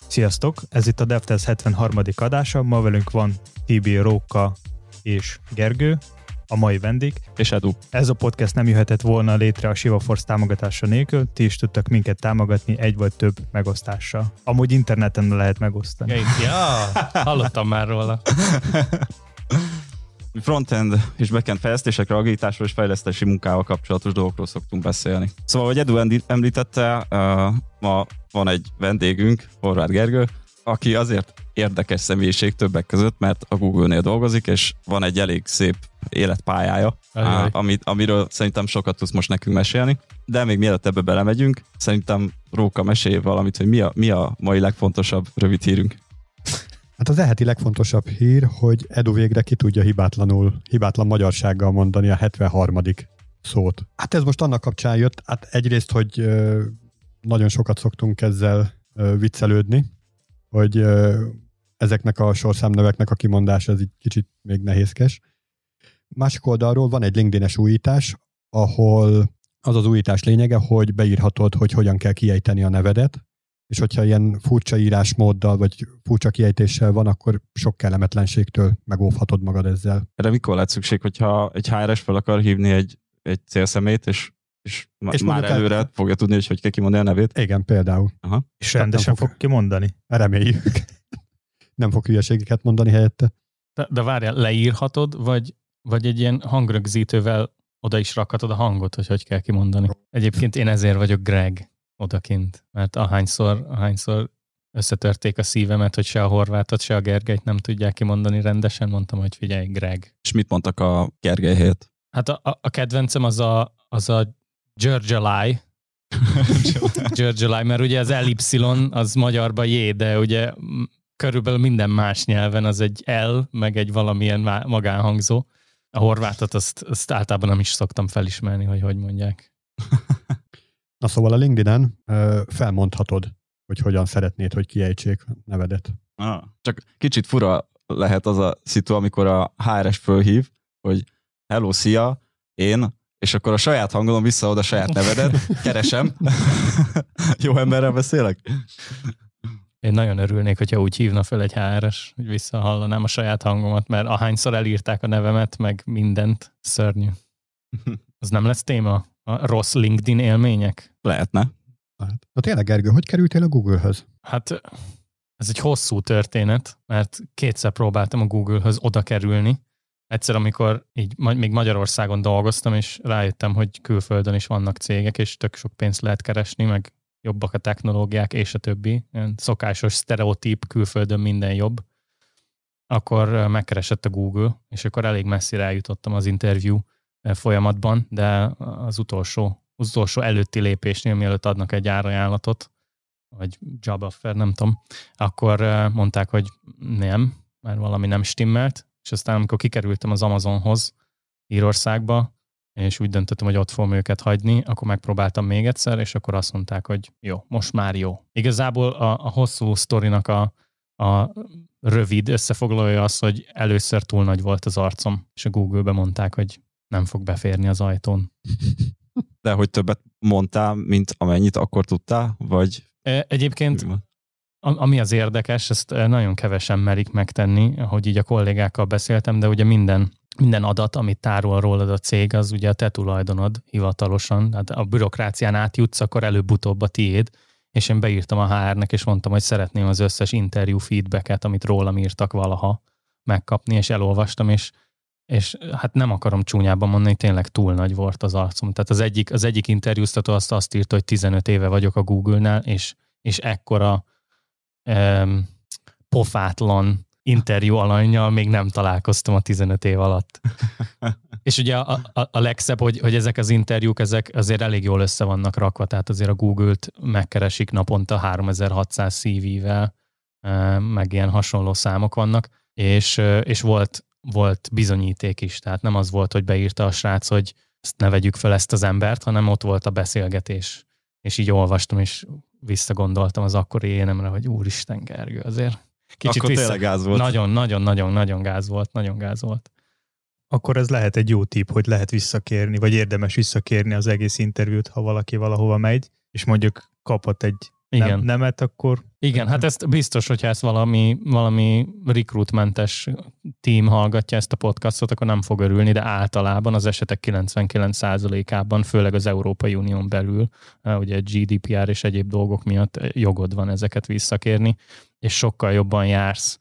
Sziasztok! Ez itt a DevTest 73. adása. Ma velünk van Tibi, Róka és Gergő, a mai vendég. És Edu. Ez a podcast nem jöhetett volna létre a ShivaForce támogatása nélkül. Ti is tudtak minket támogatni egy vagy több megosztással. Amúgy interneten lehet megosztani. Ja, hallottam már róla. Frontend és backend fejlesztésekre, agilitásról és fejlesztési munkával kapcsolatos dolgokról szoktunk beszélni. Szóval, hogy Edu említette, ma van egy vendégünk, Horváth Gergő, aki azért érdekes személyiség többek között, mert a Google-nél dolgozik, és van egy elég szép életpályája, amiről szerintem sokat tudsz most nekünk mesélni. De még mielőtt ebbe belemegyünk, szerintem Róka mesélj valamit, hogy mi a mai legfontosabb rövid hírünk. Hát az eheti legfontosabb hír, hogy Edu végre ki tudja hibátlan magyarsággal mondani a 73. szót. Hát ez most annak kapcsán jött, hát egyrészt, hogy nagyon sokat szoktunk ezzel viccelődni, hogy ezeknek a sorszámneveknek a kimondása ez egy kicsit még nehézkes. Másik oldalról van egy LinkedIn-es újítás, ahol az újítás lényege, hogy beírhatod, hogy hogyan kell kiejteni a nevedet, és hogyha ilyen furcsa írásmóddal, vagy furcsa kiejtéssel van, akkor sok kellemetlenségtől megóvhatod magad ezzel. Erre mikor lehet szükség, hogyha egy HRS fel akar hívni egy célszemélyt, és már előre fogja tudni, hogy kell kimondani a nevét? Igen, például. Aha. És rendesen fog kimondani? Reméljük. Nem fog hülyeségeket mondani helyette. De várjál, leírhatod, vagy egy ilyen hangrögzítővel oda is rakhatod a hangot, hogy kell kimondani. Egyébként én ezért vagyok Greg odakint, mert ahányszor összetörték a szívemet, hogy se a Horvátot, se a Gergelyt nem tudják kimondani rendesen, mondtam, hogy figyelj, Greg. És mit mondtak a Gergely helyett? Hát a kedvencem az a Györgyalaj. Györgyalaj, mert ugye az LY az magyarban J, de ugye körülbelül minden más nyelven az egy L, meg egy valamilyen magánhangzó. A Horvátot azt általában nem is szoktam felismerni, hogy mondják. Na szóval a LinkedIn-en felmondhatod, hogy hogyan szeretnéd, hogy kiejtsék a nevedet. Csak kicsit fura lehet az a szitu, amikor a HRS fölhív, hogy hello, szia, én, és akkor a saját hangodon visszaad a saját nevedet, keresem. Jó emberrel beszélek? Én nagyon örülnék, hogyha úgy hívna fel egy HRS, hogy visszahallanám a saját hangomat, mert ahányszor elírták a nevemet, meg mindent, szörnyű. Az nem lesz téma? A rossz LinkedIn élmények? Lehetne. Na tényleg, Gergő, hogy kerültél a Google-höz? Hát ez egy hosszú történet, mert kétszer próbáltam a Google-höz oda kerülni. Egyszer, amikor így még Magyarországon dolgoztam, és rájöttem, hogy külföldön is vannak cégek, és tök sok pénzt lehet keresni, meg jobbak a technológiák, és a többi. Ilyen szokásos, sztereotíp, külföldön minden jobb. Akkor megkeresett a Google, és akkor elég messzire eljutottam az interjú folyamatban, de az utolsó előtti lépésnél, mielőtt adnak egy árajánlatot, vagy job offer, nem tudom, akkor mondták, hogy nem, mert valami nem stimmelt, és aztán amikor kikerültem az Amazonhoz Írországba, és úgy döntöttem, hogy ott fogom őket hagyni, akkor megpróbáltam még egyszer, és akkor azt mondták, hogy jó, most már jó. Igazából a hosszú sztorinak a rövid összefoglalója az, hogy először túl nagy volt az arcom, és a Google-be mondták, hogy nem fog beférni az ajtón. De hogy többet mondtál, mint amennyit akkor tudtál, vagy... Egyébként, ami az érdekes, ezt nagyon kevesen merik megtenni, ahogy így a kollégákkal beszéltem, de ugye minden adat, amit tárol rólad a cég, az ugye a te tulajdonod hivatalosan. Hát a bürokrácián átjutsz, akkor előbb-utóbb a tiéd, és én beírtam a HR-nek, és mondtam, hogy szeretném az összes interjú feedbacket, amit rólam írtak valaha megkapni, és elolvastam, és hát nem akarom csúnyában mondani, hogy tényleg túl nagy volt az arcom. Tehát az egyik interjúztató azt írta, hogy 15 éve vagyok a Google-nál, és ekkora pofátlan interjú alannyal még nem találkoztam a 15 év alatt. És ugye a legszebb, hogy ezek az interjúk, ezek azért elég jól össze vannak rakva, tehát azért a Google-t megkeresik naponta 3600 CV-vel, meg ilyen hasonló számok vannak, és volt bizonyíték is, tehát nem az volt, hogy beírta a srác, hogy ezt ne vegyük fel ezt az embert, hanem ott volt a beszélgetés. És így olvastam, és visszagondoltam az akkori énemre, hogy úristen, Gergő, azért kicsit akkor tényleg gáz volt. Nagyon gáz volt. Akkor ez lehet egy jó tipp, hogy lehet visszakérni, vagy érdemes visszakérni az egész interjút, ha valaki valahova megy, és mondjuk kaphat egy Igen. Nemet, akkor... Igen, hát ezt biztos, hogyha ezt valami recruitmentes team hallgatja ezt a podcastot, akkor nem fog örülni, de általában az esetek 99%-ában, főleg az Európai Unión belül, ugye GDPR és egyéb dolgok miatt jogod van ezeket visszakérni, és sokkal jobban jársz.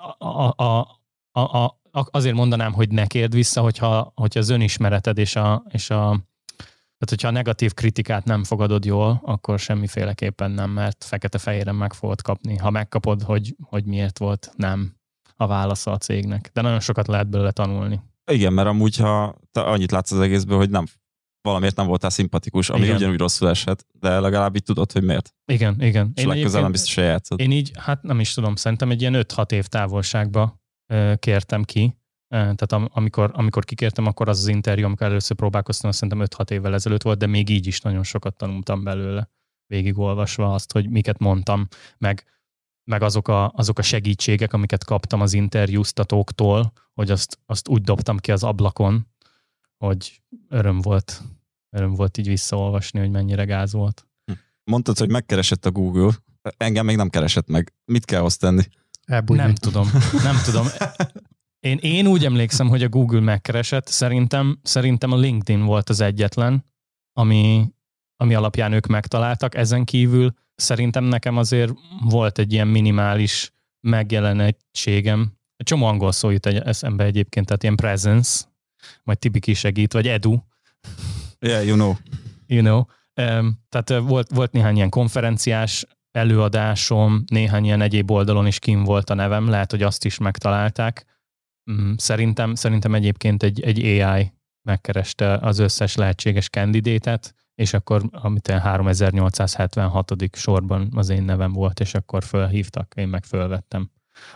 Azért mondanám, hogy ne kérd vissza, hogyha az önismereted tehát, hogyha a negatív kritikát nem fogadod jól, akkor semmiféleképpen nem, mert fekete-fehéren meg fogod kapni. Ha megkapod, hogy miért volt nem a válasza a cégnek. De nagyon sokat lehet belőle tanulni. Igen, mert amúgy, ha te annyit látsz az egészből, hogy valamiért nem voltál szimpatikus, ami ugyanúgy rosszul esett, de legalább így tudod, hogy miért. Igen. És legközelebb nem biztos, hogy játszod. Én így, hát nem is tudom, szerintem egy ilyen 5-6 év távolságba kértem ki. Tehát amikor kikértem, akkor az interjú, amikor először próbálkoztam, azt szerintem 5-6 évvel ezelőtt volt, de még így is nagyon sokat tanultam belőle, végigolvasva azt, hogy miket mondtam, meg azok a segítségek, amiket kaptam az interjúztatóktól, hogy azt úgy dobtam ki az ablakon, hogy öröm volt így visszaolvasni, hogy mennyire gáz volt. Mondtad, hogy megkeresett a Google, engem még nem keresett meg. Mit kell azt tenni? Elbújni. Nem tudom. Én úgy emlékszem, hogy a Google megkeresett, szerintem a LinkedIn volt az egyetlen, ami alapján ők megtaláltak. Ezen kívül szerintem nekem azért volt egy ilyen minimális megjelenettségem. Egy csomó angol szó jut eszembe egyébként, tehát ilyen presence, majd Tibi kisegít, vagy edu. Yeah, you know. Tehát volt néhány ilyen konferenciás előadásom, néhány ilyen egyéb oldalon is kim volt a nevem, lehet, hogy azt is megtalálták. Szerintem egyébként egy AI megkereste az összes lehetséges candidatet, és akkor amit 3876. sorban az én nevem volt, és akkor fölhívtak, én meg fölvettem.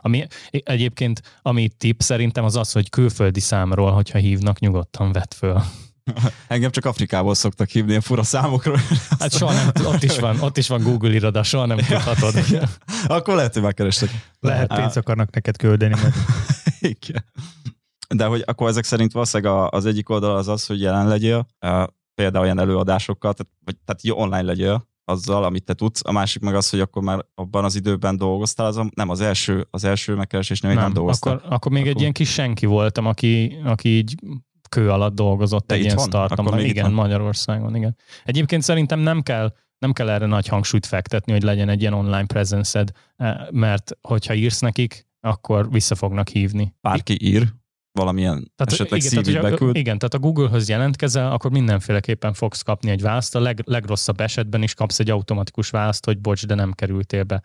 Ami tipp szerintem az, hogy külföldi számról, hogyha hívnak, nyugodtan vedd föl. Engem csak Afrikából szoktak hívni a fura számokról. Hát soha nem, ott is van Google iroda, soha nem tudhatod. Akkor lehet, hogy megkerestek. Lehet pénzt akarnak neked küldeni. Igen. De hogy akkor ezek szerint valószínűleg az egyik oldal az, hogy jelen legyél, például olyan előadásokkal, tehát online legyél azzal, amit te tudsz. A másik meg az, hogy akkor már abban az időben dolgoztál, nem az első megkeresésnél nem dolgoztál. Akkor még egy ilyen kis senki voltam, aki így kő alatt dolgozott egy ilyen startupban. Igen, Magyarországon, igen. Egyébként szerintem nem kell erre nagy hangsúlyt fektetni, hogy legyen egy ilyen online presence-ed, mert hogyha írsz nekik, akkor vissza fognak hívni. Bárki ír, valamilyen esetleg CV-t beküld. Igen, tehát a Google-höz jelentkezel, akkor mindenféleképpen fogsz kapni egy választ. A legrosszabb esetben is kapsz egy automatikus választ, hogy bocs, de nem kerültél be.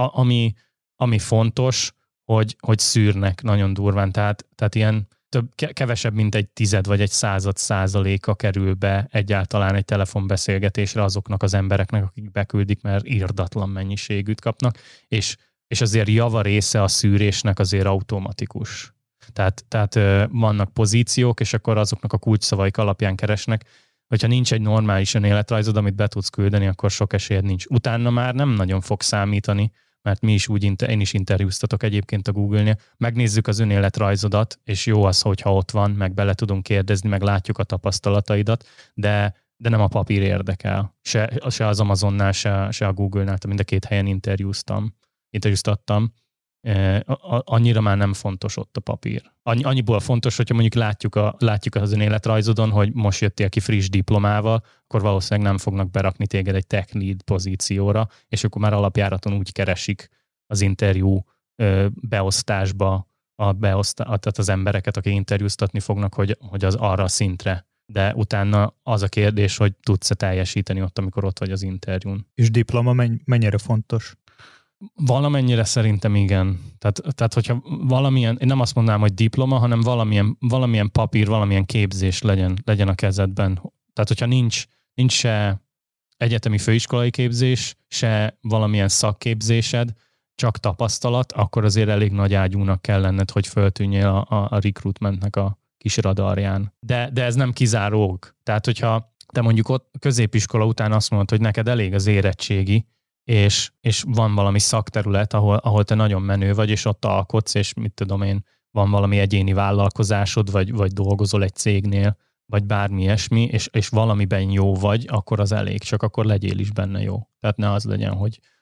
Ami fontos, hogy szűrnek nagyon durván, tehát ilyen kevesebb, mint egy 10 vagy egy 100% kerül be egyáltalán egy telefonbeszélgetésre azoknak az embereknek, akik beküldik, mert irdatlan mennyiségűt kapnak, és azért java része a szűrésnek azért automatikus. Tehát vannak pozíciók, és akkor azoknak a kulcsszavaik alapján keresnek. Hogyha nincs egy normális önéletrajzod, amit be tudsz küldeni, akkor sok esélyed nincs. Utána már nem nagyon fog számítani, mert mi is én is interjúztatok egyébként a Google-nél, megnézzük az önéletrajzodat, és jó az, hogyha ott van, meg bele tudunk kérdezni, meg látjuk a tapasztalataidat, de nem a papír érdekel. Se az Amazonnál, se a Google-nál, tehát mind a két helyen interjúztattam. Annyira már nem fontos ott a papír. Annyiból fontos, hogyha mondjuk látjuk az önéletrajzodon, hogy most jöttél ki friss diplomával, akkor valószínűleg nem fognak berakni téged egy tech lead pozícióra, és akkor már alapjáraton úgy keresik az interjú beosztásba tehát az embereket, akik interjúztatni fognak, hogy az arra a szintre. De utána az a kérdés, hogy tudsz-e teljesíteni ott, amikor ott vagy az interjún. És diploma mennyire fontos? Valamennyire szerintem igen. Tehát hogyha valamilyen, én nem azt mondanám, hogy diploma, hanem valamilyen papír, valamilyen képzés legyen a kezedben. Tehát hogyha nincs se egyetemi főiskolai képzés, se valamilyen szakképzésed, csak tapasztalat, akkor azért elég nagy ágyúnak kell lenned, hogy föltűnjél a recruitmentnek a kis radarján. De ez nem kizárók. Tehát hogyha te mondjuk ott középiskola után azt mondod, hogy neked elég az érettségi, és van valami szakterület, ahol te nagyon menő vagy, és ott alkotsz, és mit tudom én, van valami egyéni vállalkozásod, vagy dolgozol egy cégnél, vagy bármi ilyesmi, és valamiben jó vagy, akkor az elég, csak akkor legyél is benne jó. Tehát ne az legyen,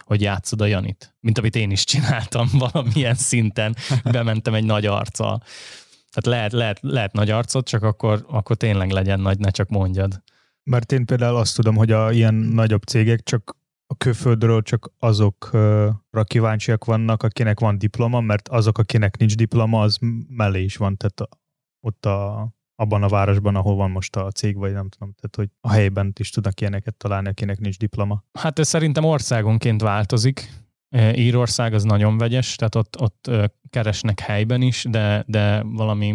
hogy játszod a Janit. Mint amit én is csináltam valamilyen szinten, bementem egy nagy arccal. Tehát lehet nagy arcot, csak akkor tényleg legyen nagy, ne csak mondjad. Mert én például azt tudom, hogy ilyen nagyobb cégek csak a külföldről csak azokra kíváncsiak vannak, akinek van diploma, mert azok, akinek nincs diploma, az mellé is van, tehát ott abban a városban, ahol van most a cég, vagy nem tudom, tehát hogy a helyben is tudnak ilyeneket találni, akinek nincs diploma. Hát ez szerintem országonként változik. Írország az nagyon vegyes, tehát ott keresnek helyben is, de valami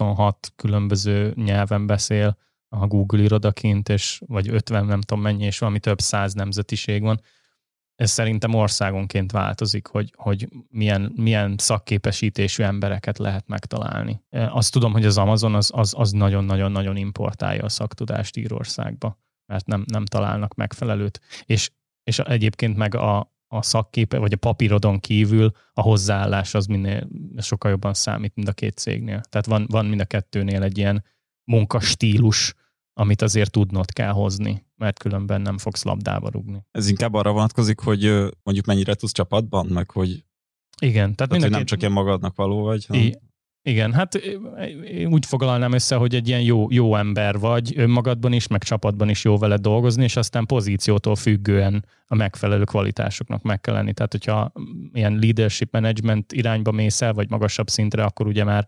26 különböző nyelven beszél a Google irodaként, vagy 50, nem tudom mennyi, és valami több 100 nemzetiség van. Ez szerintem országonként változik, hogy milyen szakképesítésű embereket lehet megtalálni. Azt tudom, hogy az Amazon az nagyon-nagyon-nagyon importálja a szaktudást Írországba, mert nem találnak megfelelőt. És egyébként meg a szakképe, vagy a papírodon kívül a hozzáállás az minél sokkal jobban számít, mint a két cégnél. Tehát van mind a kettőnél egy ilyen munkastílus, amit azért tudnod kell hozni, mert különben nem fogsz labdába rugni. Ez inkább arra vonatkozik, hogy mondjuk mennyire tudsz csapatban, meg hogy, igen, tehát hogy nem csak ilyen magadnak való vagy. Igen, hát úgy foglalnám össze, hogy egy ilyen jó ember vagy önmagadban is, meg csapatban is jó veled dolgozni, és aztán pozíciótól függően a megfelelő kvalitásoknak meg kell lenni. Tehát, hogyha ilyen leadership management irányba mész el, vagy magasabb szintre, akkor ugye már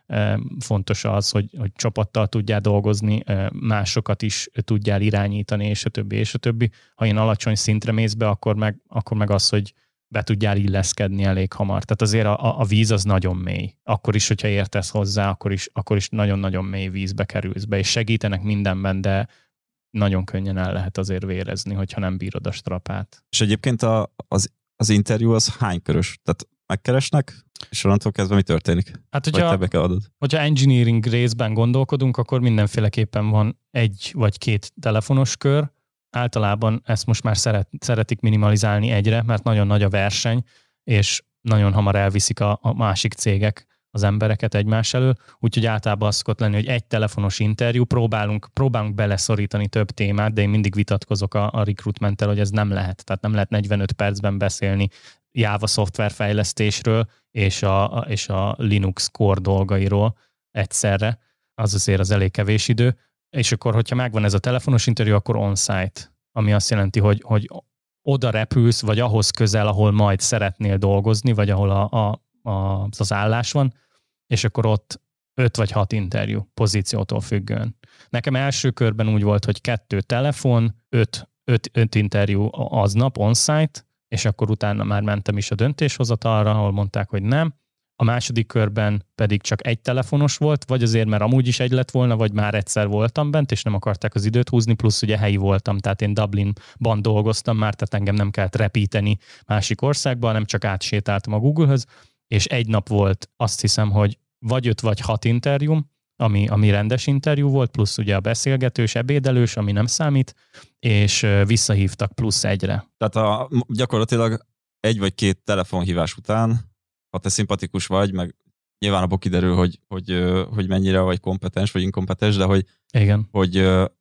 fontos az, hogy csapattal tudjál dolgozni, másokat is tudjál irányítani, és a többi, és a többi. Ha ilyen alacsony szintre mész be, akkor meg az, hogy be tudjál illeszkedni elég hamar. Tehát azért a víz az nagyon mély. Akkor is, hogyha értesz hozzá, akkor is nagyon-nagyon mély vízbe kerülsz be, és segítenek mindenben, de nagyon könnyen el lehet azért vérezni, hogyha nem bírod a strapát. És egyébként az interjú az hány körös? Tehát megkeresnek, és onnantól kezdve mi történik? Hát, hogyha engineering részben gondolkodunk, akkor mindenféleképpen van 1 vagy 2 telefonos kör. Általában ezt most már szeretik minimalizálni egyre, mert nagyon nagy a verseny, és nagyon hamar elviszik a másik cégek az embereket egymás elől, úgyhogy általában az szokott lenni, hogy 1 telefonos interjú, próbálunk beleszorítani több témát, de én mindig vitatkozok a recruitmenttel, hogy ez nem lehet. Tehát nem lehet 45 percben beszélni Java szoftverfejlesztésről és a Linux core dolgairól egyszerre. Az azért az elég kevés idő. És akkor, hogyha megvan ez a telefonos interjú, akkor on-site, ami azt jelenti, hogy oda repülsz, vagy ahhoz közel, ahol majd szeretnél dolgozni, vagy ahol az állás van, és akkor ott 5 vagy 6 interjú, pozíciótól függően. Nekem első körben úgy volt, hogy 2 telefon, 5 interjú aznap on-site, és akkor utána már mentem is a döntéshozatalra, ahol mondták, hogy nem. A második körben pedig csak 1 telefonos volt, vagy azért, mert amúgy is 1 lett volna, vagy már egyszer voltam bent, és nem akarták az időt húzni, plusz ugye helyi voltam, tehát én Dublinban dolgoztam már, tehát engem nem kellett repíteni másik országba, hanem csak átsétáltam a Google-höz, és 1 nap volt, azt hiszem, hogy vagy 5 vagy 6 interjúm, ami rendes interjú volt, plusz ugye a beszélgetős, ebédelős, ami nem számít, és visszahívtak plusz 1-re. Tehát gyakorlatilag 1 vagy 2 telefonhívás után, ha te szimpatikus vagy, meg nyilván abból kiderül, hogy mennyire vagy kompetens, vagy inkompetens, de hogy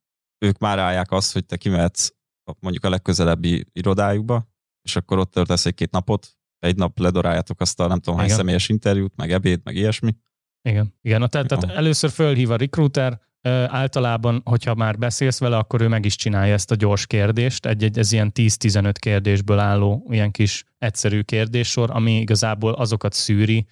ők már állják azt, hogy te kimehetsz mondjuk a legközelebbi irodájukba, és akkor ott töltesz 1-2 napot, 1 nap ledoráljátok azt a nem tudom hány személyes interjút, meg ebéd, meg ilyesmi. Igen. Tehát először fölhív a recruiter, általában, hogyha már beszélsz vele, akkor ő meg is csinálja ezt a gyors kérdést, ez ilyen 10-15 kérdésből álló ilyen kis egyszerű kérdéssor, ami igazából azokat szűri,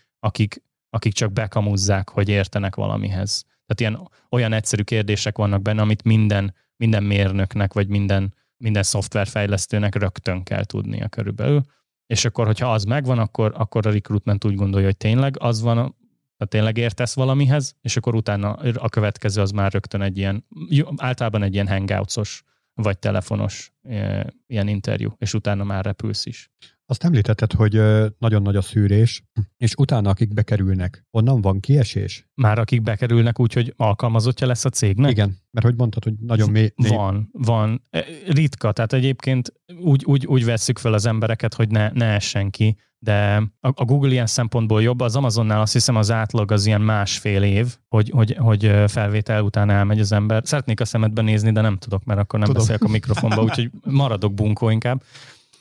akik csak bekamuzzák, hogy értenek valamihez. Tehát olyan egyszerű kérdések vannak benne, amit minden mérnöknek, vagy minden szoftverfejlesztőnek rögtön kell tudnia körülbelül. És akkor, hogyha az megvan, akkor a recruitment úgy gondolja, hogy tényleg az van, tehát tényleg értesz valamihez, és akkor utána a következő az már rögtön általában egy ilyen hangouts-os, vagy telefonos ilyen interjú, és utána már repülsz is. Azt említetted, hogy nagyon nagy a szűrés, és utána akik bekerülnek, onnan van kiesés? Már akik bekerülnek úgy, hogy alkalmazottja lesz a cégnek? Igen, mert hogy mondtad, hogy nagyon mély. Van. Ritka, tehát egyébként úgy vesszük fel az embereket, hogy ne essen ki, de a Google ilyen szempontból jobb, az Amazonnál azt hiszem az átlag az ilyen 1,5 év, hogy felvétel után elmegy az ember. Szeretnék a szemedbe nézni, de nem tudok, mert akkor nem beszélek a mikrofonba, úgyhogy maradok bunkó inkább.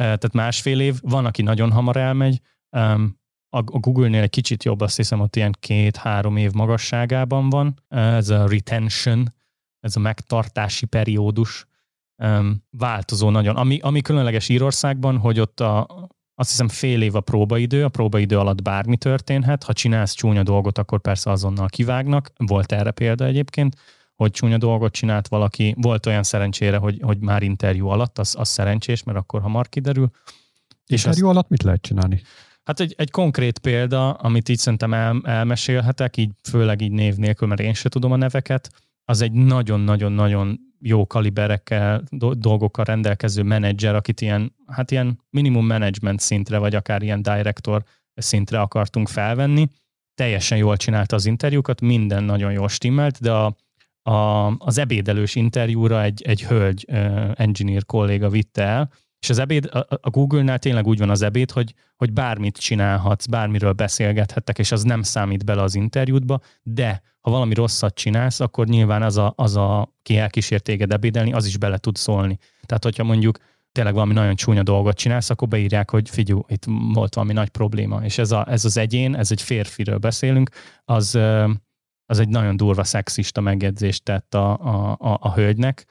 tehát másfél év, van, aki nagyon hamar elmegy, a Google-nél egy kicsit jobb, azt hiszem, ott ilyen 2-3 év magasságában van, ez a retention, ez a megtartási periódus, változó nagyon. Ami különleges Írországban, hogy ott azt hiszem fél év a próbaidő alatt bármi történhet, ha csinálsz csúnya dolgot, akkor persze azonnal kivágnak, volt erre példa egyébként, hogy csúnya dolgot csinált valaki, volt olyan szerencsére, hogy már interjú alatt, az szerencsés, mert akkor hamar kiderül. Interjú alatt mit lehet csinálni? Hát egy konkrét példa, amit így szerintem elmesélhetek, így főleg így név nélkül, mert én se tudom a neveket, az egy nagyon-nagyon-nagyon jó kaliberekkel, dolgokkal rendelkező menedzser, akit ilyen minimum management szintre, vagy akár ilyen director szintre akartunk felvenni. Teljesen jól csinálta az interjúkat, minden nagyon jól stimmelt, de az ebédelős interjúra egy hölgy engineer kolléga vitte el, és az ebéd, a Google-nál tényleg úgy van az ebéd, hogy bármit csinálhatsz, bármiről beszélgethettek, és az nem számít bele az interjútba, de ha valami rosszat csinálsz, akkor nyilván az ki elkísért téged ebédelni, az is bele tud szólni. Tehát, hogyha mondjuk tényleg valami nagyon csúnya dolgot csinálsz, akkor beírják, hogy figyelj, itt volt valami nagy probléma. És ez az egyén, ez egy férfiről beszélünk, az egy nagyon durva szexista megjegyzést tett a hölgynek.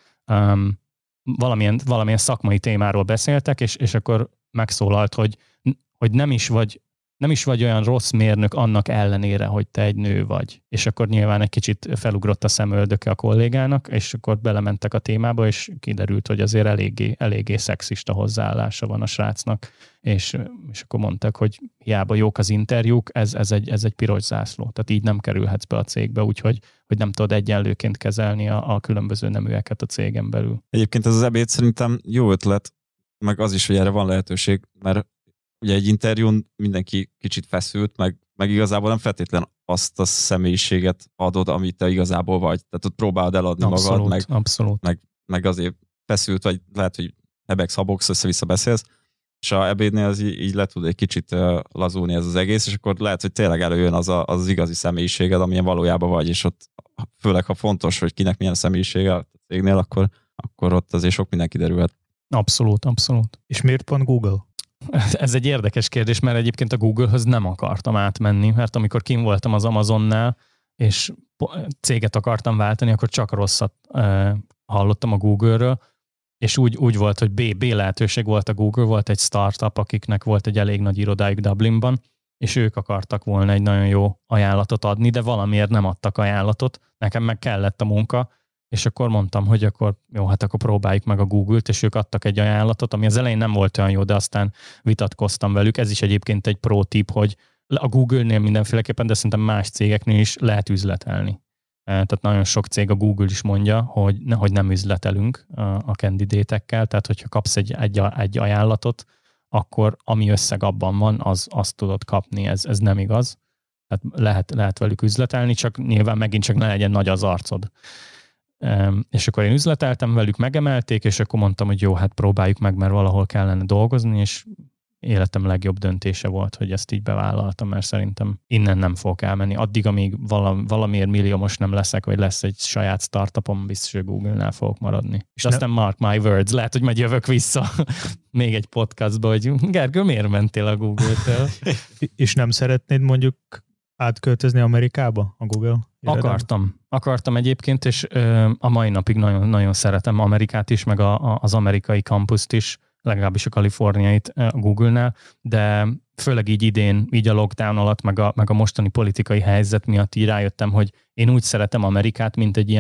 Valamilyen szakmai témáról beszéltek, és akkor megszólalt, hogy nem is vagy olyan rossz mérnök annak ellenére, hogy te egy nő vagy. És akkor nyilván egy kicsit felugrott a szemöldöke a kollégának, és akkor belementek a témába, és kiderült, hogy azért eléggé szexista hozzáállása van a srácnak, és akkor mondták, hogy hiába jók az interjúk, ez egy piros zászló. Tehát így nem kerülhetsz be a cégbe, úgyhogy nem tudod egyenlőként kezelni a különböző neműeket a cégen belül. Egyébként ez az ebéd szerintem jó ötlet, meg az is, hogy erre van lehetőség, mert ugye egy interjún mindenki kicsit feszült, meg igazából nem feltétlen azt a személyiséget adod, amit te igazából vagy. Tehát ott próbálod eladni magad, meg azért feszült, vagy lehet, hogy hebegsz-habogsz, össze-vissza beszélsz, és a ebédnél az így le tud egy kicsit lazulni ez az egész, és akkor lehet, hogy tényleg előjön az igazi személyiséged, amilyen valójában vagy, és ott főleg, ha fontos, hogy kinek milyen személyisége a cégnél, akkor ott azért sok minden kiderülhet. Abszolút. És miért pont Google? Ez egy érdekes kérdés, mert egyébként a Google-höz nem akartam átmenni, mert amikor kim voltam az Amazonnál, és céget akartam váltani, akkor csak rosszat hallottam a Google-ről, és úgy volt, hogy B lehetőség volt a Google, volt egy startup, akiknek volt egy elég nagy irodájuk Dublinban, és ők akartak volna egy nagyon jó ajánlatot adni, de valamiért nem adtak ajánlatot, nekem meg kellett a munka, és akkor mondtam, hogy akkor próbáljuk meg a Google-t, és ők adtak egy ajánlatot, ami az elején nem volt olyan jó, de aztán vitatkoztam velük. Ez is egyébként egy pro tip, hogy a Google-nél mindenféleképpen, de szerintem más cégeknél is lehet üzletelni. Tehát nagyon sok cég, a Google is mondja, hogy nem üzletelünk a candidatekkel, tehát hogyha kapsz egy ajánlatot, akkor ami összeg abban van, azt tudod kapni, ez nem igaz. Tehát lehet velük üzletelni, csak nyilván megint csak ne legyen nagy az arcod. És akkor én üzleteltem velük, megemelték, és akkor mondtam, hogy jó, hát próbáljuk meg, mert valahol kellene dolgozni, és életem legjobb döntése volt, hogy ezt így bevállaltam, mert szerintem innen nem fogok elmenni. Addig, amíg valamiért milliómos nem leszek, vagy lesz egy saját startupom, biztos, hogy Google-nál fogok maradni. És aztán mark my words, lehet, hogy majd jövök vissza még egy podcastba, hogy Gergő, miért mentél a Google-től? És nem szeretnéd mondjuk átköltözni Amerikába a Google? Akartam egyébként, és a mai napig nagyon, nagyon szeretem Amerikát is, meg az amerikai kampuszt is, legalábbis a kaliforniait a Google-nál, de főleg így idén, így a lockdown alatt, meg a mostani politikai helyzet miatt így rájöttem, hogy én úgy szeretem Amerikát, mint egy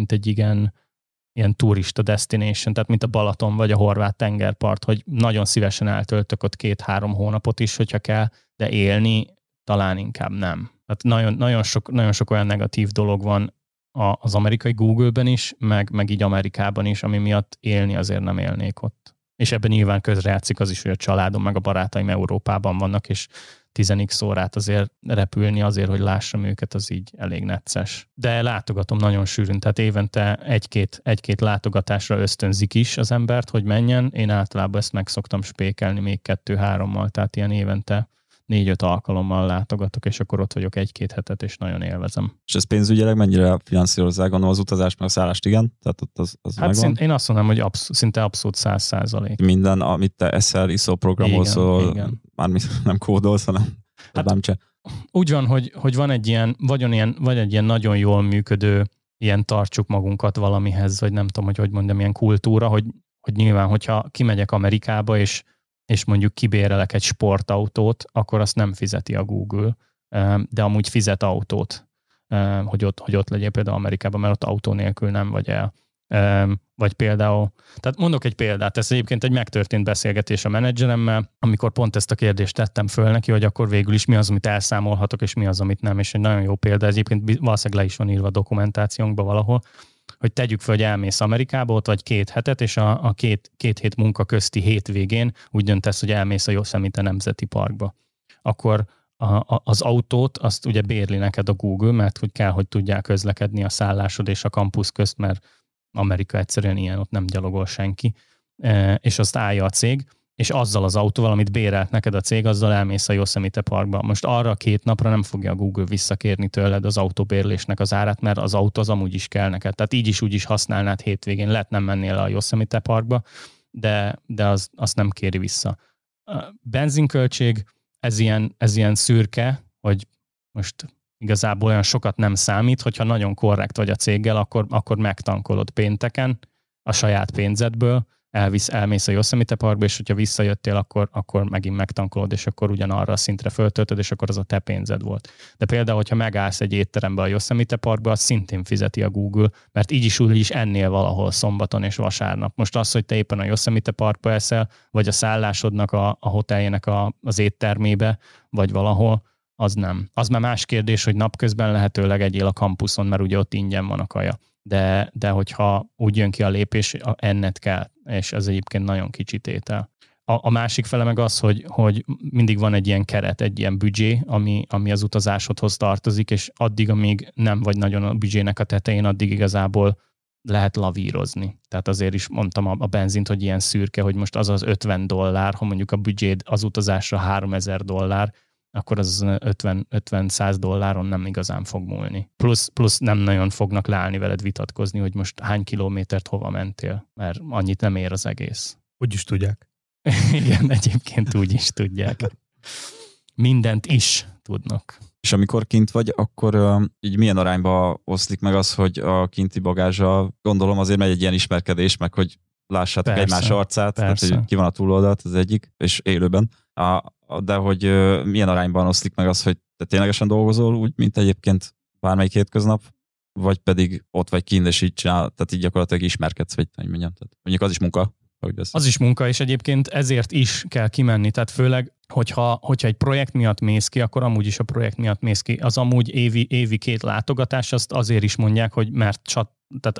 ilyen turista destination, tehát mint a Balaton vagy a horvát tengerpart, hogy nagyon szívesen eltöltök ott 2-3 hónapot is, hogyha kell, de élni talán inkább nem. Tehát nagyon sok olyan negatív dolog van az amerikai Google-ben is, meg így Amerikában is, ami miatt élni azért nem élnék ott. És ebben nyilván közrejátszik az is, hogy a családom meg a barátaim Európában vannak, és 10x órát azért repülni azért, hogy lássam őket, az így elég necces. De látogatom nagyon sűrűn, tehát évente egy-két látogatásra ösztönzik is az embert, hogy menjen. Én általában ezt meg szoktam spékelni még 2-3-mal, tehát ilyen évente 4-5 alkalommal látogatok, és akkor ott vagyok 1-2 hetet, és nagyon élvezem. És ez pénzügyileg mennyire finanszírozzák? Gondolom az utazást, meg a szállást, igen? Tehát ott az hát megvan? Én azt mondom, hogy szinte abszolút 100%. Minden, amit te eszel, iszol, programolszol, mármint nem kódolsz, hanem bármicse. Úgy van, hogy van egy ilyen nagyon jól működő, ilyen tartsuk magunkat valamihez, vagy nem tudom, hogy mondjam, ilyen kultúra, hogy nyilván, hogyha kimegyek Amerikába, és mondjuk kibérelek egy sportautót, akkor azt nem fizeti a Google, de amúgy fizet autót, hogy ott legyél például Amerikában, mert ott autó nélkül nem vagy el. Vagy például, tehát mondok egy példát, ez egyébként egy megtörtént beszélgetés a menedzseremmel, amikor pont ezt a kérdést tettem föl neki, hogy akkor végül is mi az, amit elszámolhatok, és mi az, amit nem, és egy nagyon jó példa, ez egyébként valószínűleg le is van írva a dokumentációnkban valahol, hogy tegyük fel, hogy elmész Amerikába, ott vagy 2 hetet, és a két hét munka közti hétvégén úgy döntesz, hogy elmész a Yosemite Nemzeti Parkba. Akkor az autót, azt ugye bérli neked a Google, mert hogy kell, hogy tudják közlekedni a szállásod és a kampusz közt, mert Amerika egyszerűen ilyen, ott nem gyalogol senki, és azt állja a cég, és azzal az autóval, amit bérelt neked a cég, azzal elmész a Yosemite Parkba. Most arra 2 napra nem fogja a Google visszakérni tőled az autóbérlésnek az árát, mert az autó az amúgy is kell neked. Tehát így is úgy is használnád hétvégén, lehet nem mennél a Yosemite Parkba, de azt nem kéri vissza. A benzinköltség, ez ilyen szürke, hogy most igazából olyan sokat nem számít, hogyha nagyon korrekt vagy a céggel, akkor megtankolod pénteken a saját pénzedből, elmész a Yosemite Parkba, és hogyha visszajöttél, akkor megint megtankolod, és akkor ugyanarra a szintre föltöltöd, és akkor az a te pénzed volt. De például, hogyha megállsz egy étterembe a Yosemite Parkba, azt szintén fizeti a Google, mert így is úgy is ennél valahol szombaton és vasárnap. Most az, hogy te éppen a Yosemite Parkba eszel, vagy a szállásodnak a hoteljének az éttermébe, vagy valahol, az nem. Az már más kérdés, hogy napközben lehetőleg egyél a kampuszon, mert ugye ott ingyen van a kaja. De hogyha úgy jön ki a lépés, enned kell, és ez egyébként nagyon kicsi tétel. A másik fele meg az, hogy mindig van egy ilyen keret, egy ilyen büdzsé, ami az utazásodhoz tartozik, és addig, amíg nem vagy nagyon a büdzsének a tetején, addig igazából lehet lavírozni. Tehát azért is mondtam a benzint, hogy ilyen szürke, hogy most az $50, ha mondjuk a büdzséd az utazásra $3000, akkor az $50-100 nem igazán fog múlni. Plusz nem nagyon fognak leállni veled vitatkozni, hogy most hány kilométert hova mentél, mert annyit nem ér az egész. Úgy is tudják. Igen, egyébként úgy is tudják. Mindent is tudnak. És amikor kint vagy, akkor így milyen arányba oszlik meg az, hogy a kinti bagázsa, gondolom azért megy egy ilyen ismerkedés, meg hogy lássátok persze, egymás arcát, tehát hogy ki van a túloldalt, az egyik, és élőben. De hogy milyen arányban oszlik meg az, hogy te ténylegesen dolgozol úgy, mint egyébként bármelyik hétköznap, vagy pedig ott vagy kint, és így csinál, tehát így gyakorlatilag ismerkedsz, vagy hogy mondjam. Tehát mondjuk az is munka. Az is munka, és egyébként ezért is kell kimenni, tehát főleg, hogyha egy projekt miatt mész ki, akkor amúgy is a projekt miatt mész ki. Az amúgy évi 2 látogatás, azt azért is mondják, hogy tehát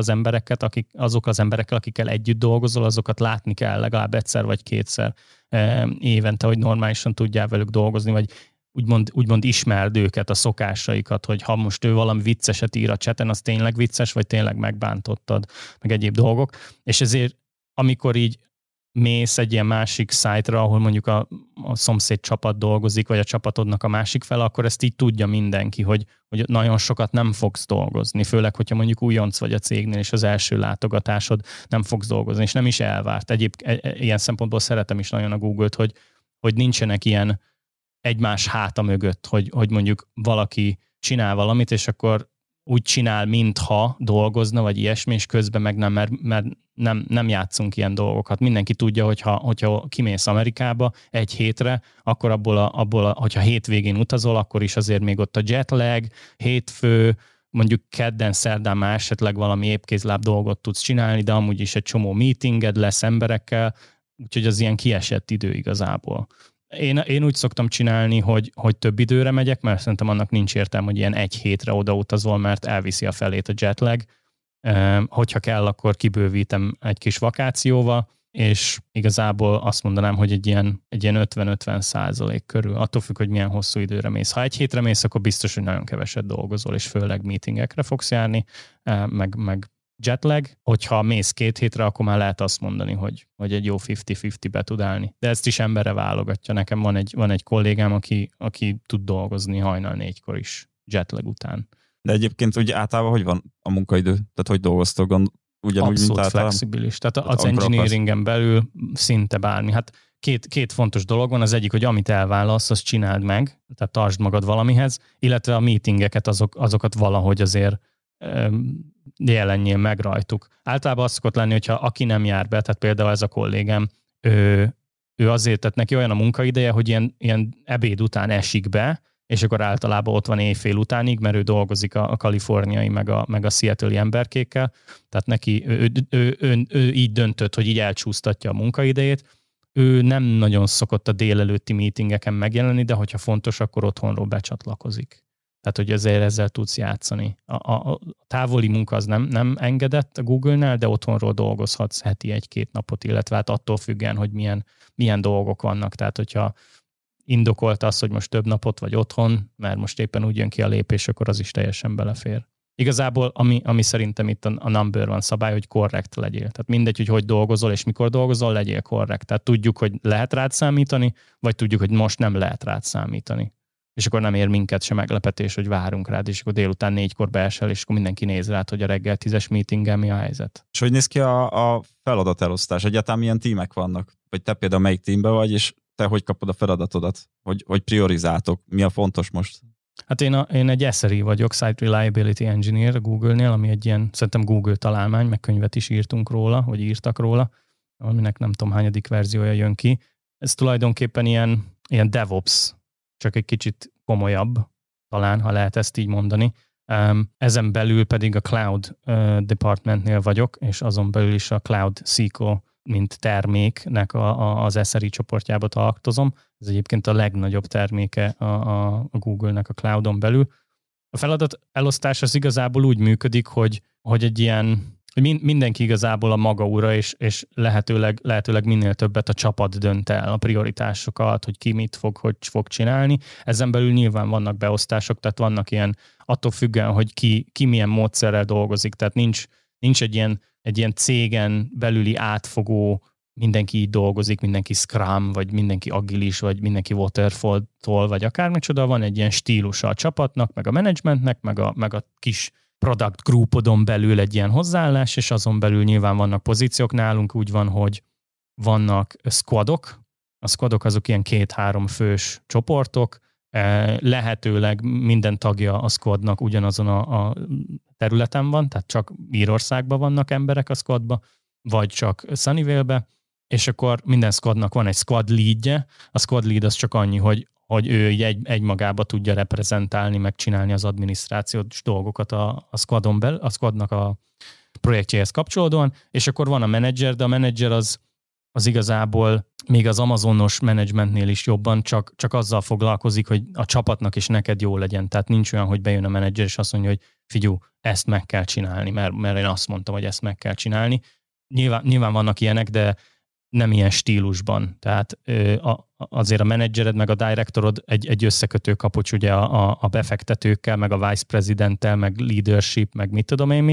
azok az emberekkel, akikkel együtt dolgozol, azokat látni kell legalább egyszer vagy 2-szer évente, hogy normálisan tudjál velük dolgozni, vagy úgymond ismerd őket, a szokásaikat, hogy ha most ő valami vicceset ír a chaten, az tényleg vicces, vagy tényleg megbántottad, meg egyéb dolgok. És ezért, amikor így mész egy ilyen másik szájtra, ahol mondjuk a szomszéd csapat dolgozik, vagy a csapatodnak a másik fele, akkor ezt így tudja mindenki, hogy nagyon sokat nem fogsz dolgozni, főleg, hogyha mondjuk újonc vagy a cégnél, és az első látogatásod nem fogsz dolgozni, és nem is elvárt. Ilyen szempontból szeretem is nagyon a Google-t, hogy nincsenek ilyen egymás háta mögött, hogy mondjuk valaki csinál valamit, és akkor úgy csinál, mintha dolgozna, vagy ilyesmi, és közben meg nem, mert nem játszunk ilyen dolgokat. Mindenki tudja, hogyha kimész Amerikába 1 hétre, akkor abból hogyha hétvégén utazol, akkor is azért még ott a jetlag, hétfő, mondjuk kedden, szerdán már esetleg valami épkézláb dolgot tudsz csinálni, de amúgy is egy csomó meetinged lesz emberekkel, úgyhogy az ilyen kiesett idő igazából. Én úgy szoktam csinálni, hogy több időre megyek, mert szerintem annak nincs értelme, hogy ilyen 1 hétre odautazol, mert elviszi a felét a jetlag. Hogyha kell, akkor kibővítem egy kis vakációval, és igazából azt mondanám, hogy egy ilyen 50-50% körül. Attól függ, hogy milyen hosszú időre mész. Ha 1 hétre mész, akkor biztos, hogy nagyon keveset dolgozol, és főleg meetingekre fogsz járni, meg jetlag, hogyha mész 2 hétre, akkor már lehet azt mondani, hogy egy jó 50-50 be tud állni. De ezt is emberre válogatja. Nekem van egy kollégám, aki tud dolgozni hajnal 4-kor is jetlag után. De egyébként ugye általában hogy van a munkaidő? Tehát hogy dolgoztok? Ugyanúgy, abszolút mint általában? flexibilis. Tehát az engineeringen belül szinte bármi. Hát két fontos dolog van. Az egyik, hogy amit elválasz, azt csináld meg, tehát tartsd magad valamihez, illetve a meetingeket, azokat valahogy azért jelenjél meg rajtuk. Általában az szokott lenni, hogyha aki nem jár be, tehát például ez a kollégám, ő azért, tehát neki olyan a munkaideje, hogy ilyen ebéd után esik be, és akkor általában ott van éjfél utánig, mert ő dolgozik a kaliforniai, meg a Seattle-i emberkékkel, tehát neki ő így döntött, hogy így elcsúsztatja a munkaidejét. Ő nem nagyon szokott a délelőtti meetingeken megjelenni, de hogyha fontos, akkor otthonról becsatlakozik. Tehát, hogy ezzel tudsz játszani. A távoli munka az nem engedett a Google-nál, de otthonról dolgozhatsz heti 1-2 napot, illetve hát attól függően, hogy milyen dolgok vannak. Tehát, hogyha indokolt az, hogy most több napot vagy otthon, mert most éppen úgy jön ki a lépés, akkor az is teljesen belefér. Igazából, ami szerintem itt a number one szabály, hogy korrekt legyél. Tehát mindegy, hogy dolgozol és mikor dolgozol, legyél korrekt. Tehát tudjuk, hogy lehet rád számítani, vagy tudjuk, hogy most nem lehet rád számítani. És akkor nem ér minket se meglepetés, hogy várunk rád, és akkor délután 4-kor beesel, és akkor mindenki néz rád, hogy a reggel 10-es meetingen mi a helyzet. És hogy néz ki a feladatelosztás? Egyáltalán milyen tímek vannak? Vagy te például melyik tímben vagy, és te hogy kapod a feladatodat? Hogy priorizáltok? Mi a fontos most? Hát én egy SRE vagyok, Site Reliability Engineer a Google-nél, ami egy ilyen, szerintem Google találmány, meg könyvet is írtunk róla, vagy írtak róla, aminek nem tudom hányadik verziója jön ki. Ez tulajdonképpen ilyen DevOps, csak egy kicsit komolyabb, talán, ha lehet ezt így mondani. Ezen belül pedig a Cloud Departmentnél vagyok, és azon belül is a Cloud SQL, mint terméknek az SRE csoportjába tartozom. Ez egyébként a legnagyobb terméke a Google-nek a Cloudon belül. A feladat elosztás az igazából úgy működik, hogy egy ilyen, hogy mindenki igazából a maga ura, és lehetőleg minél többet a csapat dönt el, a prioritásokat, hogy ki mit hogy fog csinálni. Ezen belül nyilván vannak beosztások, tehát vannak ilyen, attól függően, hogy ki milyen módszerrel dolgozik, tehát nincs egy ilyen cégen belüli átfogó, mindenki így dolgozik, mindenki Scrum, vagy mindenki Agilis, vagy mindenki Waterfall-tól, vagy akármicsoda, van egy ilyen stílusa a csapatnak, meg a managementnek, meg a kis product groupodon belül egy ilyen hozzáállás, és azon belül nyilván vannak pozíciók. Nálunk úgy van, hogy vannak squadok. A squadok azok ilyen 2-3 fős csoportok, lehetőleg minden tagja a squadnak ugyanazon a területen van, tehát csak Írországban vannak emberek a squadba, vagy csak Sunnyvale-be, és akkor minden squadnak van egy squad leadje. A squad lead az csak annyi, hogy ő egymagába tudja reprezentálni, megcsinálni az adminisztrációs dolgokat a squadon belül, a squadnak a projektjéhez kapcsolódóan, és akkor van a menedzser, de a menedzser az igazából még az Amazonos menedzsmentnél is jobban csak azzal foglalkozik, hogy a csapatnak is neked jó legyen. Tehát nincs olyan, hogy bejön a menedzser, és azt mondja, hogy figyelj, ezt meg kell csinálni, mert én azt mondtam, hogy ezt meg kell csinálni. Nyilván vannak ilyenek, de nem ilyen stílusban. Tehát azért a menedzsered, meg a directorod egy összekötő kapocs ugye a befektetőkkel, meg a vice presidenttel, meg leadership, meg mit tudom én mi,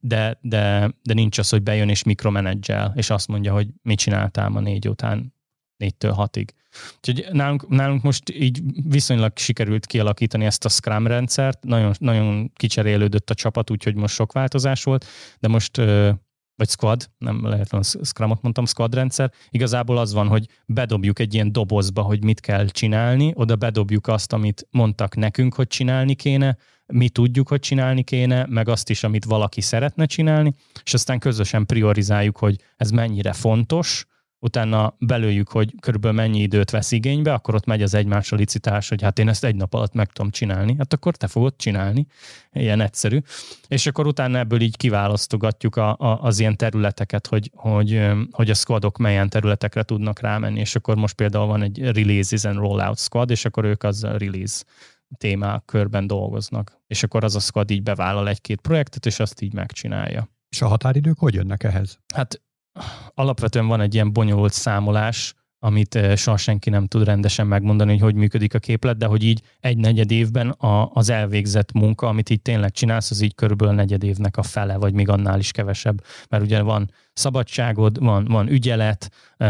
de nincs az, hogy bejön és mikromenedzsel, és azt mondja, hogy mit csináltál ma 4 után, 4-től 6-ig. Úgyhogy nálunk most így viszonylag sikerült kialakítani ezt a Scrum rendszert, nagyon, nagyon kicserélődött a csapat, úgyhogy most sok változás volt, de most vagy squad, nem lehet van Scrumot mondtam, squad rendszer. Igazából az van, hogy bedobjuk egy ilyen dobozba, hogy mit kell csinálni, oda bedobjuk azt, amit mondtak nekünk, hogy csinálni kéne, mi tudjuk, hogy csinálni kéne, meg azt is, amit valaki szeretne csinálni, és aztán közösen priorizáljuk, hogy ez mennyire fontos, utána belőjük, hogy körülbelül mennyi időt vesz igénybe, akkor ott megy az egymásra licitás, hogy hát én ezt egy nap alatt meg tudom csinálni, hát akkor te fogod csinálni, ilyen egyszerű. És akkor utána ebből így kiválasztogatjuk az ilyen területeket, hogy a squadok melyen területekre tudnak rámenni, és akkor most például van egy Releases and Rollout squad, és akkor ők az release témák körben dolgoznak. És akkor az a squad így bevállal 1-2 projektet, és azt így megcsinálja. És a határidők hogy jönnek ehhez? Hát alapvetően van egy ilyen bonyolult számolás, amit soha senki nem tud rendesen megmondani, hogy működik a képlet, de hogy így egy negyed évben az elvégzett munka, amit így tényleg csinálsz, az így körülbelül negyed évnek a fele, vagy még annál is kevesebb. Mert ugye van szabadságod, van ügyelet,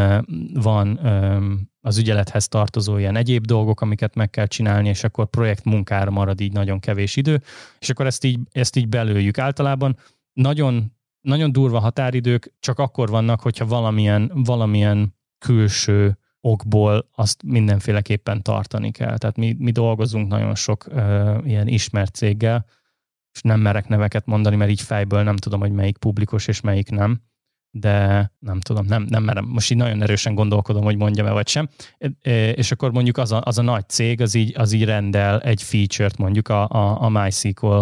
van az ügyelethez tartozó ilyen egyéb dolgok, amiket meg kell csinálni, és akkor projektmunkára marad így nagyon kevés idő, és akkor ezt így belőjük. Általában nagyon durva határidők csak akkor vannak, hogyha valamilyen külső okból azt mindenféleképpen tartani kell. Tehát mi dolgozunk nagyon sok ilyen ismert céggel, és nem merek neveket mondani, mert így fejből nem tudom, hogy melyik publikus és melyik nem, de nem tudom, nem merem. Most így nagyon erősen gondolkodom, hogy mondjam-e vagy sem. És akkor mondjuk az a nagy cég, az így rendel egy feature-t mondjuk a MySQL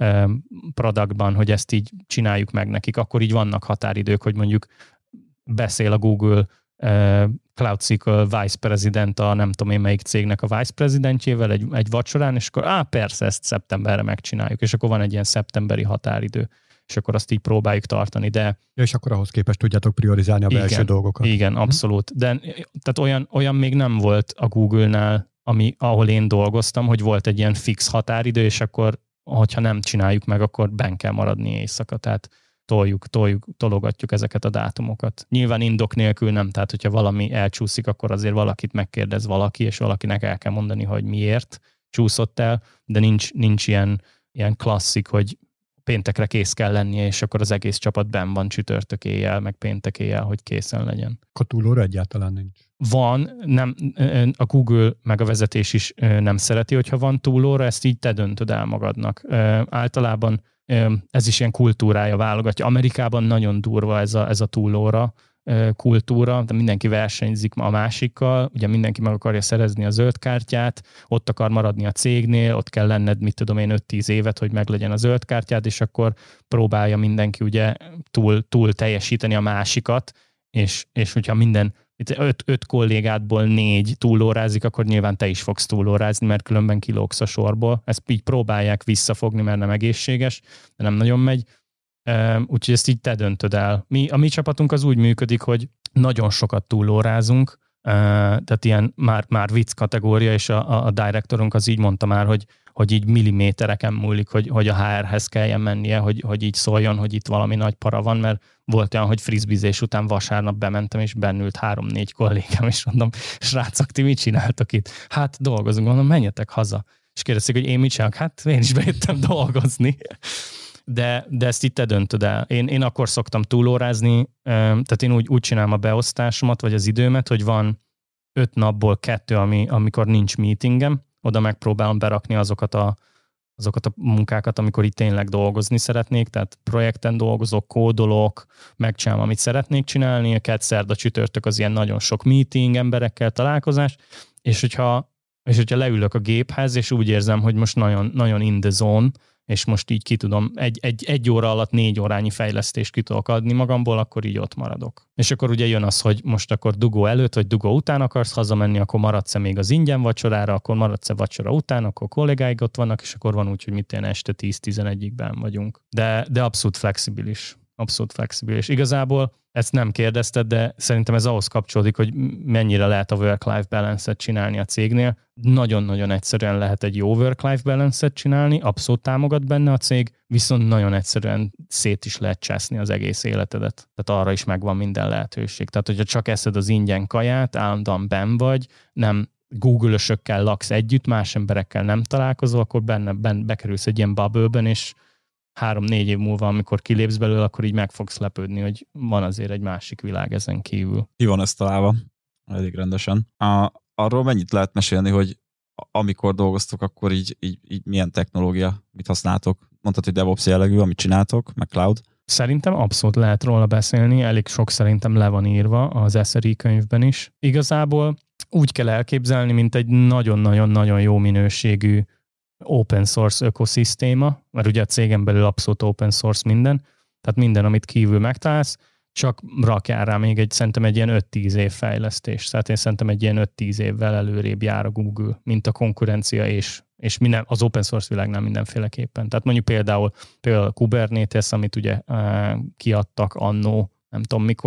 productban, hogy ezt így csináljuk meg nekik. Akkor így vannak határidők, hogy mondjuk beszél a Google Cloud SQL Vice President a nem tudom én melyik cégnek a Vice Presidentjével egy vacsorán, és akkor persze ezt szeptemberre megcsináljuk, és akkor van egy ilyen szeptemberi határidő, és akkor azt így próbáljuk tartani, de... Ja, és akkor ahhoz képest tudjátok priorizálni a belső dolgokat. Igen, abszolút. De tehát olyan még nem volt a Google-nál, ahol én dolgoztam, hogy volt egy ilyen fix határidő, és akkor, hogyha nem csináljuk meg, akkor benn kell maradni éjszaka, tehát tologatjuk ezeket a dátumokat. Nyilván indok nélkül nem, tehát hogyha valami elcsúszik, akkor azért valakit megkérdez valaki, és valakinek el kell mondani, hogy miért csúszott el, de nincs ilyen klasszik, hogy péntekre kész kell lennie, és akkor az egész csapat benn van csütörtök éjjel, meg péntek éjjel, hogy készen legyen. A túlóra egyáltalán nincs. Van, nem, a Google meg a vezetés is nem szereti, hogyha van túlóra, ezt így te döntöd el magadnak. Általában ez is ilyen kultúrája válogatja. Amerikában nagyon durva ez a túlóra kultúra, de mindenki versenyzik a másikkal, ugye mindenki meg akarja szerezni a zöld kártyát, ott akar maradni a cégnél, ott kell lenned, 5-10 évet, hogy meglegyen a zöld kártyád, és akkor próbálja mindenki ugye túl teljesíteni a másikat, és hogyha minden 5 kollégádból 4 túlórázik, akkor nyilván te is fogsz túlórázni, mert különben kilógsz a sorból. Ezt így próbálják visszafogni, mert nem egészséges, de nem nagyon megy. Úgyhogy ezt így te döntöd el. A mi csapatunk az úgy működik, hogy nagyon sokat túlórázunk, tehát ilyen már vicc kategória, és a directorunk az így mondta már, hogy így millimétereken múlik, hogy a HR-hez kelljen mennie, hogy így szóljon, hogy itt valami nagy para van, mert volt olyan, hogy frisbeezés után vasárnap bementem, és bennült 3-4 kollégám, és mondom, srácok, ti mit csináltok itt? Hát dolgozunk, mondom, menjetek haza. És kérdezik, hogy én mit csinálok? Hát én is bejöttem dolgozni. De ezt itt te döntöd el. Én akkor szoktam túlórázni, tehát én úgy csinálom a beosztásomat, vagy az időmet, hogy van 5 napból 2, amikor nincs meetingem, oda megpróbálom berakni azokat a munkákat, amikor itt tényleg dolgozni szeretnék, tehát projekten dolgozok, kódolok, megcsinálom, amit szeretnék csinálni, a szerda csütörtök az ilyen nagyon sok meeting, emberekkel találkozás, és hogyha leülök a géphez, és úgy érzem, hogy most nagyon, nagyon in the zone, és most így ki tudom, egy óra alatt 4 órányi fejlesztést ki tudok adni magamból, akkor így ott maradok. És akkor ugye jön az, hogy most akkor dugó előtt, vagy dugó után akarsz hazamenni, akkor maradsz-e még az ingyen vacsorára, akkor maradsz-e vacsora után, akkor kollégáig ott vannak, és akkor van úgy, hogy mit ilyen este 10-11-ben vagyunk. De abszolút flexibilis. Abszolút flexibilis. Igazából ezt nem kérdezted, de szerintem ez ahhoz kapcsolódik, hogy mennyire lehet a work-life balance-et csinálni a cégnél. Nagyon-nagyon egyszerűen lehet egy jó work-life balance-et csinálni, abszolút támogat benne a cég, viszont nagyon egyszerűen szét is lehet cseszni az egész életedet. Tehát arra is megvan minden lehetőség. Tehát, hogyha csak eszed az ingyen kaját, állandóan benn vagy, nem Google-ösökkel laksz együtt, más emberekkel nem találkozol, akkor bekerülsz egy ilyen bubble-ben, és 3-4 év múlva, amikor kilépsz belőle, akkor így meg fogsz lepődni, hogy van azért egy másik világ ezen kívül. Ki van ezt találva? Elég rendesen. Arról mennyit lehet mesélni, hogy amikor dolgoztok, akkor így milyen technológia, mit használtok? Mondtad, hogy DevOps jellegű, amit csináltok, meg cloud. Szerintem abszolút lehet róla beszélni, elég sok szerintem le van írva az SRE könyvben is. Igazából úgy kell elképzelni, mint egy nagyon-nagyon-nagyon jó minőségű open source ökoszisztéma, mert ugye a cégen belül abszolút open source minden, tehát minden, amit kívül megtalálsz, csak rakjál rá még szerintem egy ilyen 5-10 év fejlesztés. Tehát én szerintem egy ilyen 5-10 évvel előrébb jár a Google, mint a konkurencia és minden, az open source világnál mindenféleképpen. Tehát mondjuk például a Kubernetes, amit ugye kiadtak annó, nem tudom mikor,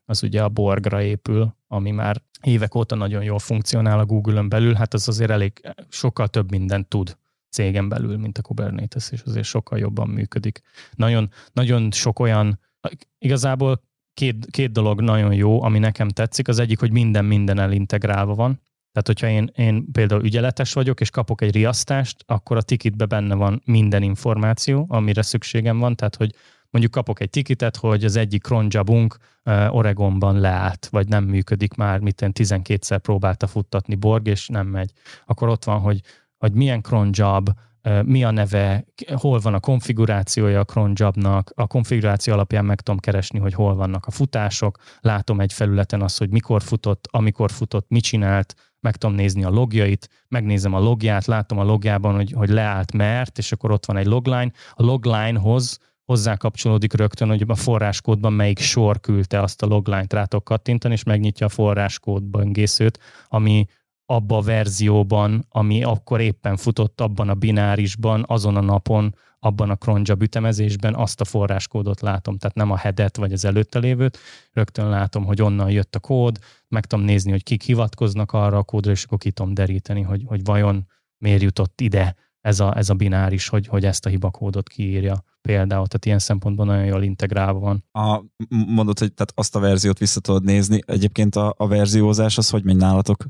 az ugye a Borgra épül, ami már évek óta nagyon jól funkcionál a Google-ön belül, hát az azért elég sokkal több mindent tud cégen belül, mint a Kubernetes, és azért sokkal jobban működik. Nagyon, nagyon sok olyan, igazából két dolog nagyon jó, ami nekem tetszik. Az egyik, hogy minden integrálva van. Tehát, hogyha én például ügyeletes vagyok, és kapok egy riasztást, akkor a tikitben benne van minden információ, amire szükségem van. Tehát, hogy mondjuk kapok egy tikitet, hogy az egyik cron jobunk Oregonban leállt, vagy nem működik már, 12-szer próbálta futtatni Borg, és nem megy. Akkor ott van, hogy milyen cron job, mi a neve, hol van a konfigurációja a cron jobnak, a konfiguráció alapján meg tudom keresni, hogy hol vannak a futások, látom egy felületen azt, hogy mikor futott, amikor futott, mit csinált, meg tudom nézni a logjait, megnézem a logját, látom a logjában, hogy leállt mert, és akkor ott van egy logline. A logline-hoz hozzá kapcsolódik rögtön, hogy a forráskódban melyik sor küldte azt a logline-t, rá tudok kattintani, és megnyitja a forráskód böngészőt, ami abban a verzióban, ami akkor éppen futott abban a binárisban, azon a napon, abban a cron job ütemezésben azt a forráskódot látom, tehát nem a headet vagy az előtte lévőt, rögtön látom, hogy onnan jött a kód, meg tudom nézni, hogy kik hivatkoznak arra a kódra, és akkor ki tudom deríteni, hogy vajon miért jutott ide ez a bináris, hogy ezt a hibakódot kiírja például, tehát ilyen szempontból nagyon jól integrálva van. Mondod, hogy tehát azt a verziót vissza tudod nézni, egyébként a verziózás az hogy megy nálatok?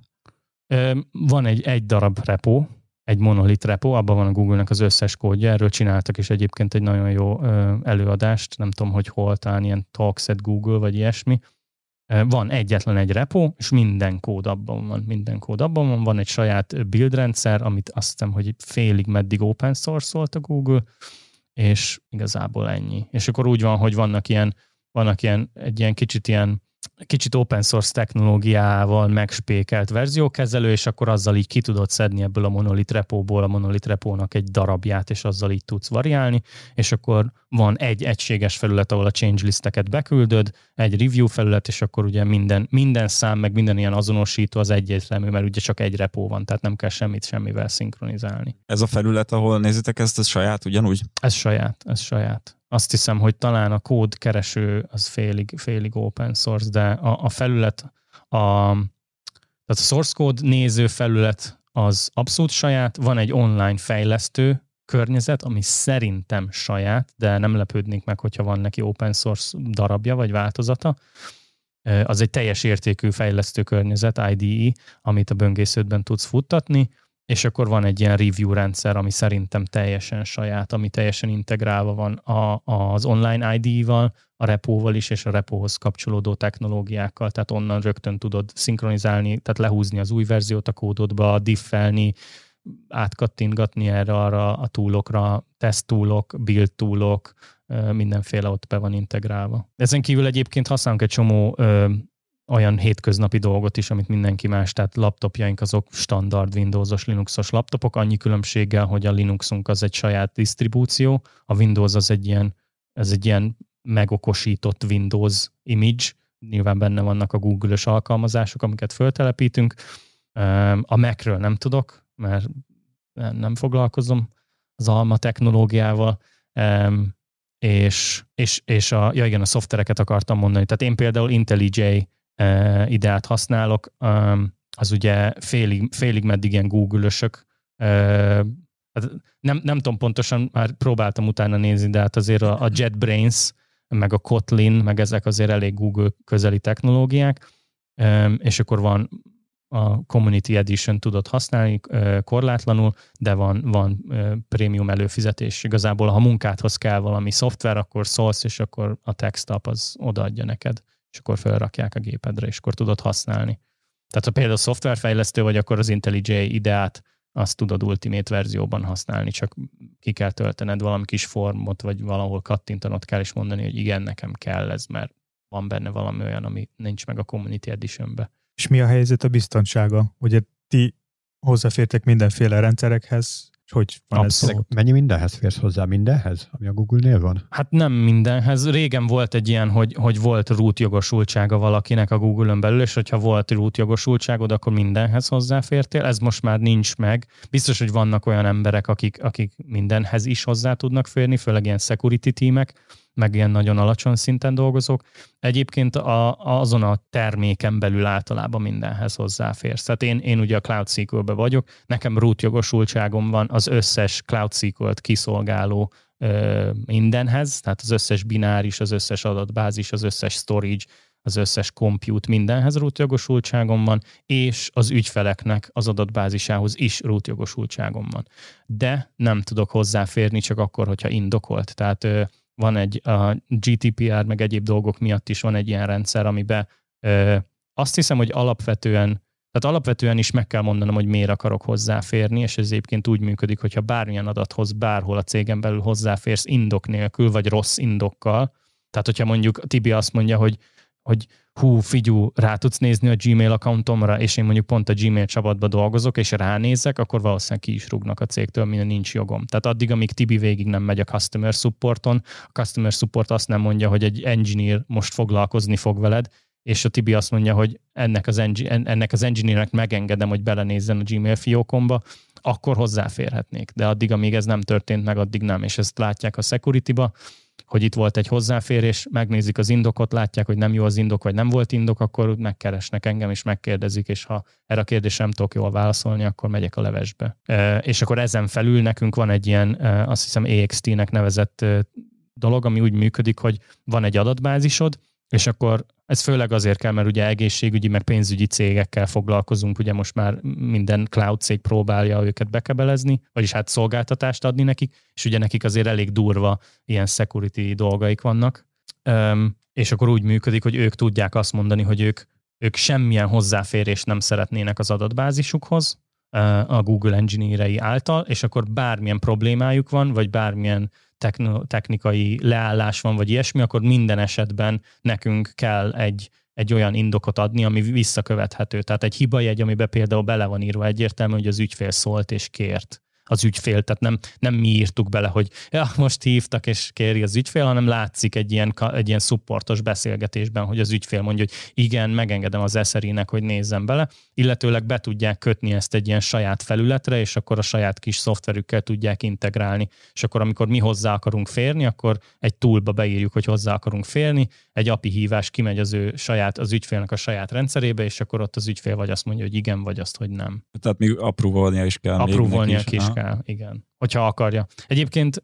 Van egy darab repo, egy monolit repo, abban van a Google-nek az összes kódja, erről csináltak is egyébként egy nagyon jó előadást, nem tudom, hogy hol, talán ilyen Talks at Google, vagy ilyesmi. Van egyetlen egy repo, és minden kód abban van. Van egy saját build rendszer, amit azt hiszem, hogy félig meddig open source-olt a Google, és igazából ennyi. És akkor úgy van, hogy vannak ilyen egy ilyen kicsit open source technológiával megspékelt verziókezelő, és akkor azzal így ki tudod szedni ebből a monolith repóból a monolith repónak egy darabját, és azzal így tudsz variálni, és akkor van egy egységes felület, ahol a change listeket beküldöd, egy review felület, és akkor ugye minden szám, meg minden ilyen azonosító az egyértelmű, mert ugye csak egy repó van, tehát nem kell semmit semmivel szinkronizálni. Ez a felület, ahol nézitek ezt, ez saját ugyanúgy? Ez saját. Azt hiszem, hogy talán a kódkereső az félig open source, de a felület, tehát a source code néző felület az abszolút saját, van egy online fejlesztő környezet, ami szerintem saját, de nem lepődnék meg, hogyha van neki open source darabja vagy változata. Az egy teljes értékű fejlesztő környezet, IDE, amit a böngésződben tudsz futtatni, és akkor van egy ilyen review rendszer, ami szerintem teljesen saját, ami teljesen integrálva van az online ID-val, a repóval is, és a repóhoz kapcsolódó technológiákkal, tehát onnan rögtön tudod szinkronizálni, tehát lehúzni az új verziót a kódodba, diffelni, átkattintgatni arra a toolokra, test toolok, build toolok, mindenféle ott be van integrálva. Ezen kívül egyébként használunk egy csomó olyan hétköznapi dolgot is, amit mindenki más, tehát laptopjaink azok standard Windowsos, Linuxos laptopok, annyi különbséggel, hogy a Linuxunk az egy saját disztribúció, a Windows az egy ilyen megokosított Windows image, nyilván benne vannak a Google-ös alkalmazások, amiket föltelepítünk. A Mac-ről nem tudok, mert nem foglalkozom az Alma technológiával, és a szoftvereket akartam mondani. Tehát én például IntelliJ ideát használok, az ugye félig meddig ilyen Google-ösök. Nem tudom pontosan, már próbáltam utána nézni, de hát azért a JetBrains, meg a Kotlin, meg ezek azért elég Google közeli technológiák, és akkor van a Community Edition tudod használni korlátlanul, de van prémium előfizetés. Igazából, ha munkádhoz kell valami szoftver, akkor szólsz, és akkor a TechStop az odaadja neked, és akkor felrakják a gépedre, és akkor tudod használni. Tehát ha például szoftverfejlesztő vagy, akkor az IntelliJ ideát azt tudod Ultimate verzióban használni, csak ki kell töltened valami kis formot, vagy valahol kattintanod kell, és mondani, hogy igen, nekem kell ez, mert van benne valami olyan, ami nincs meg a Community Editionbe. És mi a helyzet a biztonsága? Ugye ti hozzáfértek mindenféle rendszerekhez, és hogy van Abszolút. Mennyi mindenhez férsz hozzá? Mindenhez, ami a Google-nél van? Hát nem mindenhez. Régen volt egy ilyen, hogy volt root jogosultsága valakinek a Google-ön belül, és hogyha volt root jogosultságod, akkor mindenhez hozzáfértél. Ez most már nincs meg. Biztos, hogy vannak olyan emberek, akik mindenhez is hozzá tudnak férni, főleg ilyen security teamek, meg ilyen nagyon alacsony szinten dolgozók. Egyébként azon a terméken belül általában mindenhez hozzáférsz. Tehát én ugye a Cloud SQL-ben vagyok, nekem root jogosultságom van az összes Cloud SQL-t kiszolgáló mindenhez, tehát az összes bináris, az összes adatbázis, az összes storage, az összes compute mindenhez root jogosultságom van, és az ügyfeleknek az adatbázisához is root jogosultságom van. De nem tudok hozzáférni csak akkor, hogyha indokolt. Tehát van a GDPR meg egyéb dolgok miatt is van egy ilyen rendszer, amiben azt hiszem, hogy alapvetően is meg kell mondanom, hogy miért akarok hozzáférni, és ez egyébként úgy működik, hogyha bármilyen adathoz bárhol a cégen belül hozzáférsz indok nélkül, vagy rossz indokkal. Tehát, hogyha mondjuk Tibi azt mondja, hogy figyú, rá tudsz nézni a Gmail accountomra, és én mondjuk pont a Gmail csapatba dolgozok, és ránézek, akkor valószínűleg ki is rúgnak a cégtől, minden nincs jogom. Tehát addig, amíg Tibi végig nem megy a customer supporton, a customer support azt nem mondja, hogy egy engineer most foglalkozni fog veled, és a Tibi azt mondja, hogy ennek az engineernek megengedem, hogy belenézzen a Gmail fiókomba, akkor hozzáférhetnék. De addig, amíg ez nem történt meg, addig nem. És ezt látják a security-ba, hogy itt volt egy hozzáférés, megnézik az indokot, látják, hogy nem jó az indok, vagy nem volt indok, akkor megkeresnek engem, és megkérdezik, és ha erre a kérdésre nem tudok jól válaszolni, akkor megyek a levesbe. És akkor ezen felül nekünk van egy ilyen, azt hiszem EXT-nek nevezett dolog, ami úgy működik, hogy van egy adatbázisod, és akkor ez főleg azért kell, mert ugye egészségügyi, meg pénzügyi cégekkel foglalkozunk, ugye most már minden cloud cég próbálja őket bekebelezni, vagyis hát szolgáltatást adni nekik, és ugye nekik azért elég durva ilyen security dolgaik vannak, és akkor úgy működik, hogy ők tudják azt mondani, hogy ők semmilyen hozzáférést nem szeretnének az adatbázisukhoz a Google engineerei által, és akkor bármilyen problémájuk van, vagy bármilyen technikai leállás van, vagy ilyesmi, akkor minden esetben nekünk kell egy olyan indokot adni, ami visszakövethető. Tehát egy hibajegy, amiben például bele van írva egyértelmű, hogy az ügyfél szólt és kért. Az ügyfél, tehát nem mi írtuk bele, hogy most hívtak és kéri az ügyfél, hanem látszik egy ilyen supportos beszélgetésben, hogy az ügyfél mondja, hogy igen, megengedem az SRE-nek, hogy nézzem bele, illetőleg be tudják kötni ezt egy ilyen saját felületre, és akkor a saját kis szoftverükkel tudják integrálni. És akkor, amikor mi hozzá akarunk férni, akkor egy toolba beírjuk, hogy hozzá akarunk férni, egy API hívás kimegy az ügyfélnek a saját rendszerébe, és akkor ott az ügyfél vagy azt mondja, hogy igen, vagy azt, hogy nem. Tehát még apróvolnia is kell. Apróvolnia is kell, igen. Hogyha akarja. Egyébként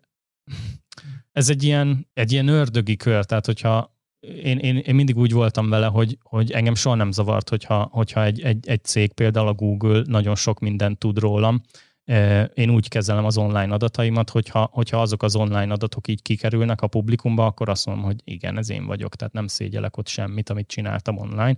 ez egy ilyen ördögi kör, tehát hogyha én mindig úgy voltam vele, hogy engem soha nem zavart, hogyha egy cég, például a Google nagyon sok mindent tud rólam. Én úgy kezelem az online adataimat, hogyha azok az online adatok így kikerülnek a publikumba, akkor azt mondom, hogy igen, ez én vagyok, tehát nem szégyelek ott semmit, amit csináltam online.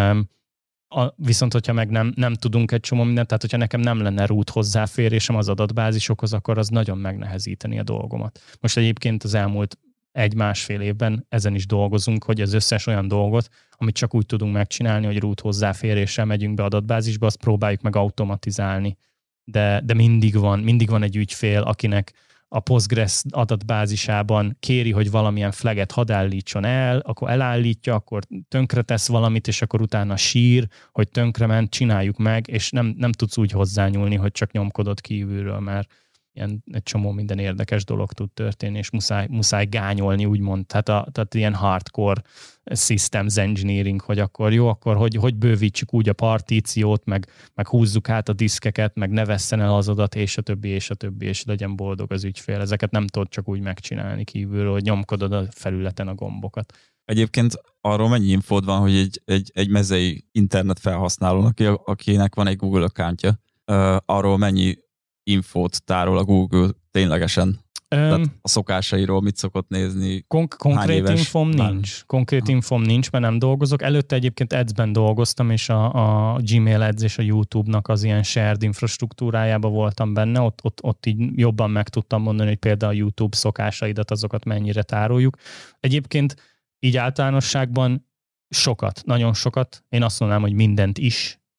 Viszont, hogyha meg nem tudunk egy csomó mindent, tehát hogyha nekem nem lenne root hozzáférésem az adatbázisokhoz, akkor az nagyon megnehezíteni a dolgomat. Most egyébként az elmúlt 1-1,5 évben ezen is dolgozunk, hogy az összes olyan dolgot, amit csak úgy tudunk megcsinálni, hogy root hozzáféréssel megyünk be adatbázisba, azt próbáljuk meg automatizálni. De mindig van egy ügyfél, akinek a Postgres adatbázisában kéri, hogy valamilyen flaget hadd állítson el, akkor elállítja, akkor tönkretesz valamit, és akkor utána sír, hogy tönkrement, csináljuk meg, és nem tudsz úgy hozzányúlni, hogy csak nyomkodod kívülről, mert egy csomó minden érdekes dolog tud történni, és muszáj gányolni, úgymond. Tehát ilyen hardcore systems engineering, hogy akkor jó, akkor hogy bővítsük úgy a partíciót, meg húzzuk át a diszkeket, meg ne vesszen el az adat, és a többi, és legyen boldog az ügyfél. Ezeket nem tudod csak úgy megcsinálni kívülről, hogy nyomkodod a felületen a gombokat. Egyébként arról mennyi infód van, hogy egy mezei internet felhasználónak, akinek van egy Google accountja, arról mennyi infót tárol a Google ténylegesen? Tehát a szokásairól mit szokott nézni? Konkrét infóm nincs. Konkrét infóm nincs, mert nem dolgozok. Előtte egyébként Ads-ben dolgoztam, és a Gmail Ads és a YouTube-nak az ilyen shared infrastruktúrájában voltam benne. Ott így jobban meg tudtam mondani, hogy például a YouTube szokásaidat, azokat mennyire tároljuk. Egyébként így általánosságban sokat, nagyon sokat. Én azt mondanám, hogy mindent is,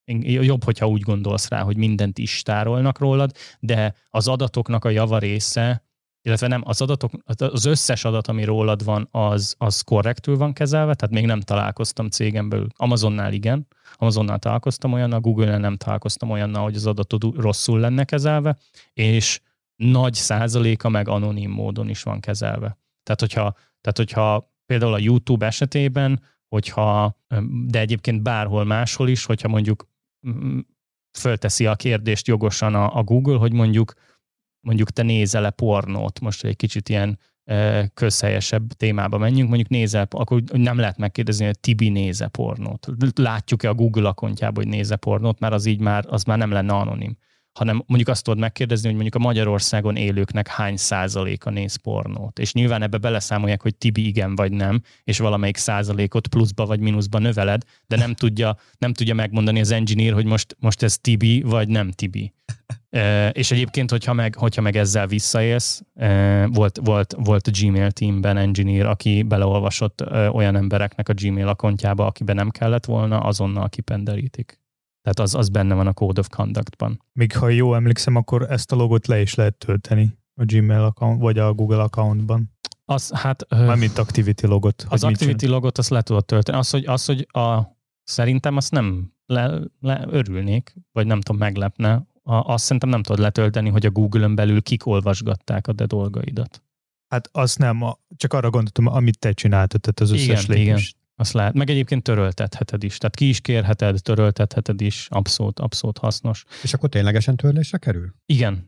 jobb, hogyha úgy gondolsz rá, hogy mindent is tárolnak rólad, de az adatoknak a java része, illetve nem, az összes adat, ami rólad van, az korrektül van kezelve, tehát még nem találkoztam cégem belül. Amazonnál igen, Amazonnál találkoztam olyannal, Google-nel nem találkoztam olyannal, hogy az adatod rosszul lenne kezelve, és nagy százaléka meg anonim módon is van kezelve. Tehát hogyha például a YouTube esetében, de egyébként bárhol máshol is, hogyha mondjuk fölteszi a kérdést jogosan a Google, hogy mondjuk te nézel-e pornót, most egy kicsit ilyen közhelyesebb témába menjünk, mondjuk nézel, akkor nem lehet megkérdezni, hogy Tibi néze pornót. Látjuk-e a Google akontjában, hogy néze pornót, mert az már nem lenne anonim. Hanem mondjuk azt tudod megkérdezni, hogy mondjuk a Magyarországon élőknek hány százaléka néz pornót. És nyilván ebbe beleszámolják, hogy Tibi igen vagy nem, és valamelyik százalékot pluszba vagy mínuszba növeled, de nem tudja megmondani az engineer, hogy most ez Tibi vagy nem Tibi. És egyébként, hogyha meg ezzel visszaélsz, volt a Gmail teamben engineer, aki beleolvasott olyan embereknek a Gmail akontjába, akiben nem kellett volna, azonnal kipenderítik. Tehát az benne van a Code of Conduct-ban. Még ha jól emlékszem, akkor ezt a logot le is lehet tölteni a Gmail account, vagy a Google accountban. Mármint activity logot. Az activity logot azt le tudod tölteni. Szerintem azt nem örülnék, vagy nem tudom, meglepne. Azt szerintem nem tudod letölteni, hogy a Google-ön belül kik olvasgatták a te dolgaidat. Hát azt nem, csak arra gondoltam, amit te csináltad, tehát az összes lépést. Igen. Azt lehet. Meg egyébként töröltetheted is. Tehát ki is kérheted, töröltetheted is. Abszolút hasznos. És akkor ténylegesen törlésre kerül? Igen.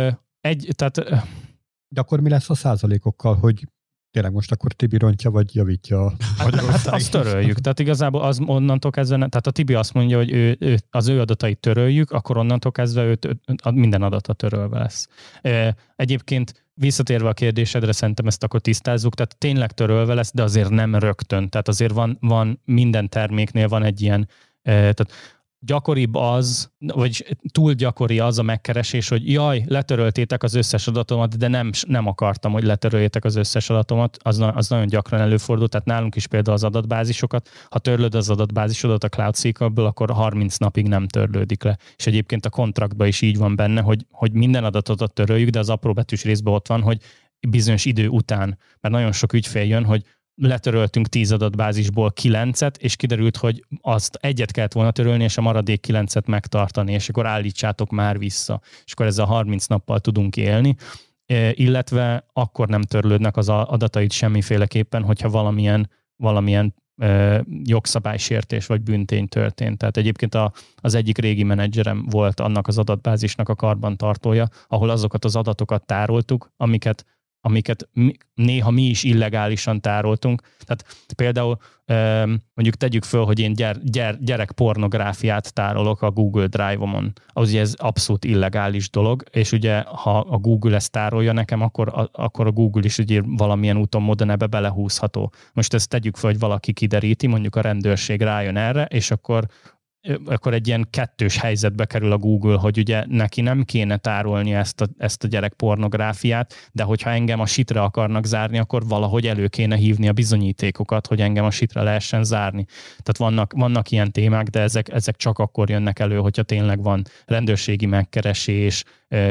De akkor mi lesz a százalékokkal, hogy tényleg most akkor Tibi rontja, vagy javítja? Hát azt töröljük. Tehát igazából az onnantól kezdve, tehát a Tibi azt mondja, hogy az ő adatait töröljük, akkor onnantól kezdve minden adata törölve lesz. Egyébként visszatérve a kérdésedre, szerintem ezt akkor tisztázzuk, tehát tényleg törölve lesz, de azért nem rögtön. Tehát azért van minden terméknél van egy ilyen, tehát gyakoribb az, vagy túl gyakori az a megkeresés, hogy jaj, letöröltétek az összes adatomat, de nem akartam, hogy letöröljétek az összes adatomat, az nagyon gyakran előfordul, tehát nálunk is például az adatbázisokat, ha törlöd az adatbázisodat a Cloud SQL-ből, akkor 30 napig nem törlődik le. És egyébként a kontraktban is így van benne, hogy minden adatot töröljük, de az apróbetűs részben ott van, hogy bizonyos idő után, mert nagyon sok ügyfél jön, hogy letöröltünk 10 adatbázisból 9-et, és kiderült, hogy azt egyet kellett volna törölni, és a maradék 9-et megtartani, és akkor állítsátok már vissza. És akkor ezzel 30 nappal tudunk élni, illetve akkor nem törlődnek az adatait semmiféleképpen, hogyha valamilyen jogszabálysértés vagy bűntény történt. Tehát egyébként az egyik régi menedzserem volt annak az adatbázisnak a karbantartója, ahol azokat az adatokat tároltuk, amiket néha mi is illegálisan tároltunk. Tehát például mondjuk tegyük föl, hogy én gyerekpornográfiát tárolok a Google Drive-omon. Az ugye ez abszolút illegális dolog, és ugye ha a Google ezt tárolja nekem, akkor a Google is ugye valamilyen úton, módon ebbe belehúzható. Most ezt tegyük föl, hogy valaki kideríti, mondjuk a rendőrség rájön erre, és akkor egy ilyen kettős helyzetbe kerül a Google, hogy ugye neki nem kéne tárolni ezt a gyerekpornográfiát, de hogyha engem a shitre akarnak zárni, akkor valahogy elő kéne hívni a bizonyítékokat, hogy engem a shitre lehessen zárni. Tehát vannak ilyen témák, de ezek csak akkor jönnek elő, hogyha tényleg van rendőrségi megkeresés,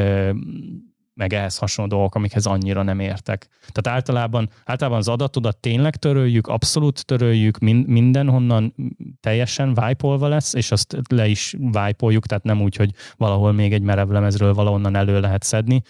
meg ehhez hasonló dolgok, amikhez annyira nem értek. Tehát általában az adatodat tényleg töröljük, abszolút töröljük, mindenhonnan teljesen wipe-olva lesz, és azt le is wipe-oljuk, tehát nem úgy, hogy valahol még egy merevlemezről valahonnan elő lehet szedni,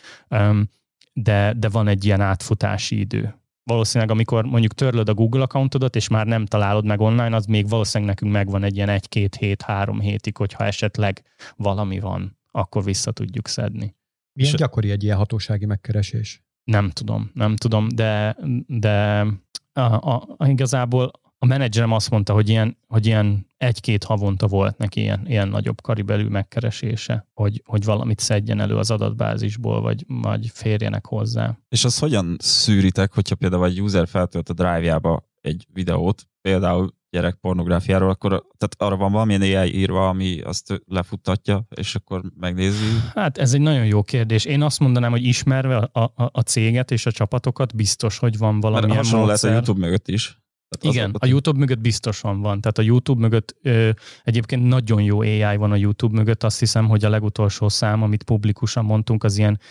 de van egy ilyen átfutási idő. Valószínűleg, amikor mondjuk törlöd a Google accountodat, és már nem találod meg online, az még valószínűleg nekünk megvan egy ilyen 1-2 hét, 3 hétig, hogyha esetleg valami van, akkor vissza tudjuk szedni. Milyen gyakori egy ilyen hatósági megkeresés? Nem tudom, de igazából a menedzserem azt mondta, hogy ilyen 1-2 havonta volt neki ilyen nagyobb karibelű megkeresése, hogy valamit szedjen elő az adatbázisból, vagy férjenek hozzá. És azt hogyan szűritek, hogyha például egy user feltölt a Drive-jába egy videót, például gyerekpornográfiáról, akkor tehát arra van valamilyen AI írva, ami azt lefuttatja, és akkor megnézi? Hát ez egy nagyon jó kérdés. Én azt mondanám, hogy ismerve a céget és a csapatokat, biztos, hogy van valamilyen hasonló módszer. lesz a YouTube mögött is. Igen, a YouTube mögött biztosan van. Tehát a YouTube mögött egyébként nagyon jó AI van a YouTube mögött. Azt hiszem, hogy a legutolsó szám, amit publikusan mondtunk, az ilyen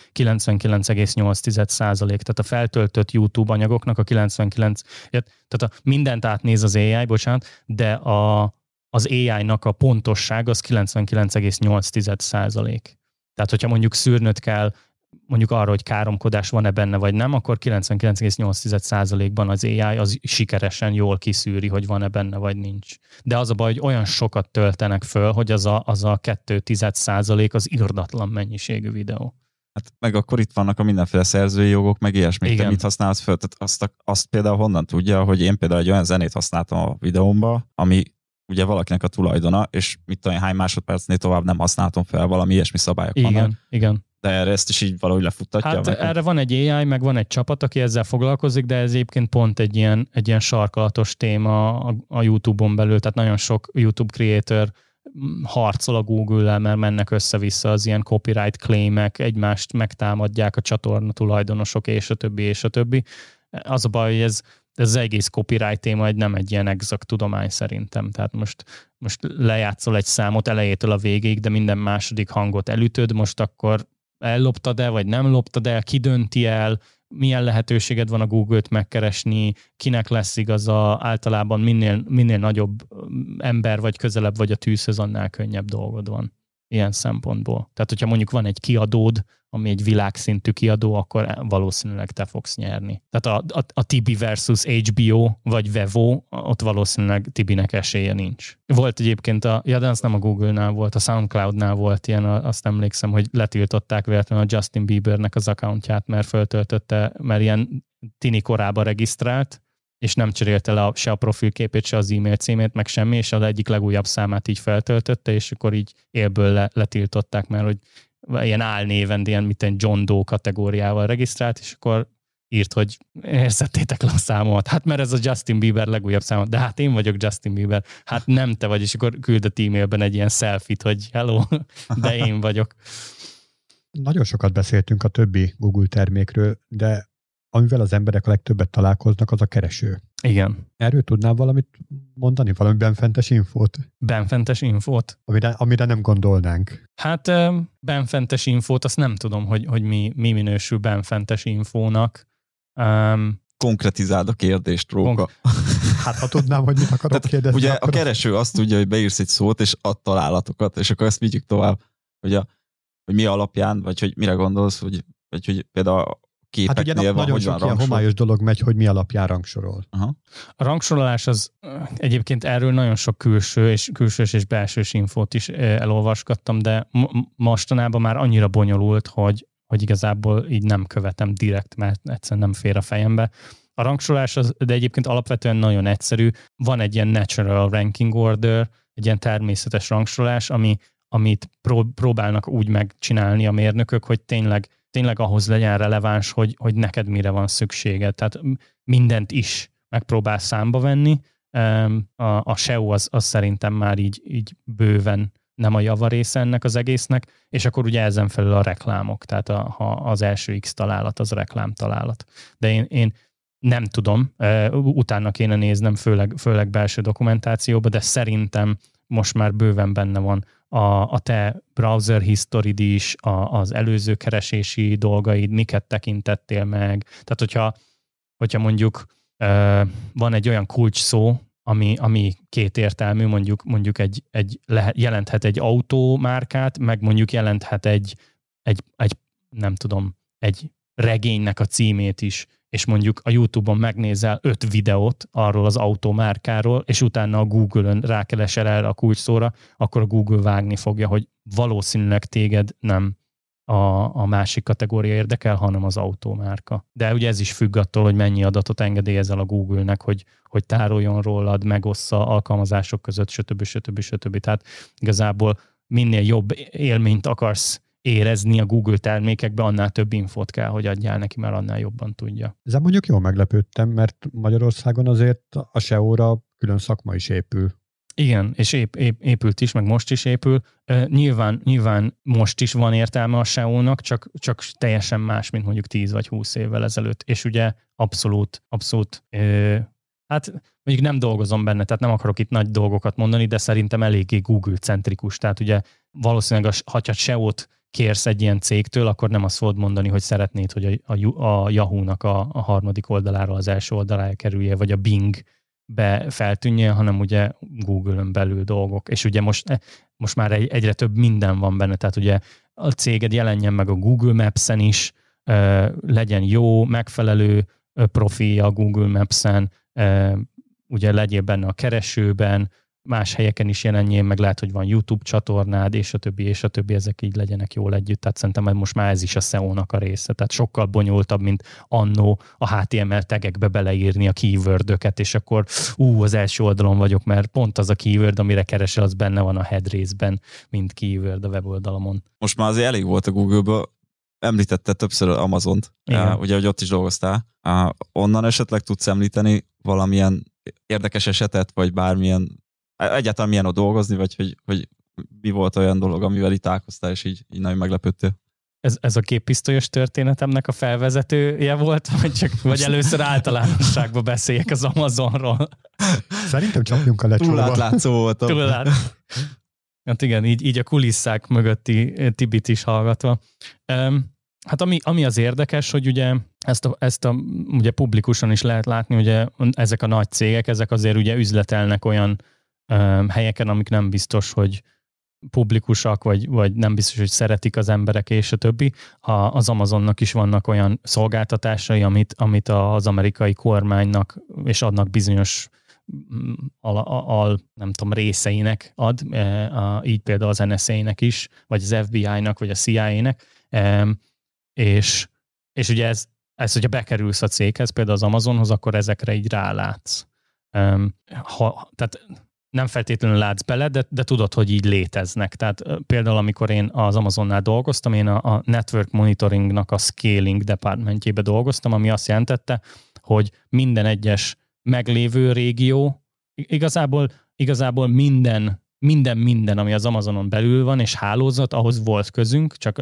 99,8%. Tehát a feltöltött YouTube anyagoknak a 99, tehát a mindent átnéz az AI, bocsánat, de az AI-nak a pontosság az 99,8%. Tehát, hogyha mondjuk szűrnöd kell mondjuk arra, hogy káromkodás van-e benne, vagy nem, akkor 99,8%-ban az AI az sikeresen jól kiszűri, hogy van-e benne, vagy nincs. De az a baj, hogy olyan sokat töltenek föl, hogy az a 2,1% az irdatlan mennyiségű videó. Hát meg akkor itt vannak a mindenféle szerzői jogok, meg ilyesmik. Te mit használsz föl? Tehát azt például honnan tudja, hogy én például egy olyan zenét használtam a videómba, ami ugye valakinek a tulajdona, és mit tudom, hány másodpercnél tovább nem használtam fel, valami ilyesmi szabályok vannak. Igen. De erre ezt is így valahogy lefuttatja? Hát erre van egy AI, meg van egy csapat, aki ezzel foglalkozik, de ez egyébként pont egy ilyen sarkalatos téma a YouTube-on belül, tehát nagyon sok YouTube creator harcol a Google-lel, mert mennek össze-vissza az ilyen copyright claimek, egymást megtámadják a csatorna tulajdonosok, és a többi. Az a baj, hogy ez az egész copyright téma nem egy ilyen exakt tudomány szerintem. Tehát most lejátszol egy számot elejétől a végéig, de minden második hangot elütöd, most akkor elloptad-e, vagy nem loptad el, ki dönti el, milyen lehetőséged van a Google-t megkeresni, kinek lesz igaza, általában minél nagyobb ember vagy közelebb vagy a tűzhöz, annál könnyebb dolgod van ilyen szempontból. Tehát, hogyha mondjuk van egy kiadód, ami egy világszintű kiadó, akkor valószínűleg te fogsz nyerni. Tehát a Tibi versus HBO, vagy Vevo, ott valószínűleg Tibinek esélye nincs. Volt egyébként de az nem a Google-nál volt, a SoundCloud-nál volt ilyen, azt emlékszem, hogy letiltották véletlenül a Justin Biebernek az accountját, mert föltöltötte, mert ilyen tini korában regisztrált, és nem cserélte le se a profilképét, se az e-mail címét, meg semmi, és az egyik legújabb számát így feltöltötte, és akkor így élből letiltották, mert hogy ilyen álnéven, ilyen miten John Doe kategóriával regisztrált, és akkor írt, hogy érzettétek le a számomat. Hát mert ez a Justin Bieber legújabb száma. De hát én vagyok Justin Bieber. Hát nem te vagy, és akkor küldött e-mailben egy ilyen selfie-t, hogy hello, de én vagyok. Nagyon sokat beszéltünk a többi Google termékről, de amivel az emberek a legtöbbet találkoznak, az a kereső. Igen. Erről tudnál valamit mondani? Valami benfentes infót? Benfentes infót? Amire nem gondolnánk. Hát benfentes infót, azt nem tudom, hogy mi minősül benfentes infónak. Konkretizáld a kérdést, Róka. Hát ha tudnám, hogy mit akarok kérdezni. Ugye a kereső azt tudja, hogy beírsz egy szót, és ad találatokat, és akkor ezt vigyük tovább, hogy mi alapján, vagy hogy mire gondolsz, vagy hogy például képeknél hát ugye van, nagyon sok ilyen homályos dolog megy, hogy mi alapján rangsorol. Aha. A rangsorolás az egyébként erről nagyon sok külsős és belsős infót is elolvasgattam, de mostanában már annyira bonyolult, hogy igazából így nem követem direkt, mert egyszerűen nem fér a fejembe. A rangsorolás de egyébként alapvetően nagyon egyszerű. Van egy ilyen natural ranking order, egy ilyen természetes rangsorolás, amit próbálnak úgy megcsinálni a mérnökök, hogy tényleg ahhoz legyen releváns, hogy neked mire van szükséged. Tehát mindent is megpróbál számba venni. A SEO az szerintem már így bőven nem a javarésze ennek az egésznek, és akkor ugye ezen felül a reklámok, tehát ha az első X találat, az reklám találat. De én nem tudom, utána kéne néznem, főleg belső dokumentációba, de szerintem most már bőven benne van a te browser historid is, az előző keresési dolgaid, miket tekintettél meg. Tehát, hogyha mondjuk van egy olyan kulcs szó, ami kétértelmű, mondjuk jelenthet egy autómárkát, meg mondjuk jelenthet egy nem tudom, egy regénynek a címét is, és mondjuk a YouTube-on megnézel 5 videót arról az autómárkáról, és utána a Google-ön rákeresel erre a kulcsszóra, akkor a Google vágni fogja, hogy valószínűleg téged nem a másik kategória érdekel, hanem az autómárka. De ugye ez is függ attól, hogy mennyi adatot engedélyezel a Google-nek, hogy tároljon rólad, megossza alkalmazások között, stb. Tehát igazából minél jobb élményt akarsz érezni a Google termékekbe, annál több infót kell, hogy adjál neki, mert annál jobban tudja. Ezzel mondjuk jól meglepődtem, mert Magyarországon azért a SEO-ra külön szakma is épül. Igen, és épült is, meg most is épül. Nyilván most is van értelme a SEO-nak, csak teljesen más, mint mondjuk 10 vagy 20 évvel ezelőtt. És ugye abszolút Hát mondjuk nem dolgozom benne, tehát nem akarok itt nagy dolgokat mondani, de szerintem eléggé Google-centrikus. Tehát ugye valószínűleg, ha csak SEO-t kérsz egy ilyen cégtől, akkor nem azt fogod mondani, hogy szeretnéd, hogy a Yahoo-nak a harmadik oldaláról az első oldalára kerülje, vagy a Bing-be feltűnjél, hanem ugye Google-ön belül dolgok. És ugye most már egyre több minden van benne, tehát ugye a céged jelenjen meg a Google Maps-en is, legyen jó, megfelelő profilja a Google Maps-en, ugye legyél benne a keresőben, más helyeken is jelenjél, meg lehet, hogy van YouTube csatornád, és a többi, ezek így legyenek jól együtt. Tehát szerintem most már ez is a SEO-nak a része. Tehát sokkal bonyolultabb, mint annó a HTML tagekbe beleírni a keywordöket, és akkor az első oldalon vagyok, mert pont az a keyword, amire keresel, az benne van a head részben, mint keyword a weboldalamon. Most már azért elég volt a Google-ből. Említette többször Amazont, ugye, hogy ott is dolgoztál. Onnan esetleg tudsz említeni valamilyen érdekes esetet, vagy bármilyen, egyáltalán milyen ott dolgozni, vagy hogy mi volt olyan dolog, amivel itt találkoztál, és így nagyon meglepődtél? Ez a géppisztolyos történetemnek a felvezetője volt, vagy először általánosságban beszéljek az Amazonról? Szerintem csapjunk a lecsóba. Túl átlátszó voltam. Hát igen, így a kulisszák mögötti Tibit is hallgatva. Hát ami az érdekes, hogy ugye ezt ugye publikusan is lehet látni, ugye ezek a nagy cégek, ezek azért ugye üzletelnek olyan helyeken, amik nem biztos, hogy publikusak, vagy nem biztos, hogy szeretik az emberek, és a többi. Az Amazonnak is vannak olyan szolgáltatásai, amit az amerikai kormánynak, és adnak bizonyos nem tudom, részeinek ad, így például az NSA-nek is, vagy az FBI-nak, vagy a CIA-nek, és ugye ez, hogyha bekerülsz a céghez, például az Amazonhoz, akkor ezekre így rálátsz. Tehát nem feltétlenül látsz bele, de tudod, hogy így léteznek. Tehát például, amikor én az Amazonnál dolgoztam, én a Network Monitoringnak a Scaling departmentjébe dolgoztam, ami azt jelentette, hogy minden egyes meglévő régió, igazából minden, ami az Amazonon belül van, és hálózat, ahhoz volt közünk, csak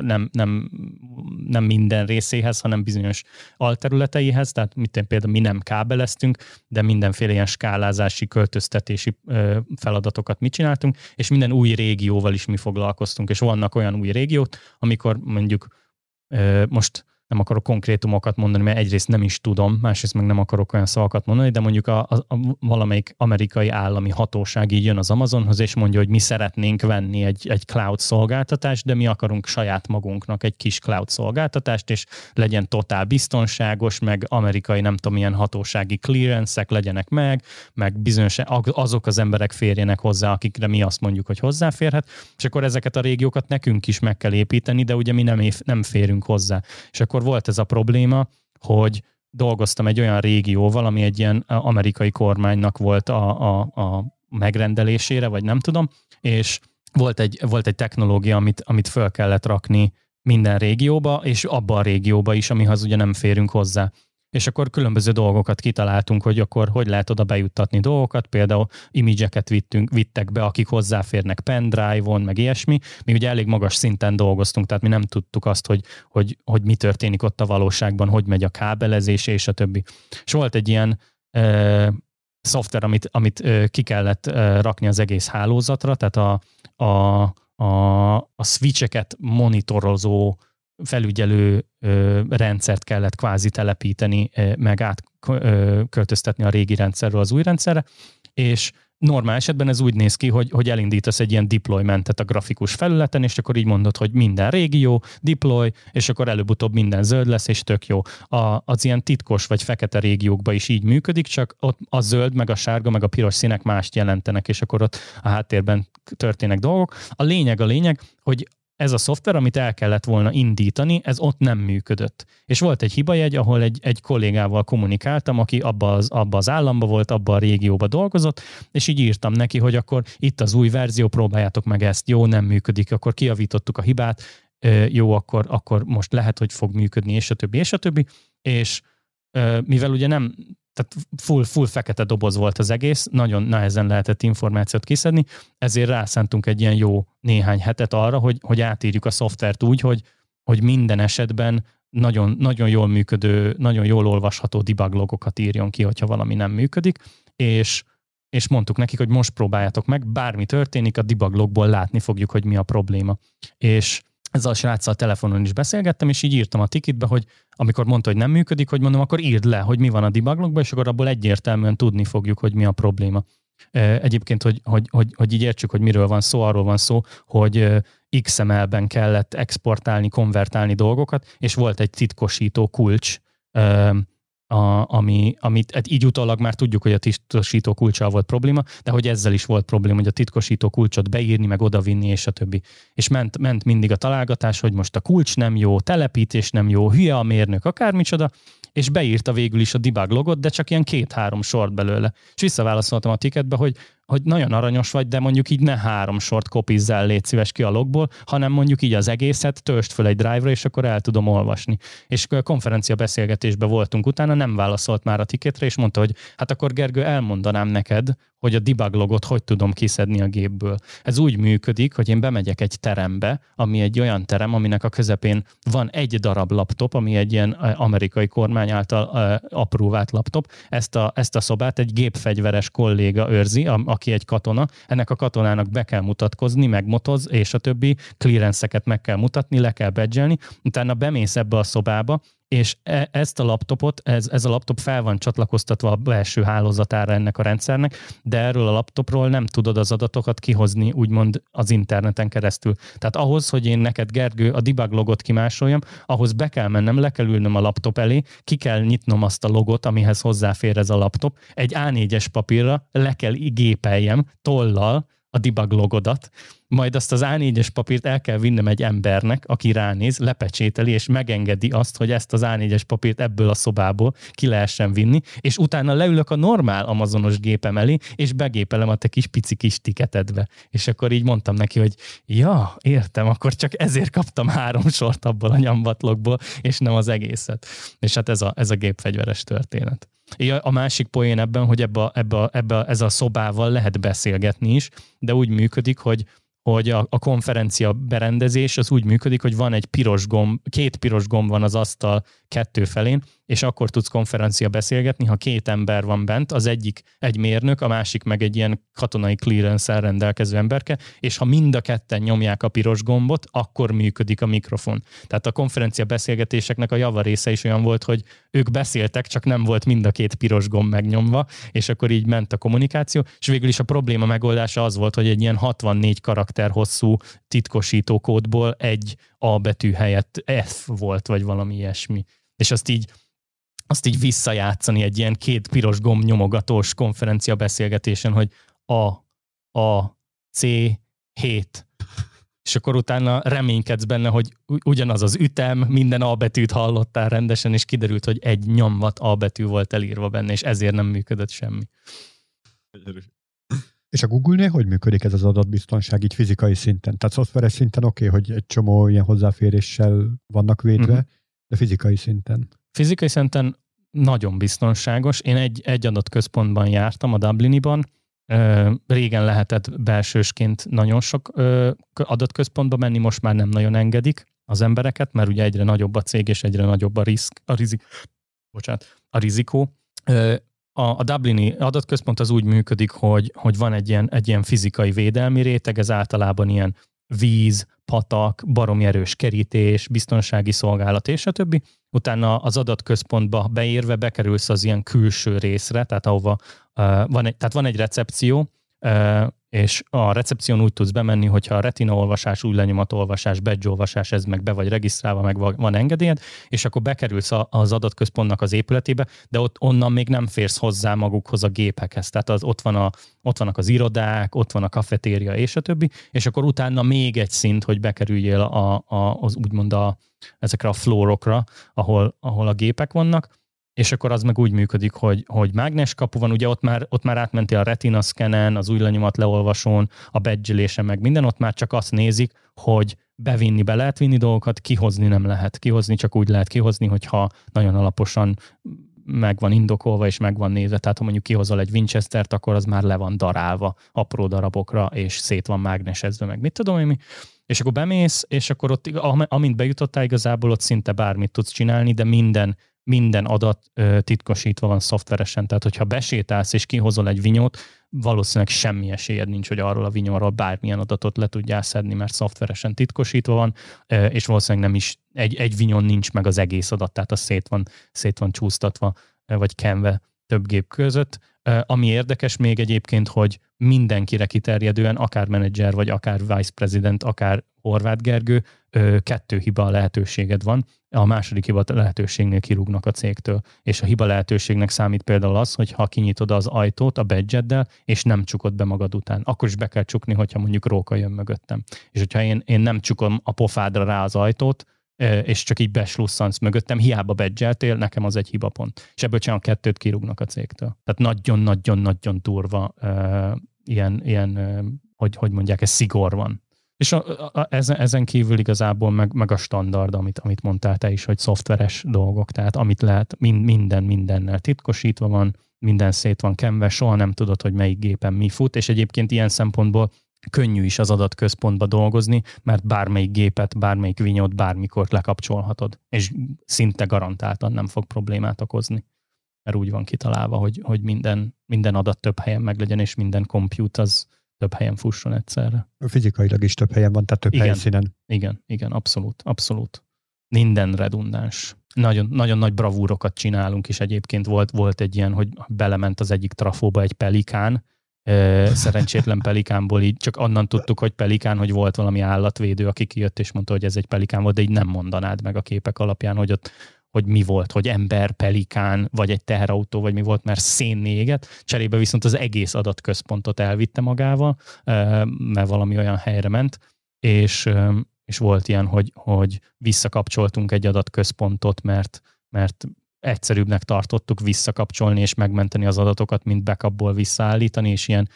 nem minden részéhez, hanem bizonyos alterületeihez, tehát például mi nem kábeleztünk, de mindenféle ilyen skálázási, költöztetési feladatokat mi csináltunk, és minden új régióval is mi foglalkoztunk, és vannak olyan új régiók, amikor mondjuk most nem akarok konkrétumokat mondani, mert egyrészt nem is tudom, másrészt meg nem akarok olyan szavakat mondani, de mondjuk a valamelyik amerikai állami hatóság így jön az Amazonhoz, és mondja, hogy mi szeretnénk venni egy cloud szolgáltatást, de mi akarunk saját magunknak egy kis cloud szolgáltatást, és legyen totál biztonságos, meg amerikai nem tudom milyen hatósági clearance-ek legyenek meg bizonyos azok az emberek férjenek hozzá, akikre mi azt mondjuk, hogy hozzáférhet, és akkor ezeket a régiókat nekünk is meg kell építeni, de ugye mi nem férünk hozzá. És akkor volt ez a probléma, hogy dolgoztam egy olyan régióval, ami egy ilyen amerikai kormánynak volt a megrendelésére, vagy nem tudom, és volt egy technológia, amit föl kellett rakni minden régióba, és abban a régióba is, amihez ugye nem férünk hozzá. És akkor különböző dolgokat kitaláltunk, hogy akkor hogy lehet oda bejuttatni dolgokat, például image-eket vittek be, akik hozzáférnek pendrive-on, meg ilyesmi. Mi ugye elég magas szinten dolgoztunk, tehát mi nem tudtuk azt, hogy mi történik ott a valóságban, hogy megy a kábelezés, és a többi. És volt egy ilyen szoftver, amit ki kellett rakni az egész hálózatra, tehát a switcheket monitorozó felügyelő rendszert kellett kvázi telepíteni, meg átköltöztetni a régi rendszerről az új rendszerre, és normál esetben ez úgy néz ki, hogy elindítasz egy ilyen deploymentet a grafikus felületen, és akkor így mondod, hogy minden régió, deploy, és akkor előbb-utóbb minden zöld lesz, és tök jó. Az ilyen titkos vagy fekete régiókban is így működik, csak ott a zöld, meg a sárga, meg a piros színek mást jelentenek, és akkor ott a háttérben történnek dolgok. A lényeg, hogy ez a szoftver, amit el kellett volna indítani, ez ott nem működött. És volt egy hibajegy, ahol egy kollégával kommunikáltam, aki abba az államba volt, abba a régióba dolgozott, és így írtam neki, hogy akkor itt az új verzió, próbáljátok meg ezt, jó, nem működik, akkor kijavítottuk a hibát, jó, akkor most lehet, hogy fog működni, és a többi. És mivel ugye nem, tehát full fekete doboz volt az egész, nagyon nehezen lehetett információt kiszedni, ezért rászántunk egy ilyen jó néhány hetet arra, hogy átírjuk a szoftvert úgy, hogy minden esetben nagyon, nagyon jól működő, nagyon jól olvasható debug logokat írjon ki, hogyha valami nem működik, és mondtuk nekik, hogy most próbáljátok meg, bármi történik, a debug logból látni fogjuk, hogy mi a probléma. És ezzel a sráccal telefonon is beszélgettem, és így írtam a ticketbe, hogy amikor mondta, hogy nem működik, hogy mondom, akkor írd le, hogy mi van a debug logban, és akkor abból egyértelműen tudni fogjuk, hogy mi a probléma. Egyébként, hogy így értsük, hogy miről van szó, arról van szó, hogy XML-ben kellett exportálni, konvertálni dolgokat, és volt egy titkosító kulcs, amit így utólag már tudjuk, hogy a titkosító kulccsal volt probléma, de hogy ezzel is volt probléma, hogy a titkosító kulcsot beírni, meg odavinni, és a többi. És ment mindig a találgatás, hogy most a kulcs nem jó, telepítés nem jó, hülye a mérnök, akármicsoda, és beírta végül is a debug logot, de csak ilyen 2-3 sort belőle. És visszaválaszoltam a ticketbe, hogy nagyon aranyos vagy, de mondjuk így ne 3 sort kopizzál, légy szíves ki a logból, hanem mondjuk így az egészet töltsd föl egy drive-ra, és akkor el tudom olvasni. És konferencia beszélgetésben voltunk utána, nem válaszolt már a ticketre, és mondta, hogy hát akkor Gergő, elmondanám neked, hogy a debug logot hogy tudom kiszedni a gépből. Ez úgy működik, hogy én bemegyek egy terembe, ami egy olyan terem, aminek a közepén van egy darab laptop, ami egy ilyen amerikai kormány által apróvált laptop. Ezt a szobát egy gépfegyveres kolléga őrzi, aki egy katona. Ennek a katonának be kell mutatkozni, megmotoz, és a többi clearance-eket meg kell mutatni, le kell badgelni. Utána bemész ebbe a szobába, és ezt a laptopot, ez a laptop fel van csatlakoztatva a belső hálózatára ennek a rendszernek, de erről a laptopról nem tudod az adatokat kihozni, úgymond az interneten keresztül. Tehát ahhoz, hogy én neked, Gergő, a debug logot kimásoljam, ahhoz be kell mennem, le kell ülnöm a laptop elé, ki kell nyitnom azt a logot, amihez hozzáfér ez a laptop, egy A4-es papírra le kell gépeljem tollal a debug logodat, majd azt az A4-es papírt el kell vinnem egy embernek, aki ránéz, lepecsételi, és megengedi azt, hogy ezt az A4-es papírt ebből a szobából ki lehessen vinni, és utána leülök a normál Amazonos gépem elé, és begépelem a te kis pici kis tiketedbe. És akkor így mondtam neki, hogy ja, értem, akkor csak ezért kaptam 3 sort abból a nyombatlogból, és nem az egészet. És hát ez a gépfegyveres történet. A másik poén ebben, hogy ez a szobával lehet beszélgetni is, de úgy működik, hogy a konferencia berendezés az úgy működik, hogy van egy piros gomb, 2 piros gomb van az asztal 2 felén, és akkor tudsz konferencia beszélgetni, ha 2 ember van bent, az egyik egy mérnök, a másik meg egy ilyen katonai clearance-el rendelkező emberke, és ha mind a ketten nyomják a piros gombot, akkor működik a mikrofon. Tehát a konferencia beszélgetéseknek a javarésze is olyan volt, hogy ők beszéltek, csak nem volt mind a 2 piros gomb megnyomva, és akkor így ment a kommunikáció, és végül is a probléma megoldása az volt, hogy egy ilyen 64 karakter hosszú titkosító kódból egy A betű helyett F volt, vagy valami ilyesmi. És azt így visszajátszani egy ilyen 2 piros gomb nyomogatós konferencia beszélgetésen, hogy A, C, 7. És akkor utána reménykedsz benne, hogy ugyanaz az ütem, minden A betűt hallottál rendesen, és kiderült, hogy egy nyomvat A betű volt elírva benne, és ezért nem működött semmi. És a Google-nél hogy működik ez az adatbiztonság így fizikai szinten? Tehát szoftveres szinten oké, hogy egy csomó ilyen hozzáféréssel vannak védve, de fizikai szinten? Fizikai szinten nagyon biztonságos. Én egy adatközpontban jártam, a Dubliniban. Régen lehetett belsősként nagyon sok adatközpontba menni, most már nem nagyon engedik az embereket, mert ugye egyre nagyobb a cég, és egyre nagyobb a rizikó. A Dublini adatközpont az úgy működik, hogy van egy ilyen fizikai védelmi réteg, ez általában ilyen víz, patak, baromi erős kerítés, biztonsági szolgálat és a többi. Utána az adatközpontba beérve bekerülsz az ilyen külső részre, tehát ahova van egy recepció, és a recepción úgy tudsz bemenni, hogyha a retina olvasás, új lenyomat olvasás, badge olvasás, ez meg be vagy regisztrálva, meg van engedélyed, és akkor bekerülsz az adatközpontnak az épületébe, de ott onnan még nem férsz hozzá magukhoz a gépekhez. Tehát ott vannak az irodák, ott van a kafetéria és a többi, és akkor utána még egy szint, hogy bekerüljél az úgymond ezekre a floorokra, ahol a gépek vannak, és akkor az meg úgy működik, hogy mágneskapu van, ugye ott már átmentél a retina szkenen, az új lenyomat leolvasón, a badge-elésen, meg minden, ott már csak azt nézik, hogy bevinni be lehet vinni dolgokat, kihozni nem lehet. Kihozni csak úgy lehet kihozni, hogyha nagyon alaposan meg van indokolva és meg van nézve. Tehát ha mondjuk kihozol egy Winchestert, akkor az már le van darálva apró darabokra, és szét van mágnesezve, meg mit tudom én mi. És akkor bemész, és akkor ott, amint bejutottál, igazából ott szinte bármit tudsz csinálni, de minden adat titkosítva van szoftveresen. Tehát, hogyha besétálsz és kihozol egy vinyót, valószínűleg semmi esélyed nincs, hogy arról a vinyóról bármilyen adatot le tudjál szedni, mert szoftveresen titkosítva van, és valószínűleg nem is egy vinyón nincs meg az egész adat, tehát az szét van csúsztatva, vagy kenve több gép között. Ami érdekes még egyébként, hogy mindenkire kiterjedően, akár menedzser, vagy akár vice president, akár Horváth Gergő, 2 hiba lehetőséged van. A második hiba lehetőségnél kirúgnak a cégtől. És a hiba lehetőségnek számít például az, hogy ha kinyitod az ajtót a badge-eddel, és nem csukod be magad után. Akkor is be kell csukni, hogyha mondjuk róka jön mögöttem. És hogyha én nem csukom a pofádra rá az ajtót, és csak így beslusszansz mögöttem, hiába badge-eltél, nekem az egy hibapont. És ebből csak 2 kirúgnak a cégtől. Tehát nagyon-nagyon-nagyon durva hogy mondják, ez szigor van. És ezen kívül igazából meg a standard, amit mondtál te is, hogy szoftveres dolgok, tehát amit lehet, mindennel titkosítva van, minden szét van kenve, soha nem tudod, hogy melyik gépen mi fut, és egyébként ilyen szempontból könnyű is az adatközpontba dolgozni, mert bármelyik gépet, bármelyik vinyót bármikor lekapcsolhatod, és szinte garantáltan nem fog problémát okozni. Mert úgy van kitalálva, hogy minden adat több helyen meglegyen, és minden compute az több helyen fusson egyszerre. Fizikailag is több helyen van, tehát több helyszínen. Igen, abszolút. Minden redundáns. Nagyon nagy bravúrokat csinálunk, és egyébként volt egy ilyen, hogy belement az egyik trafóba egy pelikán, szerencsétlen pelikánból így csak onnan tudtuk, hogy pelikán, hogy volt valami állatvédő, aki kijött és mondta, hogy ez egy pelikán volt, de így nem mondanád meg a képek alapján, hogy ott hogy mi volt, hogy ember, pelikán, vagy egy teherautó, vagy mi volt, mert szénné égett. Cserébe viszont az egész adatközpontot elvitte magával, mert valami olyan helyre ment, és volt ilyen, hogy visszakapcsoltunk egy adatközpontot, mert egyszerűbbnek tartottuk visszakapcsolni és megmenteni az adatokat, mint backupból visszaállítani, és ilyen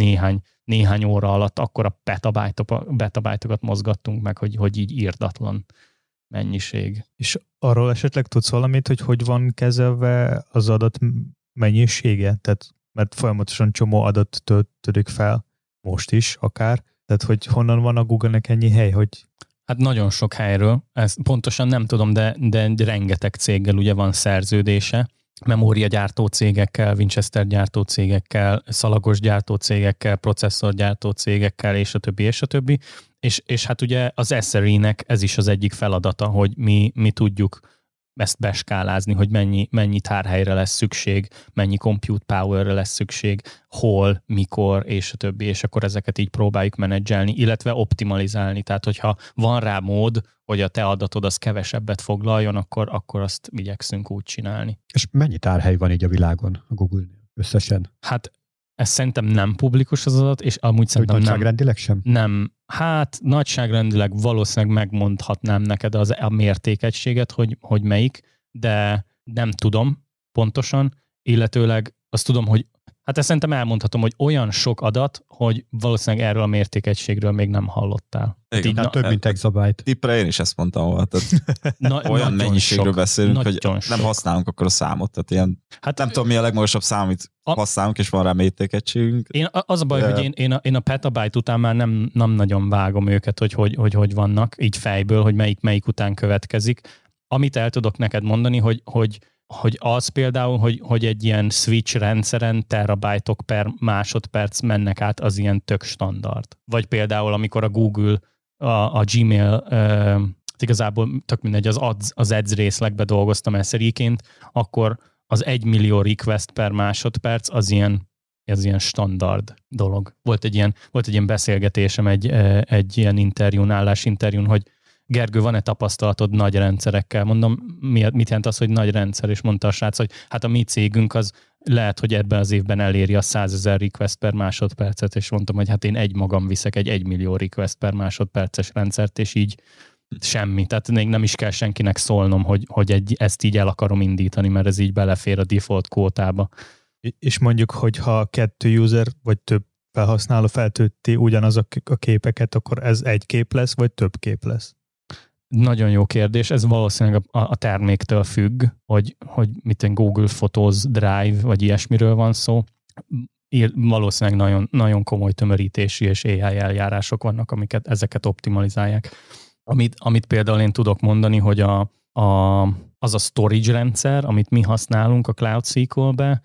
néhány óra alatt akkora petabájtokat mozgattunk meg, hogy így irdatlan mennyiség. És arról esetleg tudsz valamit, hogy van kezelve az adat mennyisége? Tehát, mert folyamatosan csomó adat töltődik fel, most is akár. Tehát, hogy honnan van a Google-nek ennyi hely, hogy... Hát nagyon sok helyről, ezt pontosan nem tudom, de rengeteg céggel ugye van szerződése, memóriagyártó cégekkel, Winchester gyártó cégekkel, szalagos gyártó cégekkel, processzorgyártó cégekkel, és a többi. És hát ugye az SRE-nek ez is az egyik feladata, hogy mi tudjuk ezt beskálázni, hogy mennyi tárhelyre lesz szükség, mennyi compute powerre lesz szükség, hol, mikor, és a többi, és akkor ezeket így próbáljuk menedzselni, illetve optimalizálni. Tehát, hogyha van rá mód, hogy a te adatod az kevesebbet foglaljon, akkor azt igyekszünk úgy csinálni. És mennyi tárhely van így a világon a Google-nél összesen? Hát ez szerintem nem publikus az adat, és amúgy szerintem nem. Nagyságrendileg sem? Nem. Hát nagyságrendileg valószínűleg megmondhatnám neked a mértékegységet, hogy melyik, de nem tudom pontosan, illetőleg azt tudom, hogy hát ezt szerintem elmondhatom, hogy olyan sok adat, hogy valószínűleg erről a mértékegységről még nem hallottál. Igen, hát több mint exabyte. Tippre én is ezt mondtam volna. Olyan mennyiségről beszélünk, hogy nem használunk akkor a számot. Tehát ilyen, hát, nem tudom, mi a legmagasabb szám, amit használunk, és van rá mértékegységünk. Az a baj, hogy én a petabyte után már nem nagyon vágom őket, hogy vannak, így fejből, hogy melyik után következik. Amit el tudok neked mondani, hogy az például, hogy egy ilyen switch rendszeren terabájtok per másodperc mennek át, az ilyen tök standard. Vagy például, amikor a Google, a Gmail, igazából tök mindegy, az ads részlegbe dolgoztam SRE-ként, akkor az 1 millió request per másodperc az ilyen standard dolog. Volt egy ilyen beszélgetésem egy ilyen állásinterjún, hogy Gergő, van-e tapasztalatod nagy rendszerekkel? Mondom, mit jelent az, hogy nagy rendszer? És mondta a srác, hogy hát a mi cégünk az lehet, hogy ebben az évben eléri a 100 000 request per másodpercet, és mondtam, hogy hát én magam viszek egy 1 millió request per másodperces rendszert, és így semmi. Tehát még nem is kell senkinek szólnom, hogy ezt így el akarom indítani, mert ez így belefér a default kvótába. És mondjuk, hogy ha 2 user vagy több felhasználó feltölti ugyanaz a képeket, akkor ez egy kép lesz, vagy több kép lesz? Nagyon jó kérdés. Ez valószínűleg a terméktől függ, hogy mit Google Photos, Drive, vagy ilyesmiről van szó. valószínűleg nagyon, nagyon komoly tömörítési és AI eljárások vannak, amiket ezeket optimalizálják. Amit például én tudok mondani, hogy az a storage rendszer, amit mi használunk a Cloud SQL-be,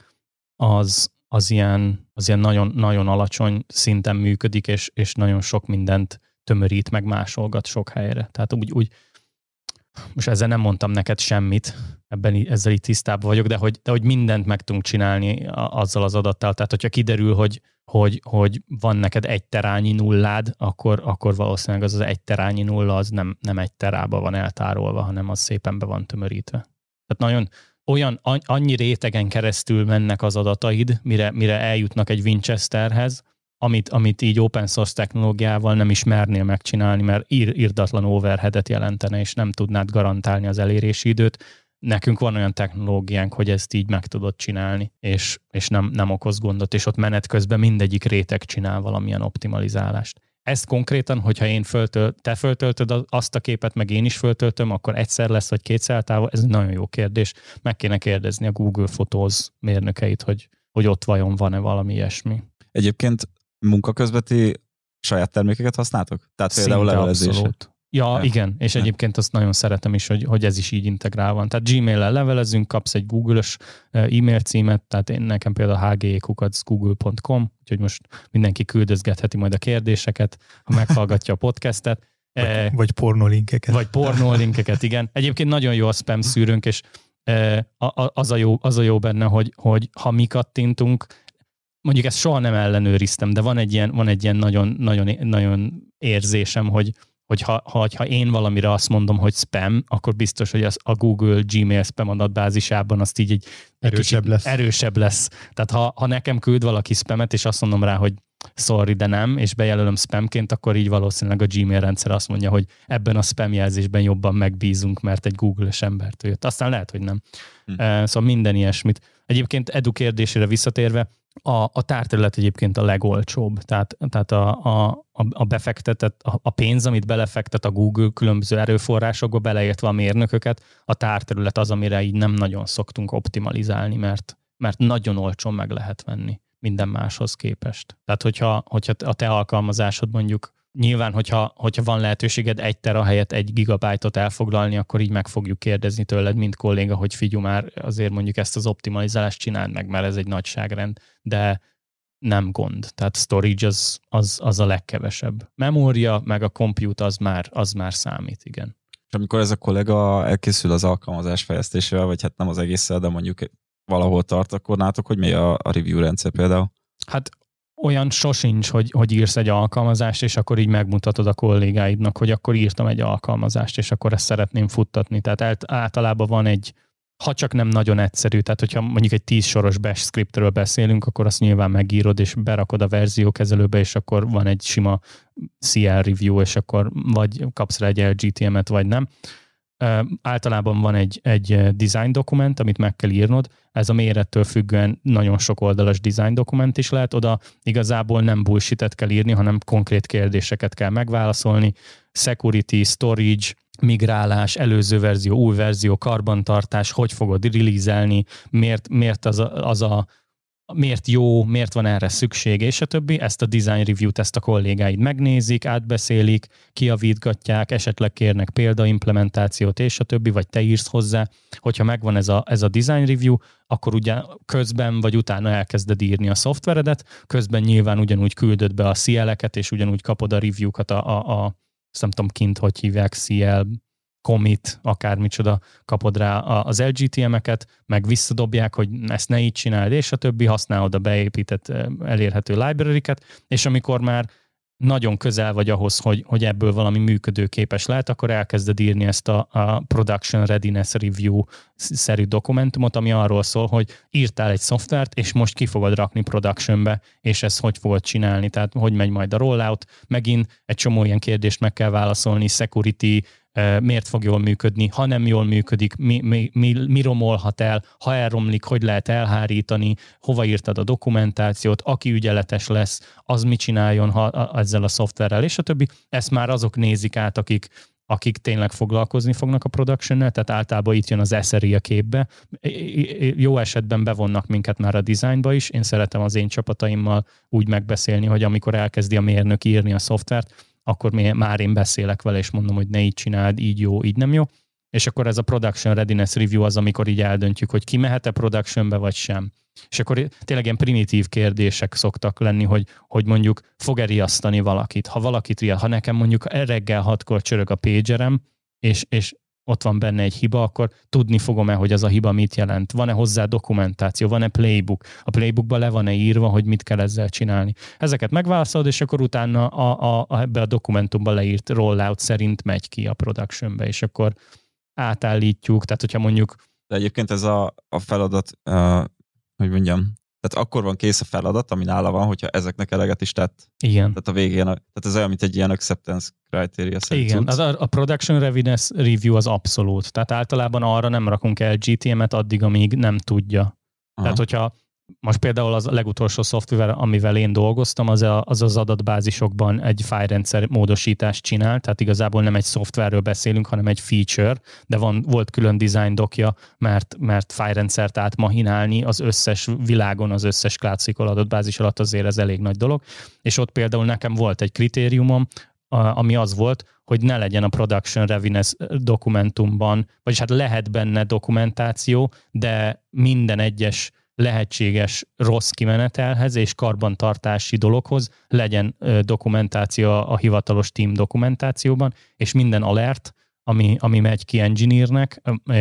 az ilyen nagyon, nagyon alacsony szinten működik, és nagyon sok mindent tömörít, meg másolgat sok helyre. Tehát úgy most ezzel nem mondtam neked semmit, ezzel így tisztában vagyok, de hogy mindent meg tudunk csinálni azzal az adattal. Tehát, hogyha kiderül, hogy van neked 1 terányi nullád, akkor valószínűleg az 1 terányi nulla az nem 1 terába van eltárolva, hanem az szépen be van tömörítve. Tehát nagyon annyi rétegen keresztül mennek az adataid, mire eljutnak egy Winchesterhez, amit így open source technológiával nem is mernél megcsinálni, mert irdatlan overheadet jelentene, és nem tudnád garantálni az elérési időt. Nekünk van olyan technológiánk, hogy ezt így meg tudod csinálni, és nem okoz gondot, és ott menet közben mindegyik réteg csinál valamilyen optimalizálást. Ezt konkrétan, hogyha te föltöltöd azt a képet, meg én is föltöltöm, akkor egyszer lesz, vagy kétszer távol, ez egy nagyon jó kérdés. Meg kéne kérdezni a Google Photos mérnökeit, hogy ott vajon van-e valami ilyesmi. Egyébként munkaközbeti saját termékeket használtok? Tehát például levelezésre. Abszolút. Ja, igen, és egyébként azt nagyon szeretem is, hogy ez is így integrál van. Tehát Gmail-lel levelezünk, kapsz egy Google-ös e-mail címet, tehát nekem például hge@google.com, úgyhogy most mindenki küldözgetheti majd a kérdéseket, ha meghallgatja a podcastet. Vagy pornolinkeket. Vagy pornolinkeket, igen. Egyébként nagyon jó a spam szűrőnk, és az a jó benne, hogy ha mi kattintunk, mondjuk ezt soha nem ellenőriztem, de van egy ilyen nagyon, nagyon, nagyon érzésem, hogy ha én valamire azt mondom, hogy spam, akkor biztos, hogy a Google Gmail spam adatbázisában azt így egy erősebb lesz. Tehát ha nekem küld valaki spamet, és azt mondom rá, hogy sorry, de nem, és bejelölöm spamként, akkor így valószínűleg a Gmail rendszer azt mondja, hogy ebben a spam jelzésben jobban megbízunk, mert egy Google-es embertől jött. Aztán lehet, hogy nem. Szóval minden ilyesmit. Egyébként Edu kérdésére visszatérve, a tárterület egyébként a legolcsóbb. Tehát a befektetett, a pénz, amit belefektet a Google különböző erőforrásokba, beleértve a mérnököket, a tárterület az, amire így nem nagyon szoktunk optimalizálni, mert nagyon olcsón meg lehet venni minden máshoz képest. Tehát hogyha a te alkalmazásod mondjuk, nyilván, hogyha van lehetőséged 1 tera helyett 1 gigabájtot elfoglalni, akkor így meg fogjuk kérdezni tőled, mint kolléga, hogy figyelj már, azért mondjuk ezt az optimalizálást csináld meg, mert ez egy nagyságrend, de nem gond. Tehát storage az a legkevesebb. Memória, meg a compute az már számít, igen. És amikor ez a kollega elkészül az alkalmazás fejlesztésével, vagy hát nem az egésszel, de mondjuk valahol tart, akkor nátok, hogy mi a review rendszer például? Hát olyan sosincs, hogy írsz egy alkalmazást, és akkor így megmutatod a kollégáidnak, hogy akkor írtam egy alkalmazást, és akkor ezt szeretném futtatni. Tehát általában van egy, ha csak nem nagyon egyszerű, tehát hogyha mondjuk egy 10 soros bash scriptről beszélünk, akkor azt nyilván megírod, és berakod a verziókezelőbe, és akkor van egy sima CL review, és akkor vagy kapsz rá egy LGTM-et, vagy nem. Általában van egy design dokument, amit meg kell írnod. Ez a mérettől függően nagyon sok oldalas design dokument is lehet. Oda igazából nem bullshit-et kell írni, hanem konkrét kérdéseket kell megválaszolni. Security, storage, migrálás, előző verzió, új verzió, karbantartás, hogy fogod release-elni, miért miért jó, miért van erre szükség, és a többi. Ezt a design review-t ezt a kollégáid megnézik, átbeszélik, kijavítgatják, esetleg kérnek példaimplementációt, és a többi, vagy te írsz hozzá. Hogyha megvan ez a design review, akkor ugye közben vagy utána elkezded írni a szoftveredet, közben nyilván ugyanúgy küldöd be a CL-eket, és ugyanúgy kapod a review-kat nem tudom kint, hogy hívják, CL, commit, akármicsoda, kapod rá az LGTM-eket, meg visszadobják, hogy ezt ne így csináld, és a többi, használod a beépített elérhető library-ket, és amikor már nagyon közel vagy ahhoz, hogy ebből valami működőképes lehet, akkor elkezded írni ezt a Production Readiness Review-szerű dokumentumot, ami arról szól, hogy írtál egy szoftvert, és most ki fogod rakni productionbe, és ezt hogy fogod csinálni, tehát hogy megy majd a rollout, megint egy csomó ilyen kérdést meg kell válaszolni, security, miért fog jól működni, ha nem jól működik, mi romolhat el, ha elromlik, hogy lehet elhárítani, hova írtad a dokumentációt, aki ügyeletes lesz, az mit csináljon ezzel a szoftverrel, és a többi. Ezt már azok nézik át, akik akik tényleg foglalkozni fognak a production-nel, tehát általában itt jön az SRE a képbe. Jó esetben bevonnak minket már a designba is, én szeretem az én csapataimmal úgy megbeszélni, hogy amikor elkezdi a mérnök írni a szoftvert, akkor már én beszélek vele, és mondom, hogy ne így csináld, így jó, így nem jó. És akkor ez a production readiness review az, amikor így eldöntjük, hogy ki mehet-e productionbe, vagy sem. És akkor tényleg ilyen primitív kérdések szoktak lenni, hogy mondjuk fog-e riasztani valakit. Ha valakit riaszt, ha nekem mondjuk reggel 6-kor csörög a pagerem, és ott van benne egy hiba, akkor tudni fogom-e, hogy az a hiba mit jelent. Van-e hozzá dokumentáció, van-e playbook? A playbookban le van-e írva, hogy mit kell ezzel csinálni. Ezeket megválaszolod, és akkor utána ebbe a dokumentumban leírt rollout szerint megy ki a productionbe, és akkor átállítjuk, tehát hogyha mondjuk... De egyébként ez a feladat, hogy mondjam, tehát akkor van kész a feladat, ami nála van, hogyha ezeknek eleget is tett. Igen. Tehát a végén, tehát ez olyan, mint egy ilyen acceptance criteria szerint. Igen, a production readiness review az abszolút. Tehát általában arra nem rakunk el GTM-et addig, amíg nem tudja. Aha. Tehát hogyha most például az legutolsó szoftver, amivel én dolgoztam, az adatbázisokban egy fájlrendszer módosítást csinál, tehát igazából nem egy szoftverről beszélünk, hanem egy feature, de volt külön design dokja, mert fájlrendszert átmahinálni az összes világon, az összes Cloud-SQL adatbázis alatt azért ez elég nagy dolog, és ott például nekem volt egy kritériumom, ami az volt, hogy ne legyen a production readiness dokumentumban, vagyis hát lehet benne dokumentáció, de minden egyes lehetséges rossz kimenetelhez és karbantartási dologhoz legyen dokumentáció a hivatalos team dokumentációban, és minden alert, ami megy ki engineernek,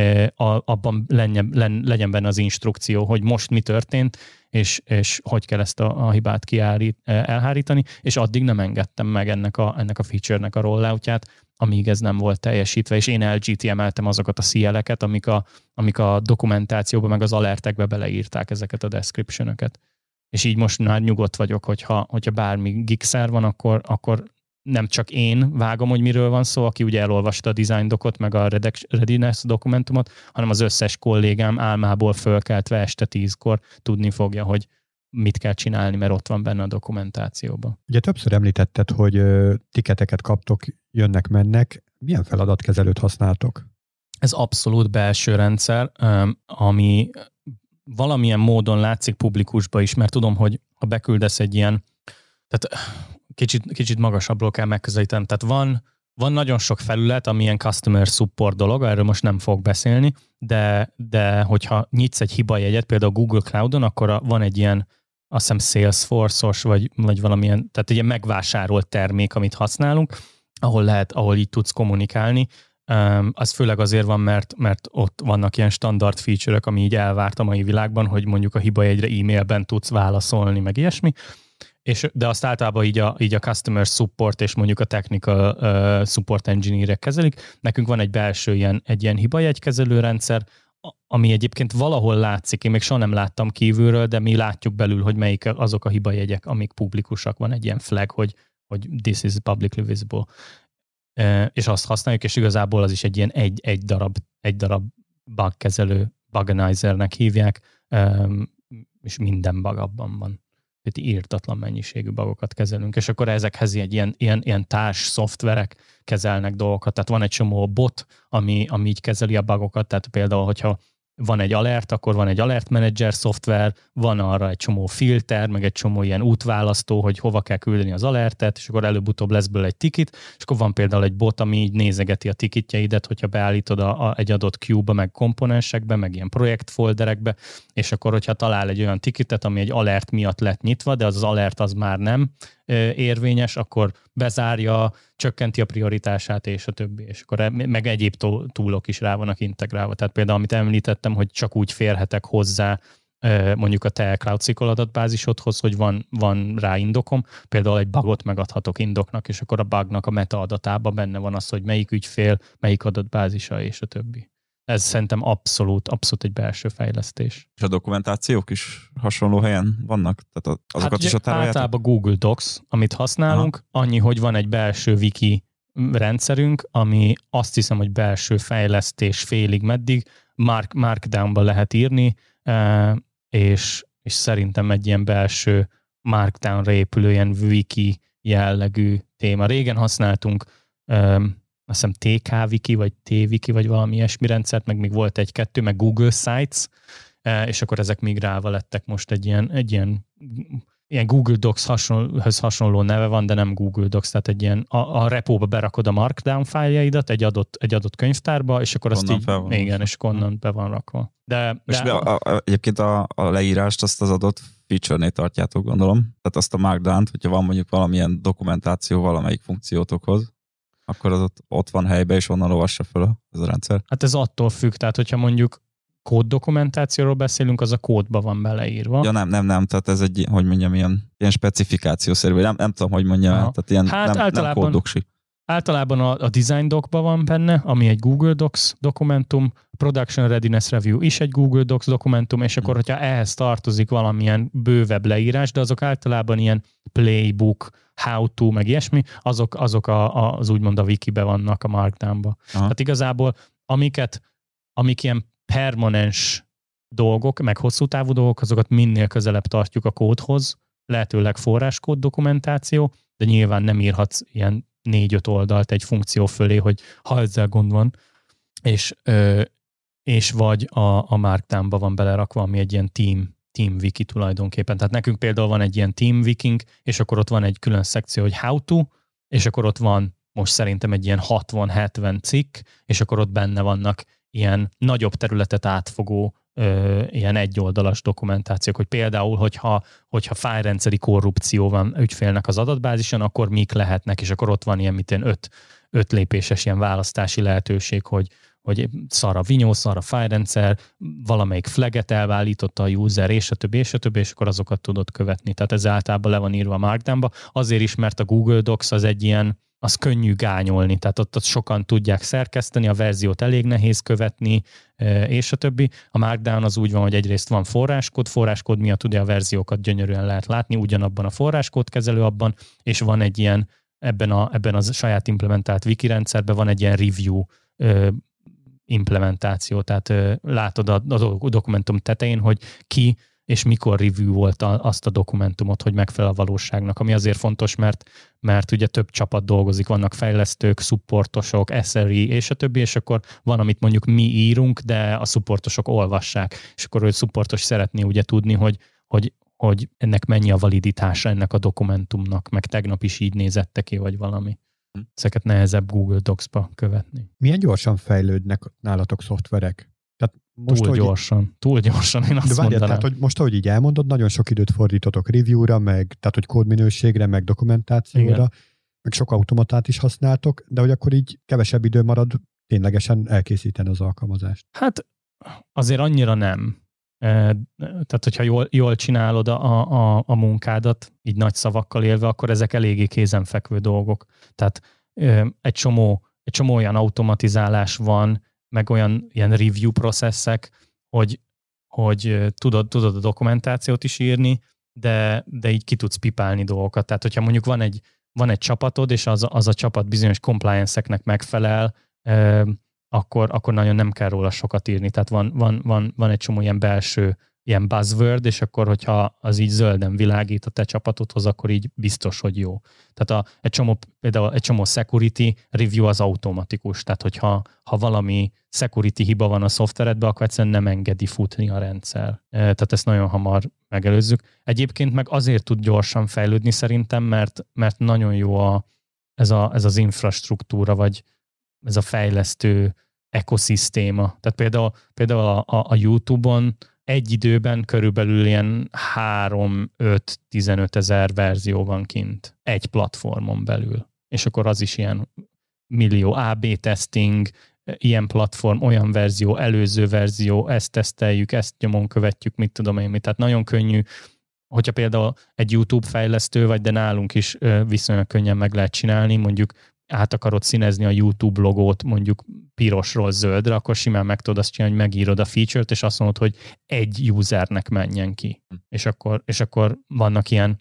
abban legyen benne az instrukció, hogy most mi történt, és hogy kell ezt a hibát elhárítani, és addig nem engedtem meg ennek a feature-nek a rolloutját, amíg ez nem volt teljesítve, és én LGTM-eltem azokat a CL-eket, amik a dokumentációba, meg az alertekbe beleírták ezeket a description-öket. És így most már nyugodt vagyok, hogyha bármi gigszer van, akkor nem csak én vágom, hogy miről van szó, aki ugye elolvasta a design dokot, meg a readiness dokumentumot, hanem az összes kollégám álmából fölkeltve este 10-kor tudni fogja, hogy mit kell csinálni, mert ott van benne a dokumentációban. Ugye többször említetted, hogy tiketeket kaptok, jönnek-mennek. Milyen feladatkezelőt használtok? Ez abszolút belső rendszer, ami valamilyen módon látszik publikusba is, mert tudom, hogy ha beküldesz egy ilyen, tehát kicsit magasabbról kell megközelíteni. Tehát van nagyon sok felület, ami ilyen customer support dolog, erről most nem fogok beszélni, de hogyha nyitsz egy hibajegyet, például Google Cloudon, akkor van egy ilyen, azt hiszem Salesforce-os, vagy valamilyen, tehát egy ilyen megvásárolt termék, amit használunk, ahol így tudsz kommunikálni. Az főleg azért van, mert ott vannak ilyen standard feature-ök, ami így elvárt a mai világban, hogy mondjuk a hibajegyre e-mailben tudsz válaszolni, meg ilyesmi. De azt általában így a customer support és mondjuk a technical support engineerek kezelik. Nekünk van egy belső egy ilyen hibajegykezelő rendszer, ami egyébként valahol látszik, én még soha nem láttam kívülről, de mi látjuk belül, hogy melyik azok a hibajegyek, amik publikusak. Van egy ilyen flag, hogy this is publicly visible. És azt használjuk, és igazából az is egy ilyen egy darab bugkezelő, buganizernek hívják, és minden bug abban van. Tehát írtatlan mennyiségű bugokat kezelünk, és akkor ezekhez ilyen társ szoftverek kezelnek dolgokat. Tehát van egy csomó bot, ami így kezeli a bugokat, tehát például, hogyha van egy alert, akkor van egy alert manager szoftver, van arra egy csomó filter, meg egy csomó ilyen útválasztó, hogy hova kell küldeni az alertet, és akkor előbb-utóbb lesz belőle egy ticket, és akkor van például egy bot, ami így nézegeti a ticketjeidet, hogyha beállítod egy adott queue-ba, meg komponensekbe, meg ilyen projektfolderekbe, és akkor, hogyha talál egy olyan ticketet, ami egy alert miatt lett nyitva, de az alert az már nem érvényes, akkor bezárja, csökkenti a prioritását, és a többi. És akkor meg egyéb túlok is rá vannak integrálva. Tehát például, amit említettem, hogy csak úgy férhetek hozzá mondjuk a te Cloud-SQL adatbázisodhoz, hogy van rá indokom, például egy bugot megadhatok indoknak, és akkor a bugnak a metaadatában benne van az, hogy melyik ügyfél, melyik adatbázisa, és a többi. Ez szerintem abszolút egy belső fejlesztés. És a dokumentációk is hasonló helyen vannak? Tehát azokat is tároljátok? Általában Google Docs, amit használunk, annyi, hogy van egy belső wiki rendszerünk, ami azt hiszem, hogy belső fejlesztés félig meddig, Markdown-ba lehet írni, és szerintem egy ilyen belső Markdown-ra épülő ilyen wiki jellegű téma. Régen használtunk azt hiszem TK-Wiki, vagy T-Wiki, vagy valami ilyesmi rendszert, meg még volt egy-kettő, meg Google Sites, és akkor ezek migrálva lettek most egy ilyen Google Docs-höz hasonló neve van, de nem Google Docs, tehát egy ilyen, a repóba berakod a Markdown fájljaidat egy adott könyvtárba, és akkor azt így, igen, és onnan be van rakva. De egyébként a leírást azt az adott feature-nél tartjátok, gondolom. Tehát azt a Markdown-t, hogyha van mondjuk valamilyen dokumentáció valamelyik funkciótokhoz, akkor az ott van helyben, és onnan olvassa fel ez a rendszer. Hát ez attól függ, tehát hogyha mondjuk kóddokumentációról beszélünk, az a kódba van beleírva. Ja nem, tehát ez egy, hogy mondjam, ilyen specifikációszerű, nem tudom, hogy mondjam, tehát ilyen nem kóddoksi. Általában a design docba van benne, ami egy Google Docs dokumentum, Production Readiness Review is egy Google Docs dokumentum, és akkor, hogyha ehhez tartozik valamilyen bővebb leírás, de azok általában ilyen playbook, how-to, meg ilyesmi, azok az úgymond a wikibe vannak a Markdownba. Tehát igazából amik ilyen permanens dolgok, meg hosszú távú dolgok, azokat minél közelebb tartjuk a kódhoz, lehetőleg forráskód dokumentáció, de nyilván nem írhatsz ilyen 4-5 oldalt egy funkció fölé, hogy ha ezzel gond van, és vagy a Markdownba van belerakva, ami egy ilyen team wiki tulajdonképpen. Tehát nekünk például van egy ilyen team wikink, és akkor ott van egy külön szekció, hogy how to, és akkor ott van most szerintem egy ilyen 60-70 cikk, és akkor ott benne vannak ilyen nagyobb területet átfogó ilyen egyoldalas dokumentációk, hogy például, hogyha fájlrendszeri korrupció van ügyfélnek az adatbázison, akkor mik lehetnek, és akkor ott van ilyen 5 lépéses ilyen választási lehetőség, hogy szar a vinyó, szar a fájlrendszer, valamelyik flaget elvállította a user, és a többi, és akkor azokat tudod követni. Tehát ez általában le van írva a Markdownba. Azért is, mert a Google Docs az egy ilyen, az könnyű gányolni, tehát ott sokan tudják szerkeszteni, a verziót elég nehéz követni, és a többi. A Markdown az úgy van, hogy egyrészt van forráskód miatt ugye a verziókat gyönyörűen lehet látni, ugyanabban a forráskód kezelő abban, és van egy ilyen, ebben a saját implementált wiki rendszerben van egy ilyen review implementáció, tehát látod a dokumentum tetején, hogy ki és mikor review volt azt a dokumentumot, hogy megfelel a valóságnak, ami azért fontos, mert ugye több csapat dolgozik, vannak fejlesztők, supportosok, SRE és a többi, és akkor van, amit mondjuk mi írunk, de a supportosok olvassák, és akkor a supportos szeretné ugye tudni, hogy ennek mennyi a validitása ennek a dokumentumnak, meg tegnap is így nézette ki, vagy valami. Ezeket nehezebb Google Docs-ba követni. Milyen gyorsan fejlődnek nálatok szoftverek? Tehát most, túl gyorsan, én azt mondanám. Tehát, hogy most, ahogy így elmondod, nagyon sok időt fordítotok review-ra, tehát, hogy kódminőségre, meg dokumentációra, igen, meg sok automatát is használtok, de hogy akkor így kevesebb idő marad ténylegesen elkészíteni az alkalmazást. Hát azért annyira nem. Tehát, hogyha jól csinálod a munkádat, így nagy szavakkal élve, akkor ezek eléggé kézenfekvő dolgok. Tehát egy csomó olyan automatizálás van, meg olyan ilyen review processzek, hogy tudod a dokumentációt is írni, de így ki tudsz pipálni dolgokat. Tehát, hogyha mondjuk van egy csapatod, és az a csapat bizonyos compliance-eknek megfelel, akkor nagyon nem kell róla sokat írni. Tehát van egy csomó ilyen belső ilyen buzzword, és akkor, hogyha az így zölden világít a te csapatodhoz, akkor így biztos, hogy jó. Tehát például egy csomó security review az automatikus. Tehát, hogyha valami security hiba van a szoftveredben, akkor egyszerűen nem engedi futni a rendszer. Tehát ezt nagyon hamar megelőzzük. Egyébként meg azért tud gyorsan fejlődni szerintem, mert nagyon jó ez az infrastruktúra, vagy ez a fejlesztő ekoszisztéma. Tehát például a YouTube-on egy időben körülbelül ilyen 3-5-15 ezer verzió van kint egy platformon belül. És akkor az is ilyen millió AB testing, ilyen platform, olyan verzió, előző verzió, ezt teszteljük, ezt nyomon követjük, mit tudom én, tehát nagyon könnyű, hogyha például egy YouTube fejlesztő vagy, de nálunk is viszonylag könnyen meg lehet csinálni, mondjuk át akarod színezni a YouTube logót mondjuk pirosról zöldre, akkor simán meg tudod azt csinálni, hogy megírod a feature-t, és azt mondod, hogy egy usernek menjen ki. És akkor vannak ilyen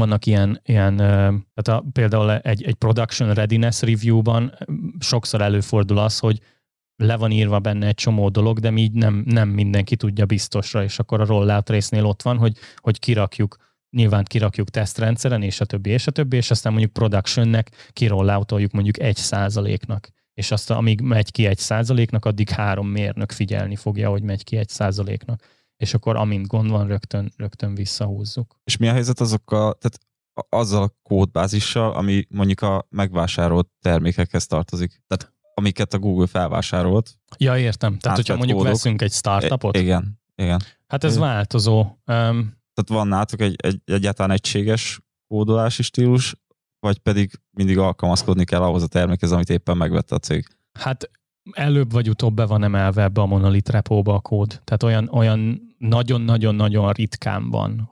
tehát például egy production readiness review-ban sokszor előfordul az, hogy le van írva benne egy csomó dolog, de így nem mindenki tudja biztosra, és akkor a rollout résznél ott van, hogy nyilván kirakjuk tesztrendszeren, és a többi, és aztán mondjuk productionnek kirolloutoljuk mondjuk 1%-nak. és azt amíg megy ki 1%-nak, addig 3 mérnök figyelni fogja, hogy megy ki 1%-nak. És akkor amint gond van, rögtön visszahúzzuk. És mi a helyzet tehát azzal a kódbázissal, ami mondjuk a megvásárolt termékekhez tartozik? Tehát amiket a Google felvásárolt. Ja, értem. Tehát, hogyha mondjuk veszünk egy startupot? Igen. Hát ez változó. Tehát van nálatok egy egyáltalán egységes kódolási stílus, vagy pedig mindig alkalmazkodni kell ahhoz a termékhez, amit éppen megvette a cég? Hát előbb vagy utóbb be van emelve ebbe a monolith repóba a kód. Tehát olyan nagyon-nagyon-nagyon ritkán van,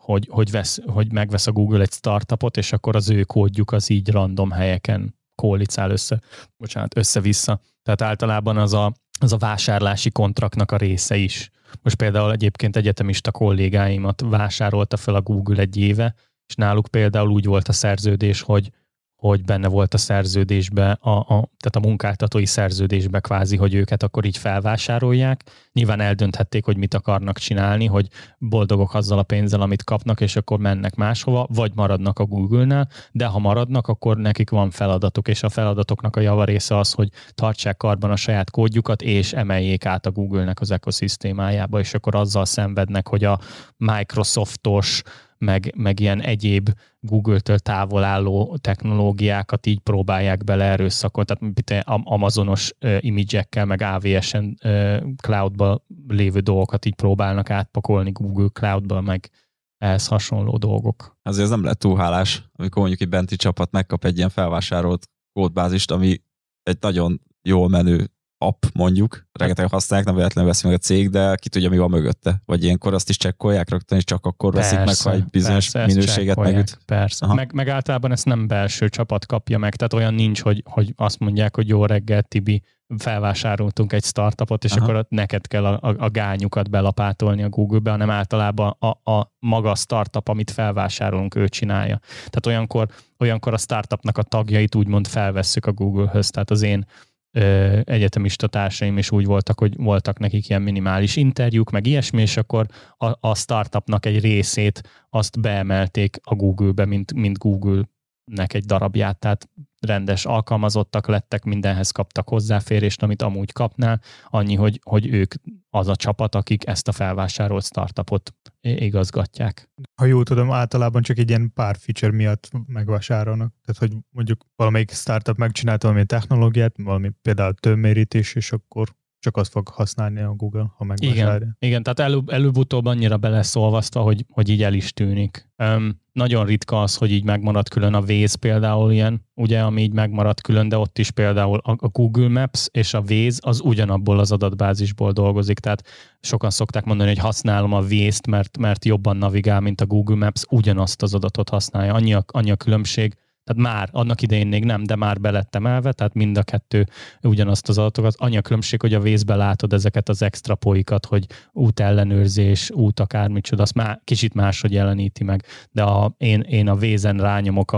hogy megvesz a Google egy startupot, és akkor az ő kódjuk az így random helyeken kólicál össze-vissza. Tehát általában az a vásárlási kontraktnak a része is. Most például egyébként egyetemista kollégáimat vásárolta fel a Google egy éve, és náluk például úgy volt a szerződés, hogy benne volt a szerződésbe, tehát a munkáltatói szerződésbe kvázi, hogy őket akkor így felvásárolják. Nyilván eldönthették, hogy mit akarnak csinálni, hogy boldogok azzal a pénzzel, amit kapnak, és akkor mennek máshova, vagy maradnak a Google-nál, de ha maradnak, akkor nekik van feladatuk, és a feladatoknak a javarésze az, hogy tartsák karban a saját kódjukat, és emeljék át a Google-nek az ökoszisztémájába, és akkor azzal szenvednek, hogy a Microsoftos, meg ilyen egyéb Google-től távol álló technológiákat így próbálják bele erőszakot, tehát Amazonos image-ekkel, meg AWS-en cloudba lévő dolgokat így próbálnak átpakolni Google Cloudba, meg ehhez hasonló dolgok. Azért ez nem lehet túl hálás, amikor mondjuk egy benti csapat megkap egy ilyen felvásárolt kódbázist, ami egy nagyon jól menő app mondjuk, rengeteg használják, nem véletlenül veszi meg a cég, de ki tudja, mi van mögötte. Vagy ilyenkor azt is csekkolják rögtön, és csak akkor veszik meg, ha egy bizonyos minőséget megüt. Persze. Meg általában ezt nem belső csapat kapja meg, tehát olyan nincs, hogy azt mondják, hogy jó reggel, Tibi, felvásároltunk egy startupot, és akkor neked kell a gányukat belapátolni a Google-be, hanem általában a maga a startup, amit felvásárolunk, ő csinálja. Tehát olyankor a startupnak a tagjait úgymond felvesszük a Google-höz, tehát az én egyetemista társaim is úgy voltak, hogy voltak nekik ilyen minimális interjúk, meg ilyesmi, és akkor a startupnak egy részét azt beemelték a Google-be, mint Google-nek egy darabját, tehát rendes alkalmazottak lettek, mindenhez kaptak hozzáférést, amit amúgy kapnál, annyi, hogy ők az a csapat, akik ezt a felvásárolt startupot igazgatják. Ha jól tudom, általában csak egy ilyen pár feature miatt megvásárolnak. Tehát, hogy mondjuk valamelyik startup megcsinált valami technológiát, valami például tömmérítés, és akkor csak azt fog használni a Google, ha megvásárolja. Igen, tehát előbb-utóbb annyira beleszolvasztva, hogy így el is tűnik. Nagyon ritka az, hogy így megmarad külön a Waze például ilyen, ugye, ami így megmarad külön, de ott is például a Google Maps és a Waze az ugyanabból az adatbázisból dolgozik, tehát sokan szokták mondani, hogy használom a Waze-t, mert jobban navigál, mint a Google Maps, ugyanazt az adatot használja. Annyi a különbség, tehát már, annak idején még nem, de már belett emelve, tehát mind a kettő ugyanazt az adatokat. Annyi a különbség, hogy a Waze-be látod ezeket az extra poikat, hogy útellenőrzés, út akármicsoda, azt már kicsit máshogy jeleníti meg. De én a Waze-en rányomok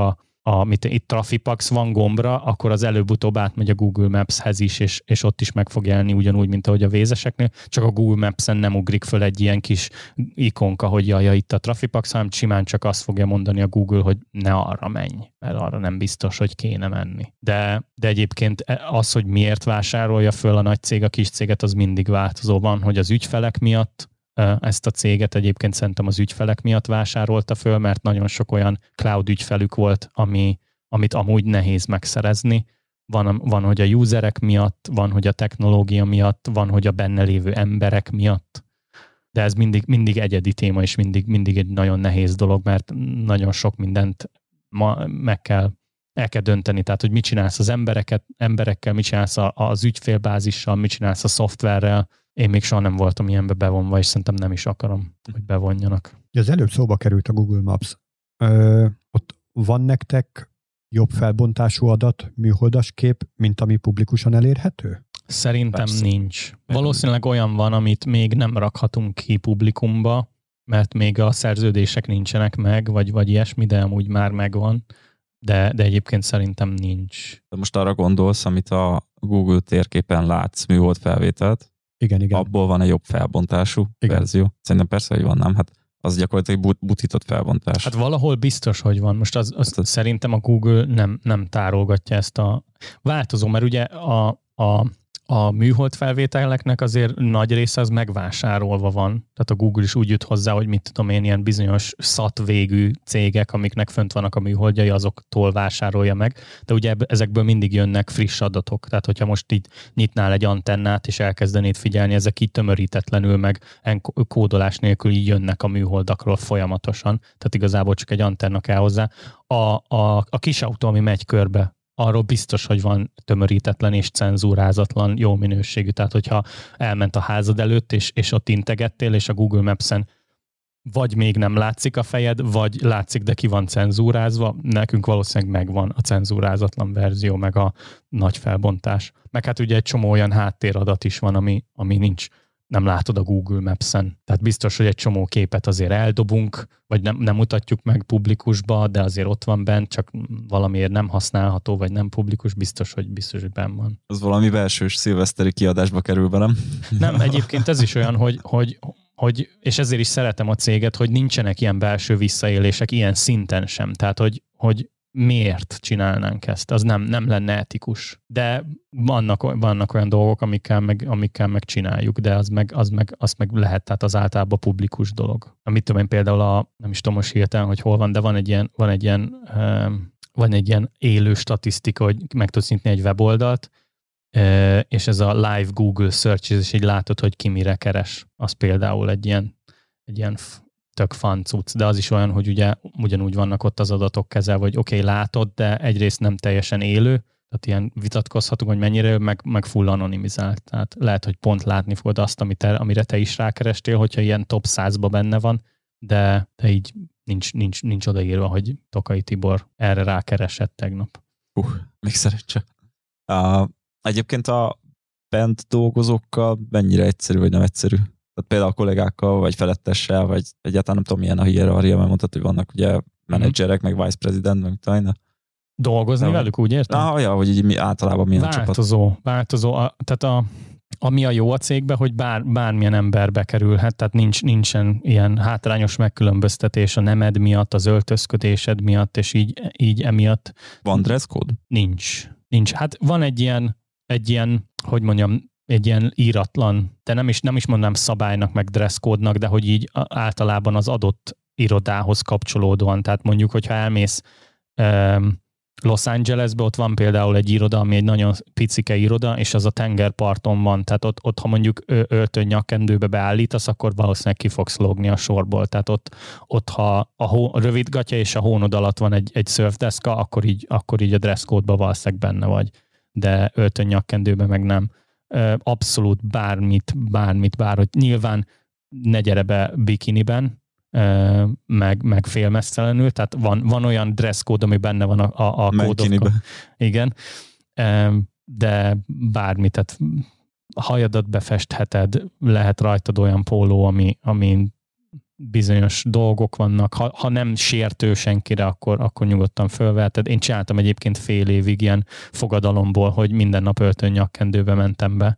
itt Trafipax van gombra, akkor az előbb-utóbb átmegy a Google Maps-hez is, és ott is meg fog jelenni ugyanúgy, mint ahogy a Waze-eseknél, csak a Google Maps-en nem ugrik föl egy ilyen kis ikonka, hogy jaj, itt a Trafipax, hanem simán csak azt fogja mondani a Google, hogy ne arra menj, mert arra nem biztos, hogy kéne menni. De egyébként az, hogy miért vásárolja föl a nagy cég a kis céget, az mindig változó van, hogy az ügyfelek miatt, ezt a céget egyébként szerintem az ügyfelek miatt vásárolta föl, mert nagyon sok olyan cloud ügyfelük volt, amit amúgy nehéz megszerezni. Van, hogy a userek miatt, van, hogy a technológia miatt, van, hogy a benne lévő emberek miatt. De ez mindig egyedi téma, és mindig egy nagyon nehéz dolog, mert nagyon sok mindent el kell dönteni. Tehát, hogy mit csinálsz az emberekkel, mit csinálsz az ügyfélbázissal, mit csinálsz a szoftverrel. Én még soha nem voltam ilyenbe bevonva, és szerintem nem is akarom, hogy bevonjanak. Az előbb szóba került a Google Maps. Ott van nektek jobb felbontású adat, műholdas kép, mint ami publikusan elérhető? Szerintem nincs. Valószínűleg olyan van, amit még nem rakhatunk ki publikumba, mert még a szerződések nincsenek meg, vagy ilyesmi, de amúgy már megvan. De egyébként szerintem nincs. De most arra gondolsz, amit a Google térképen látsz, műhold felvételt, igen. Abból van egy jobb felbontású verzió. Szerintem persze, hogy van, nem? Hát az gyakorlatilag butított felbontás. Hát valahol biztos, hogy van. Most szerintem a Google nem tárolgatja ezt a változó, mert ugye a műhold felvételeknek azért nagy része az megvásárolva van. Tehát a Google is úgy jut hozzá, hogy mit tudom én, ilyen bizonyos SAT végű cégek, amiknek fönt vannak a műholdjai, azoktól vásárolja meg. De ugye ezekből mindig jönnek friss adatok. Tehát hogyha most így nyitnál egy antennát, és elkezdenéd figyelni, ezek így tömörítetlenül, meg kódolás nélkül így jönnek a műholdakról folyamatosan. Tehát igazából csak egy antenna kell hozzá. A kis autó, ami megy körbe, arról biztos, hogy van tömörítetlen és cenzúrázatlan jó minőségű. Tehát, hogyha elment a házad előtt, és ott integettél, és a Google Maps-en vagy még nem látszik a fejed, vagy látszik, de ki van cenzúrázva, nekünk valószínűleg megvan a cenzúrázatlan verzió, meg a nagy felbontás. Meg hát ugye egy csomó olyan háttéradat is van, ami nincs, nem látod a Google Maps-en. Tehát biztos, hogy egy csomó képet azért eldobunk, vagy nem mutatjuk meg publikusba, de azért ott van bent, csak valamiért nem használható, vagy nem publikus, biztos, hogy benn van. Az valami belsős szilveszteri kiadásba kerül be, nem? Nem, egyébként ez is olyan, hogy és ezért is szeretem a céget, hogy nincsenek ilyen belső visszaélések ilyen szinten sem. Tehát, hogy miért csinálnánk ezt? Az nem lenne etikus. De vannak olyan dolgok, amikkel meg csináljuk, de az meg lehet, tehát az általában publikus dolog. Amit tudom én például nem is tudom most hirtelen, hogy hol van, de van egy ilyen élő statisztika, hogy meg tudsz nyitni egy weboldalt, és ez a live Google search, és így látod, hogy ki mire keres. Az például egy ilyen tök fun cucc, de az is olyan, hogy ugye ugyanúgy vannak ott az adatok kezelve, hogy oké, látod, de egyrészt nem teljesen élő, tehát ilyen vitatkozhatunk, hogy mennyire, meg full anonimizált. Tehát lehet, hogy pont látni fogod azt, amire te is rákerestél, hogyha ilyen top 100-ba benne van, de így nincs odaírva, hogy Tokai Tibor erre rákeresett tegnap. Még szeretse. Egyébként a bent dolgozókkal mennyire egyszerű, vagy nem egyszerű? Tehát például a kollégákkal, vagy felettessel, vagy egyáltalán nem tudom, milyen a hierarchia, mert mondtad, hogy vannak ugye menedzserek, meg vice president, meg talán. Dolgozni velük, úgy értem? Ja, hogy így általában milyen változó, csapat. Változó. Tehát ami a jó a cégben, hogy bármilyen ember bekerülhet, tehát nincsen ilyen hátrányos megkülönböztetés a nemed miatt, az öltözködésed miatt, és így emiatt. Van dress code? Nincs. Hát van egy ilyen, hogy mondjam, egy ilyen íratlan, de nem is mondanám szabálynak, meg dresscode-nak, de hogy így általában az adott irodához kapcsolódóan. Tehát mondjuk, hogyha elmész Los Angelesbe, ott van például egy iroda, ami egy nagyon picike iroda, és az a tengerparton van. Tehát ott ha mondjuk öltön nyakkendőbe beállítasz, akkor valószínűleg ki fogsz lógni a sorból. Tehát ott ha a rövidgatja és a hónod alatt van egy surfdeszka, akkor így a dresscode-ba valószínűleg benne vagy. De öltön nyakkendőbe meg nem. Abszolút bárhogy nyilván ne gyere be bikiniben, meg félmeztelenül, tehát van olyan dresscode, ami benne van a kódokon. Igen. De bármit, tehát hajadat befestheted, lehet rajtad olyan póló, ami bizonyos dolgok vannak, ha nem sértő senkire, akkor nyugodtan fölveheted. Én csináltam egyébként fél évig ilyen fogadalomból, hogy minden nap öltön nyakkendőbe mentem be.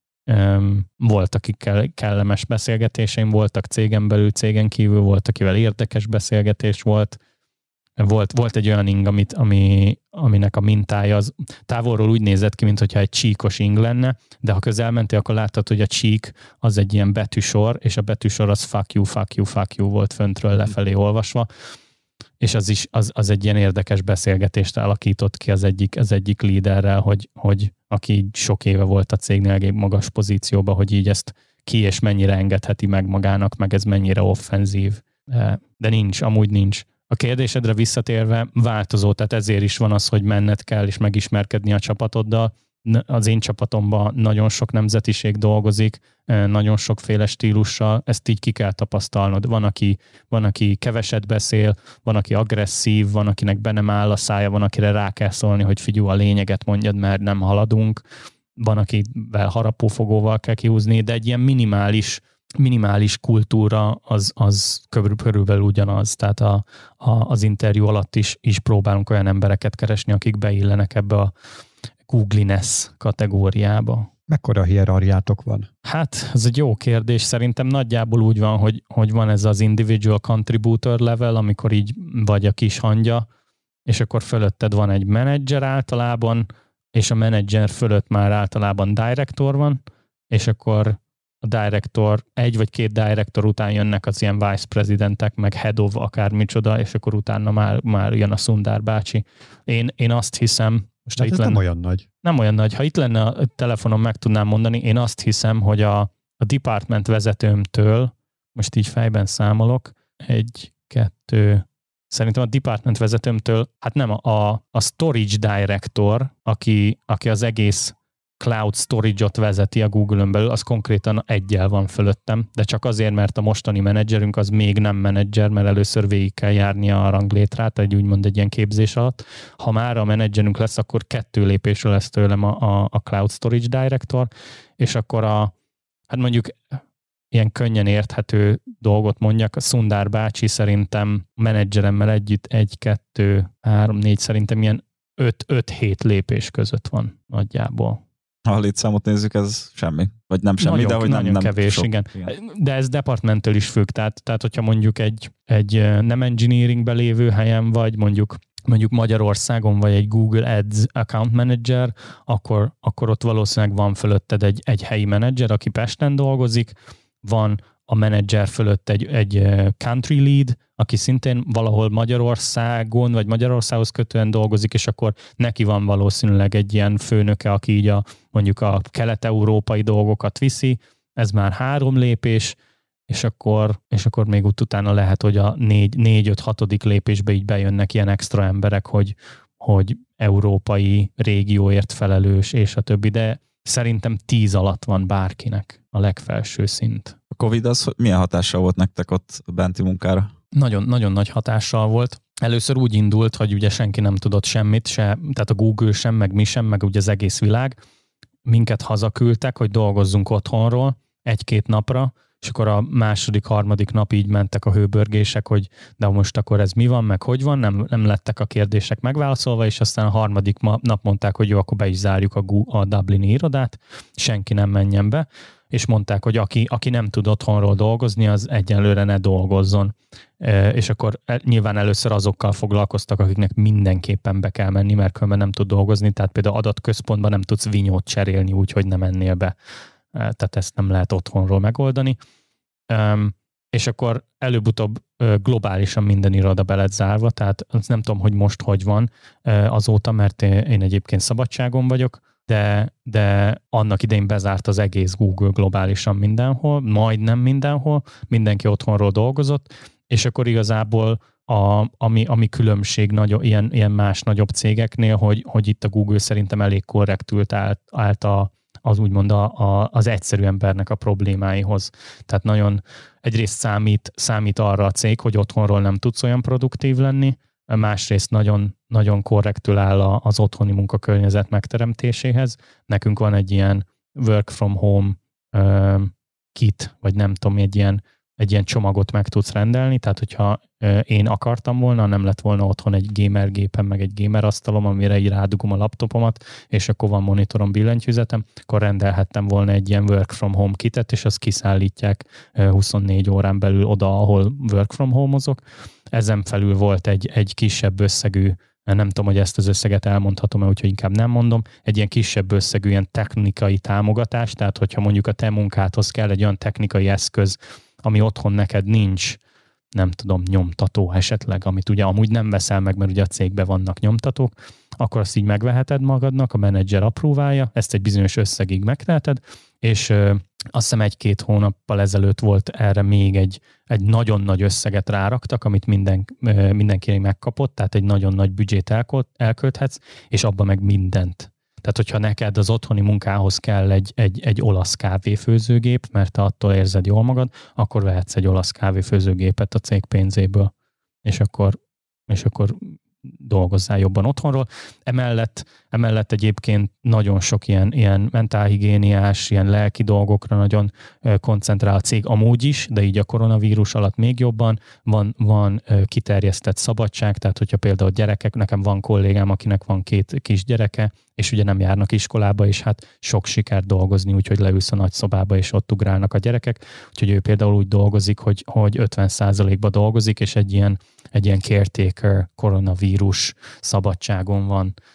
Volt, akikkel kellemes beszélgetéseim, voltak cégen belül, cégen kívül, volt, akivel érdekes beszélgetés volt. Volt egy olyan ing, aminek a mintája az távolról úgy nézett ki, mintha egy csíkos ing lenne, de ha közel mentél, akkor láttad, hogy a csík az egy ilyen betűsor, és a betűsor az fuck you, fuck you, fuck you volt föntről lefelé olvasva, és az egy ilyen érdekes beszélgetést alakított ki az egyik líderrel, hogy aki sok éve volt a cégnél egy magas pozícióban, hogy így ezt ki és mennyire engedheti meg magának, meg ez mennyire offenzív. De amúgy nincs. A kérdésedre visszatérve változó, tehát ezért is van az, hogy menned kell és megismerkedni a csapatoddal. Az én csapatomban nagyon sok nemzetiség dolgozik, nagyon sokféle stílussal, ezt így ki kell tapasztalnod. Van, aki keveset beszél, van, aki agresszív, van, akinek be nem áll a szája, van, akire rá kell szólni, hogy figyelj, a lényeget mondjad, mert nem haladunk. Van, akivel harapófogóval kell kihúzni, de egy ilyen minimális kultúra az körülbelül ugyanaz. Tehát az interjú alatt is próbálunk olyan embereket keresni, akik beillenek ebbe a Googliness kategóriába. Mekkora hierarchiátok van? Hát, ez egy jó kérdés. Szerintem nagyjából úgy van, hogy van ez az individual contributor level, amikor így vagy a kis hangya, és akkor fölötted van egy menedzser általában, és a menedzser fölött már általában director van, és akkor a director, egy vagy két director után jönnek az ilyen vice presidentek, meg head of akármicsoda, és akkor utána már jön a Sundar bácsi. Én azt hiszem, most ez nem olyan nagy. Nem olyan nagy. Ha itt lenne a telefonon, meg tudnám mondani, én azt hiszem, hogy a department vezetőmtől, most így fejben számolok, 1, 2, szerintem a department vezetőmtől, hát nem, a storage director, aki az egész cloud storage-ot vezeti a Google-ön belül, az konkrétan egyel van fölöttem, de csak azért, mert a mostani menedzserünk az még nem menedzser, mert először végig kell járnia a ranglétrát, úgymond egy ilyen képzés alatt. Ha már a menedzserünk lesz, akkor 2 lépésről lesz tőlem a cloud storage director, és akkor hát mondjuk ilyen könnyen érthető dolgot mondjak, a Sundar bácsi szerintem menedzseremmel együtt 1, 2, 3, 4, szerintem ilyen 5-7 lépés között van nagyjából. Ha a létszámot nézzük, ez semmi. Vagy nem semmi, nagyon, de hogy nagyon nem kevés, sok. igen. De ez departmenttől is függ, tehát hogyha mondjuk egy nem engineeringben lévő helyen vagy, mondjuk Magyarországon vagy egy Google Ads account manager, akkor ott valószínűleg van fölötted egy helyi menedzser, aki Pesten dolgozik, van a menedzser fölött egy country lead, aki szintén valahol Magyarországon, vagy Magyarországhoz kötően dolgozik, és akkor neki van valószínűleg egy ilyen főnöke, aki így mondjuk a kelet-európai dolgokat viszi, ez már 3 lépés, és akkor még utána lehet, hogy a 4-5-6. lépésbe így bejönnek ilyen extra emberek, hogy európai régióért felelős, és a többi, de szerintem 10 alatt van bárkinek a legfelső szint. A Covid az milyen hatással volt nektek ott benti munkára? Nagyon, nagyon nagy hatással volt. Először úgy indult, hogy ugye senki nem tudott semmit, tehát a Google sem, meg mi sem, meg ugye az egész világ. Minket hazaküldtek, hogy dolgozzunk otthonról 1-2 napra, és akkor a 2.-3. nap így mentek a hőbörgések, hogy de most akkor ez mi van, meg hogy van, nem lettek a kérdések megválaszolva, és aztán a 3. nap mondták, hogy jó, akkor be is zárjuk a Dublini irodát, senki nem menjen be, és mondták, hogy aki nem tud otthonról dolgozni, az egyenlőre ne dolgozzon. És akkor nyilván először azokkal foglalkoztak, akiknek mindenképpen be kell menni, mert különben nem tud dolgozni, tehát például adatközpontban nem tudsz vinyót cserélni úgy, hogy ne mennél be. Tehát ezt nem lehet otthonról megoldani. És akkor előbb-utóbb globálisan minden iroda be lett zárva, tehát nem tudom, hogy most hogy van azóta, mert én egyébként szabadságon vagyok, de annak idején bezárt az egész Google globálisan mindenhol, majdnem mindenhol, mindenki otthonról dolgozott, és akkor igazából ami különbség ilyen más nagyobb cégeknél, hogy itt a Google szerintem elég korrektült állt az úgymond az egyszerű embernek a problémáihoz. Tehát nagyon egyrészt számít arra a cég, hogy otthonról nem tudsz olyan produktív lenni, másrészt nagyon, nagyon korrektül áll az otthoni munkakörnyezet megteremtéséhez. Nekünk van egy ilyen work from home kit, vagy nem tudom, egy ilyen csomagot meg tudsz rendelni, tehát hogyha én akartam volna, nem lett volna otthon egy gamer gépem, meg egy gamer asztalom, amire így rádugom a laptopomat, és akkor van monitorom, billentyűzetem, akkor rendelhettem volna egy ilyen work from home kitet, és azt kiszállítják 24 órán belül oda, ahol work from home-ozok. Ezen felül volt egy kisebb összegű, nem tudom, hogy ezt az összeget elmondhatom-e, úgyhogy inkább nem mondom, egy ilyen kisebb összegű ilyen technikai támogatás, tehát hogyha mondjuk a te munkádhoz kell egy olyan technikai eszköz, ami otthon neked nincs, nem tudom, nyomtató esetleg, amit ugye amúgy nem veszel meg, mert ugye a cégben vannak nyomtatók, akkor azt így megveheted magadnak, a menedzser approválja, ezt egy bizonyos összegig megteheted, és azt hiszem 1-2 hónappal ezelőtt volt erre még egy nagyon nagy összeget ráraktak, amit mindenki megkapott, tehát egy nagyon nagy büdzsét elkölthetsz, és abban meg mindent. Tehát, hogyha neked az otthoni munkához kell egy olasz kávéfőzőgép, mert te attól érzed jól magad, akkor vehetsz egy olasz kávéfőzőgépet a cég pénzéből, és akkor dolgozzál jobban otthonról. Emellett egyébként nagyon sok ilyen mentálhigiéniás, ilyen lelki dolgokra nagyon koncentrál a cég amúgy is, de így a koronavírus alatt még jobban van kiterjesztett szabadság, tehát hogyha például gyerekek, nekem van kollégám, akinek van 2 kisgyereke, és ugye nem járnak iskolába, és hát sok sikert dolgozni, úgyhogy leülsz a nagy szobába, és ott ugrálnak a gyerekek. Úgyhogy ő például úgy dolgozik, hogy 50%-ba dolgozik, és egy ilyen caretaker koronavírus szabadságon van.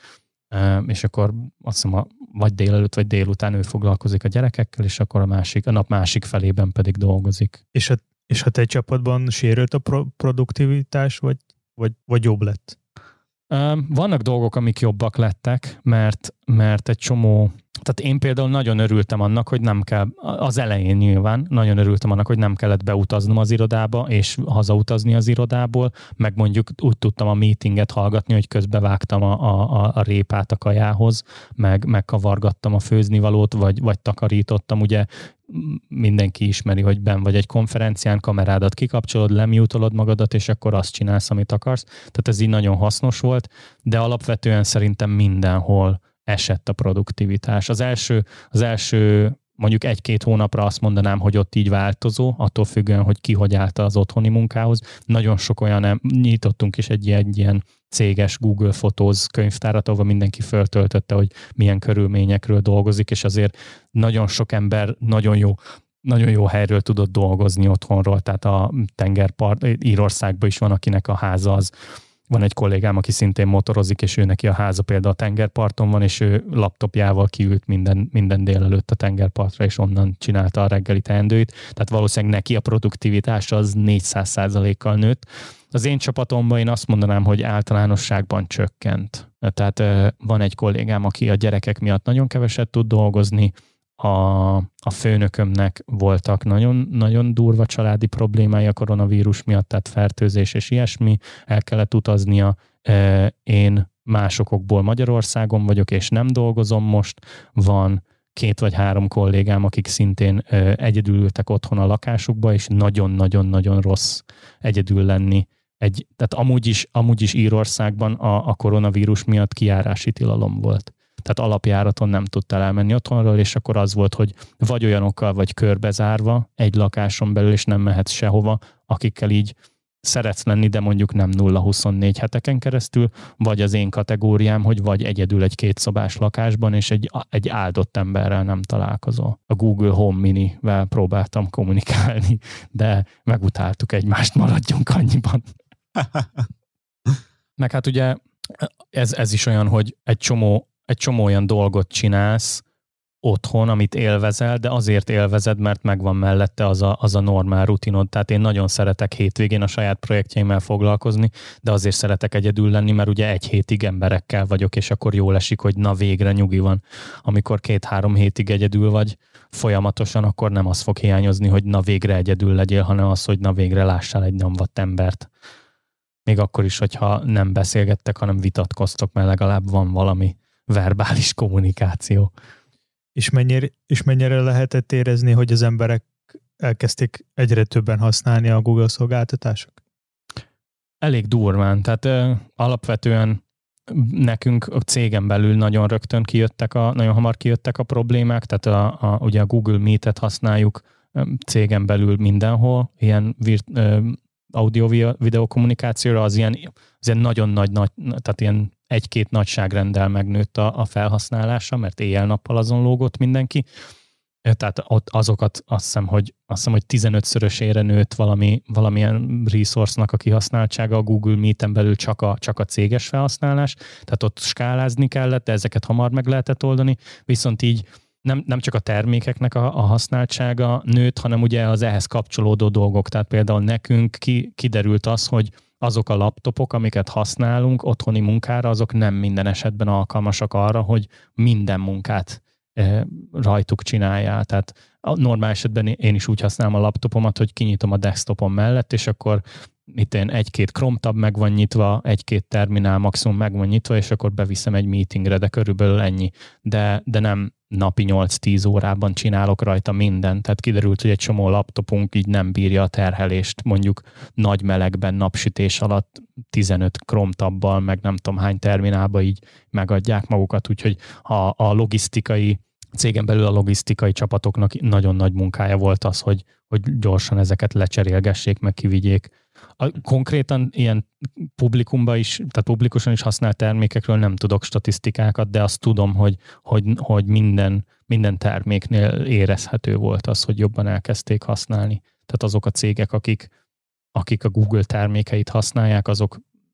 és akkor azt hiszem, vagy délelőtt, vagy délután ő foglalkozik a gyerekekkel, és akkor a nap másik felében pedig dolgozik. És ha te csapatban sérült a produktivitás, vagy jobb lett? Vannak dolgok, amik jobbak lettek, mert egy csomó... Tehát én például nagyon örültem annak, hogy nem kell, az elején nyilván, nagyon örültem annak, hogy nem kellett beutaznom az irodába, és hazautazni az irodából, meg mondjuk úgy tudtam a meetinget hallgatni, hogy közben vágtam a répát a kajához, megkavargattam a főznivalót, vagy takarítottam, ugye mindenki ismeri, hogy benn vagy egy konferencián, kamerádat kikapcsolod, lemutolod magadat, és akkor azt csinálsz, amit akarsz. Tehát ez így nagyon hasznos volt, de alapvetően szerintem mindenhol esett a produktivitás. Az első mondjuk 1-2 hónapra azt mondanám, hogy ott így változó, attól függően, hogy ki hogy állt az otthoni munkához. Nagyon sok olyan, nyitottunk is egy ilyen céges Google Photos könyvtárat, ahol mindenki föltöltötte, hogy milyen körülményekről dolgozik, és azért nagyon sok ember nagyon jó helyről tudott dolgozni otthonról, tehát a tengerpart, Írországban is van, akinek a háza az. Van egy kollégám, aki szintén motorozik, és ő neki a háza például a tengerparton van, és ő laptopjával kiült minden délelőtt a tengerpartra, és onnan csinálta a reggeli teendőit. Tehát valószínűleg neki a produktivitás az 400%-kal nőtt. Az én csapatomban én azt mondanám, hogy általánosságban csökkent. Tehát van egy kollégám, aki a gyerekek miatt nagyon keveset tud dolgozni, a főnökömnek voltak nagyon durva családi problémái a koronavírus miatt, tehát fertőzés és ilyesmi, el kellett utaznia. Én másokból Magyarországon vagyok, és nem dolgozom most. Van 2 vagy 3 kollégám, akik szintén egyedül ültek otthon a lakásukba, és nagyon-nagyon-nagyon rossz egyedül lenni. Tehát amúgy is Írországban a koronavírus miatt kijárási tilalom volt. Tehát alapjáraton nem tudtál elmenni otthonról, és akkor az volt, hogy vagy olyanokkal vagy körbezárva egy lakáson belül, és nem mehetsz sehova, akikkel így szeretsz lenni, de mondjuk nem 0-24 heteken keresztül, vagy az én kategóriám, hogy vagy egyedül egy 2 szobás lakásban, és egy áldott emberrel nem találkozol. A Google Home Mini-vel próbáltam kommunikálni, de megutáltuk egymást, maradjunk annyiban. Meg hát ugye ez is olyan, hogy egy csomó olyan dolgot csinálsz otthon, amit élvezel, de azért élvezed, mert megvan mellette az a normál rutinod. Tehát én nagyon szeretek hétvégén a saját projektjeimmel foglalkozni, de azért szeretek egyedül lenni, mert ugye 1 hétig emberekkel vagyok, és akkor jól esik, hogy na végre nyugi van. Amikor 2-3 hétig egyedül vagy folyamatosan, akkor nem az fog hiányozni, hogy na végre egyedül legyél, hanem az, hogy na végre lássál egy nyomvadt embert. Még akkor is, hogyha nem beszélgettek, hanem vitatkoztok, mert legalább van valami verbális kommunikáció. És mennyire lehetett érezni, hogy az emberek elkezdték egyre többen használni a Google szolgáltatások? Elég durván. Tehát alapvetően nekünk a cégen belül nagyon hamar kijöttek a problémák, tehát ugye a Google Meet-et használjuk cégen belül mindenhol, ilyen audio-videó kommunikációra, az ilyen nagyon nagy, tehát ilyen 1-2 nagyságrenddel megnőtt a felhasználása, mert éjjel-nappal azon lógott mindenki. Tehát ott azokat azt hiszem, hogy 15-szörösére nőtt valamilyen resource-nak a kihasználtsága a Google Meet-en belül csak a céges felhasználás. Tehát ott skálázni kellett, de ezeket hamar meg lehetett oldani. Viszont így nem csak a termékeknek a használtsága nőtt, hanem ugye az ehhez kapcsolódó dolgok. Tehát például nekünk kiderült az, hogy azok a laptopok, amiket használunk otthoni munkára, azok nem minden esetben alkalmasak arra, hogy minden munkát rajtuk csináljál. Tehát a normál esetben én is úgy használom a laptopomat, hogy kinyitom a desktopom mellett, és akkor itt 1-2 Chrome tab meg van nyitva, 1-2 terminál maximum meg van nyitva, és akkor beviszem egy meetingre, de körülbelül ennyi. De nem napi 8-10 órában csinálok rajta mindent. Tehát kiderült, hogy egy csomó laptopunk így nem bírja a terhelést, mondjuk nagy melegben, napsütés alatt 15 Chrome tabbal, meg nem tudom hány terminálba így megadják magukat, úgyhogy a logisztikai, cégen belül a logisztikai csapatoknak nagyon nagy munkája volt az, hogy gyorsan ezeket lecserélgessék, meg kivigyék. Konkrétan ilyen publikusan is használt termékekről nem tudok statisztikákat, de azt tudom, hogy minden terméknél érezhető volt az, hogy jobban elkezdték használni. Tehát azok a cégek, akik a Google termékeit használják, azok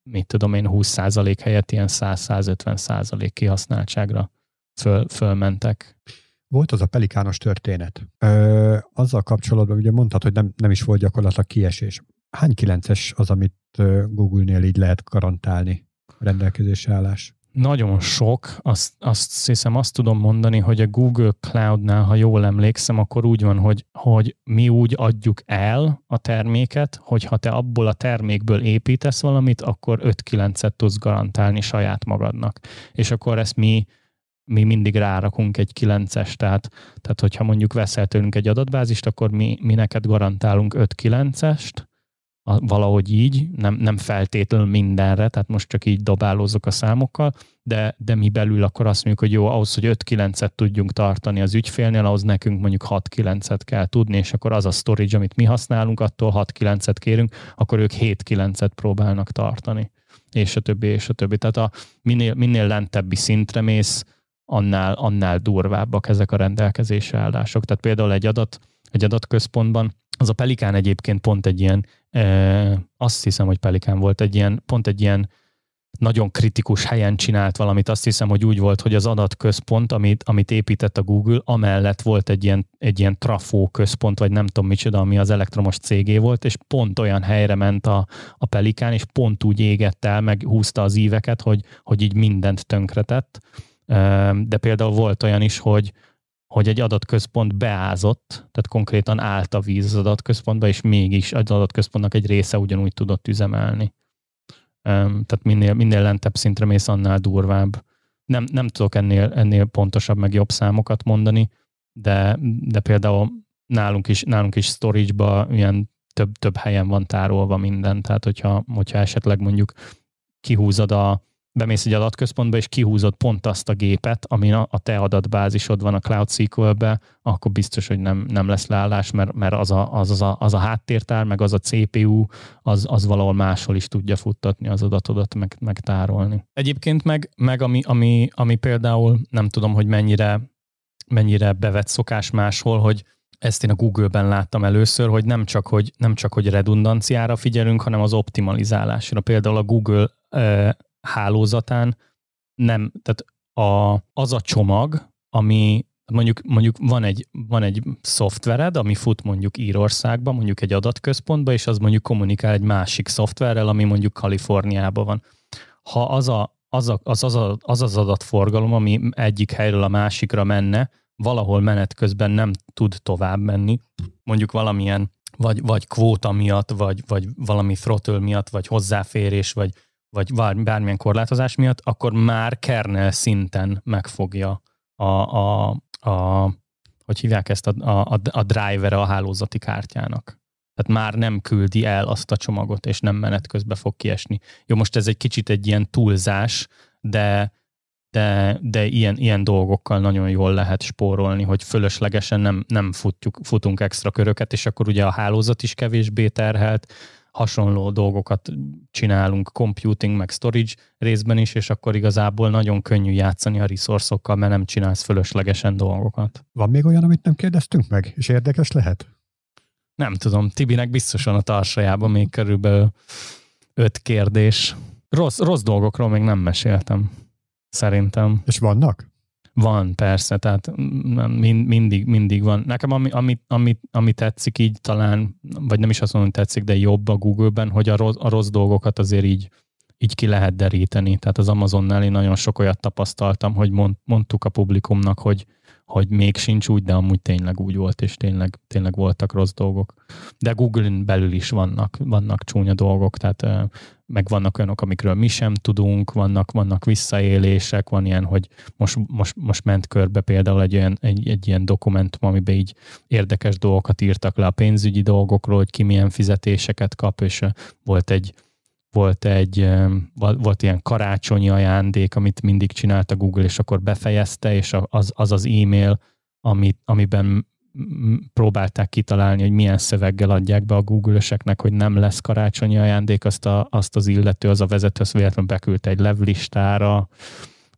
mit tudom én, 20% helyett ilyen 100-150% kihasználtságra fölmentek. Volt az a pelikános történet. Azzal kapcsolatban ugye mondtad, hogy nem is volt gyakorlatilag kiesés. Hány 9-es az, amit Google-nél így lehet garantálni rendelkezésre állás? Nagyon sok. Azt hiszem, azt tudom mondani, hogy a Google Cloud-nál, ha jól emlékszem, akkor úgy van, hogy mi úgy adjuk el a terméket, hogy ha te abból a termékből építesz valamit, akkor 5-9-et tudsz garantálni saját magadnak. És akkor ezt mi mindig rárakunk egy 9-es, tehát hogyha mondjuk veszel tőlünk egy adatbázist, akkor mi neked garantálunk 5-9-est, valahogy így, nem feltétlenül mindenre, tehát most csak így dobálózok a számokkal, de mi belül akkor azt mondjuk, hogy jó, ahhoz, hogy 5-9-et tudjunk tartani az ügyfélnél, ahhoz nekünk mondjuk 6-9-et kell tudni, és akkor az a storage, amit mi használunk, attól 6-9-et kérünk, akkor ők 7-9-et próbálnak tartani, és a többi, és a többi. Tehát minél lentebbi szintre mész, annál durvábbak ezek a rendelkezésre állások. Tehát például egy adatközpontban, az a Pelikán egyébként pont egy ilyen, azt hiszem, hogy Pelikán volt pont egy ilyen nagyon kritikus helyen csinált valamit. Azt hiszem, hogy úgy volt, hogy az adatközpont, amit épített a Google, amellett volt egy ilyen trafó központ, vagy nem tudom micsoda, ami az elektromos cégé volt, és pont olyan helyre ment a Pelikán, és pont úgy égett el, meg húzta az íveket, hogy így mindent tönkretett. De például volt olyan is, hogy egy adatközpont beázott, tehát konkrétan állt a víz az adatközpontba, és mégis az adatközpontnak egy része ugyanúgy tudott üzemelni. Tehát minél lentebb szintre mész, annál durvább. Nem tudok ennél pontosabb, meg jobb számokat mondani, de például nálunk is storage-ba ilyen több helyen van tárolva minden, tehát hogyha esetleg mondjuk bemész egy adatközpontba, és kihúzod pont azt a gépet, ami a te adatbázisod van a Cloud SQL-be, akkor biztos, hogy nem lesz leállás, mert az a háttértár, meg az a CPU, az valahol máshol is tudja futtatni az adatodat, meg tárolni. Egyébként meg ami például nem tudom, hogy mennyire bevett szokás máshol, hogy ezt én a Google-ben láttam először, hogy nem csak hogy redundanciára figyelünk, hanem az optimalizálásra. Például a Google hálózatán tehát az a csomag, ami mondjuk van egy szoftvered, ami fut mondjuk Írországban, mondjuk egy adatközpontban, és az mondjuk kommunikál egy másik szoftverrel, ami mondjuk Kaliforniában van. Ha az adatforgalom, ami egyik helyről a másikra menne, valahol menet közben nem tud tovább menni, mondjuk valamilyen, vagy kvóta miatt, vagy valami throttle miatt, vagy hozzáférés, vagy bármilyen korlátozás miatt, akkor már kernel szinten megfogja hogy hívják ezt, a driver a hálózati kártyának. Tehát már nem küldi el azt a csomagot, és nem menet közben fog kiesni. Jó, most ez egy kicsit egy ilyen túlzás, de ilyen dolgokkal nagyon jól lehet spórolni, hogy fölöslegesen nem futunk extra köröket, és akkor ugye a hálózat is kevésbé terhelt, hasonló dolgokat csinálunk computing meg storage részben is, és akkor igazából nagyon könnyű játszani a resource-okkal, mert nem csinálsz fölöslegesen dolgokat. Van még olyan, amit nem kérdeztünk meg, és érdekes lehet? Nem tudom, Tibinek biztosan a tarsajában még körülbelül 5 kérdés. Rossz dolgokról még nem meséltem, szerintem. És vannak? Van, persze, tehát mindig van. Nekem ami tetszik így talán, vagy nem is azt mondom, hogy tetszik, de jobb a Google-ben, hogy a rossz dolgokat azért így ki lehet deríteni. Tehát az Amazonnál én nagyon sok olyat tapasztaltam, hogy mondtuk a publikumnak, hogy még sincs úgy, de amúgy tényleg úgy volt, és tényleg voltak rossz dolgok. De Google-n belül is vannak csúnya dolgok, tehát meg vannak olyanok, amikről mi sem tudunk, vannak visszaélések, van ilyen, hogy most ment körbe például egy ilyen dokumentum, amiben így érdekes dolgokat írtak le a pénzügyi dolgokról, hogy ki milyen fizetéseket kap, és volt ilyen karácsonyi ajándék, amit mindig csinált a Google, és akkor befejezte, és az e-mail, amiben próbálták kitalálni, hogy milyen szöveggel adják be a Google-öseknek, hogy nem lesz karácsonyi ajándék, azt az illető, az a vezető, azt véletlenül beküldte egy levlistára,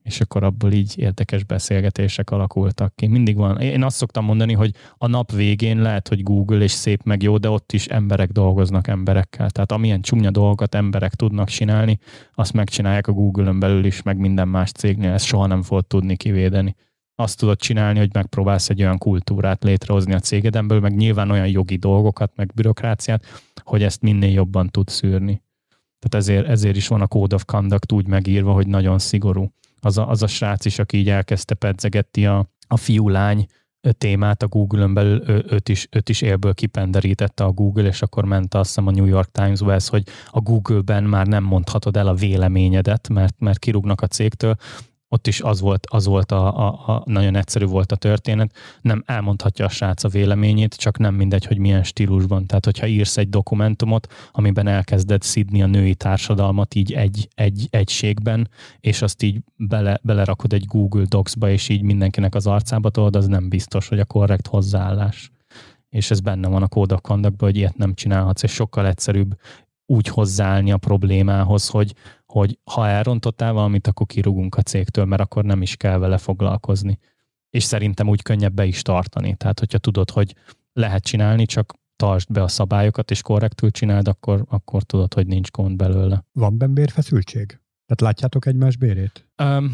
és akkor abból így érdekes beszélgetések alakultak ki. Mindig van. Én azt szoktam mondani, hogy a nap végén lehet, hogy Google és szép meg jó, de ott is emberek dolgoznak emberekkel. Tehát amilyen csúnya dolgokat emberek tudnak csinálni, azt megcsinálják a Google-ön belül is, meg minden más cégnél. Ezt soha nem fogod tudni kivédeni. Azt tudod csinálni, hogy megpróbálsz egy olyan kultúrát létrehozni a cégeden belül, meg nyilván olyan jogi dolgokat, meg bürokráciát, hogy ezt minél jobban tud szűrni. Tehát ezért is van a Code of Conduct úgy megírva, hogy nagyon szigorú. Az a srác is, aki így elkezdte pedzegetni a fiú-lány témát a Google-ön belül, őt is élből kipenderítette a Google, és akkor ment azt hiszem a New York Times-ba ez, hogy a Google-ben már nem mondhatod el a véleményedet, mert kirúgnak a cégtől. Ott is az volt nagyon egyszerű volt a történet, nem elmondhatja a srác a véleményét, csak nem mindegy, hogy milyen stílusban. Tehát, hogyha írsz egy dokumentumot, amiben elkezded szidni a női társadalmat így egy egységben, és azt így belerakod egy Google Docs-ba, és így mindenkinek az arcába tolod, az nem biztos, hogy a korrekt hozzáállás. És ez benne van a Code of Conduct-ban, hogy ilyet nem csinálhatsz, és sokkal egyszerűbb úgy hozzáállni a problémához, hogy ha elrontottál valamit, akkor kirúgunk a cégtől, mert akkor nem is kell vele foglalkozni. És szerintem úgy könnyebb be is tartani. Tehát, hogyha tudod, hogy lehet csinálni, csak tartsd be a szabályokat, és korrektül csináld, akkor tudod, hogy nincs gond belőle. Van benne bérfeszültség? Tehát látjátok egymás bérét?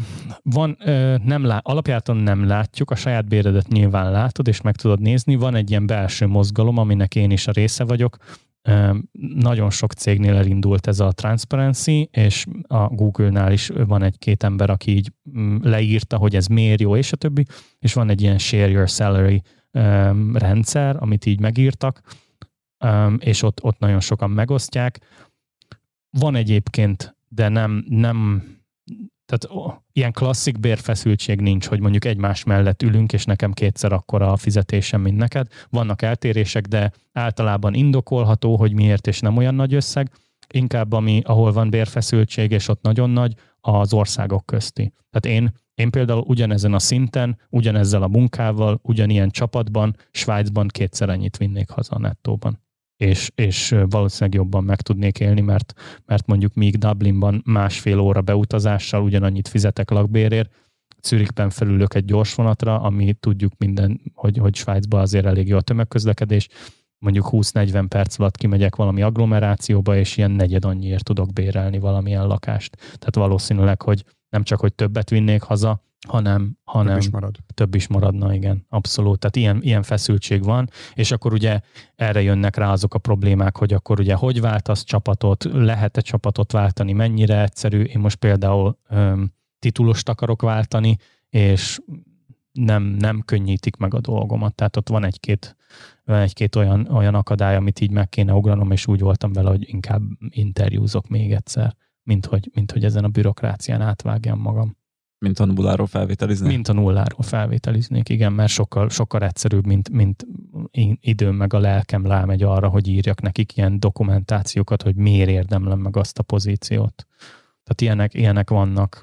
Alapjáton nem látjuk, a saját béredet nyilván látod, és meg tudod nézni. Van egy ilyen belső mozgalom, aminek én is a része vagyok. Nagyon sok cégnél elindult ez a transparency, és a Google-nál is van egy-két ember, aki így leírta, hogy ez miért jó, és a többi, és van egy ilyen share your salary rendszer, amit így megírtak, és ott nagyon sokan megosztják. Van egyébként, de nem tehát ilyen klasszik bérfeszültség nincs, hogy mondjuk egymás mellett ülünk, és nekem kétszer akkora a fizetésem, mint neked. Vannak eltérések, de általában indokolható, hogy miért és nem olyan nagy összeg. Inkább ahol van bérfeszültség, és ott nagyon nagy, az országok közti. Tehát én például ugyanezen a szinten, ugyanezzel a munkával, ugyanilyen csapatban, Svájcban kétszer ennyit vinnék haza a nettóban. És valószínűleg jobban meg tudnék élni, mert mondjuk míg Dublinban 1,5 óra beutazással ugyanannyit fizetek lakbérért, Zürichben felülök egy gyorsvonatra, ami tudjuk hogy Svájcban azért elég jó a tömegközlekedés, mondjuk 20-40 perc alatt kimegyek valami agglomerációba, és ilyen negyed annyiért tudok bérelni valamilyen lakást. Tehát valószínűleg, hogy nem csak, hogy többet vinnék haza, hanem több is maradna, igen, abszolút. Tehát ilyen feszültség van, és akkor ugye erre jönnek rá azok a problémák, hogy akkor ugye hogy váltasz csapatot, lehet-e csapatot váltani, mennyire egyszerű. Én most például titulost akarok váltani, és nem könnyítik meg a dolgomat. Tehát ott van egy-két olyan akadály, amit így meg kéne ugranom, és úgy voltam vele, hogy inkább interjúzok még egyszer, mint hogy ezen a bürokrácián átvágjam magam. Mint a nulláról felvételiznék? Mint a nulláról felvételiznék, igen, mert sokkal egyszerűbb, mint időm meg a lelkem rámegy arra, hogy írjak nekik ilyen dokumentációkat, hogy miért érdemlem meg azt a pozíciót. Tehát ilyenek vannak.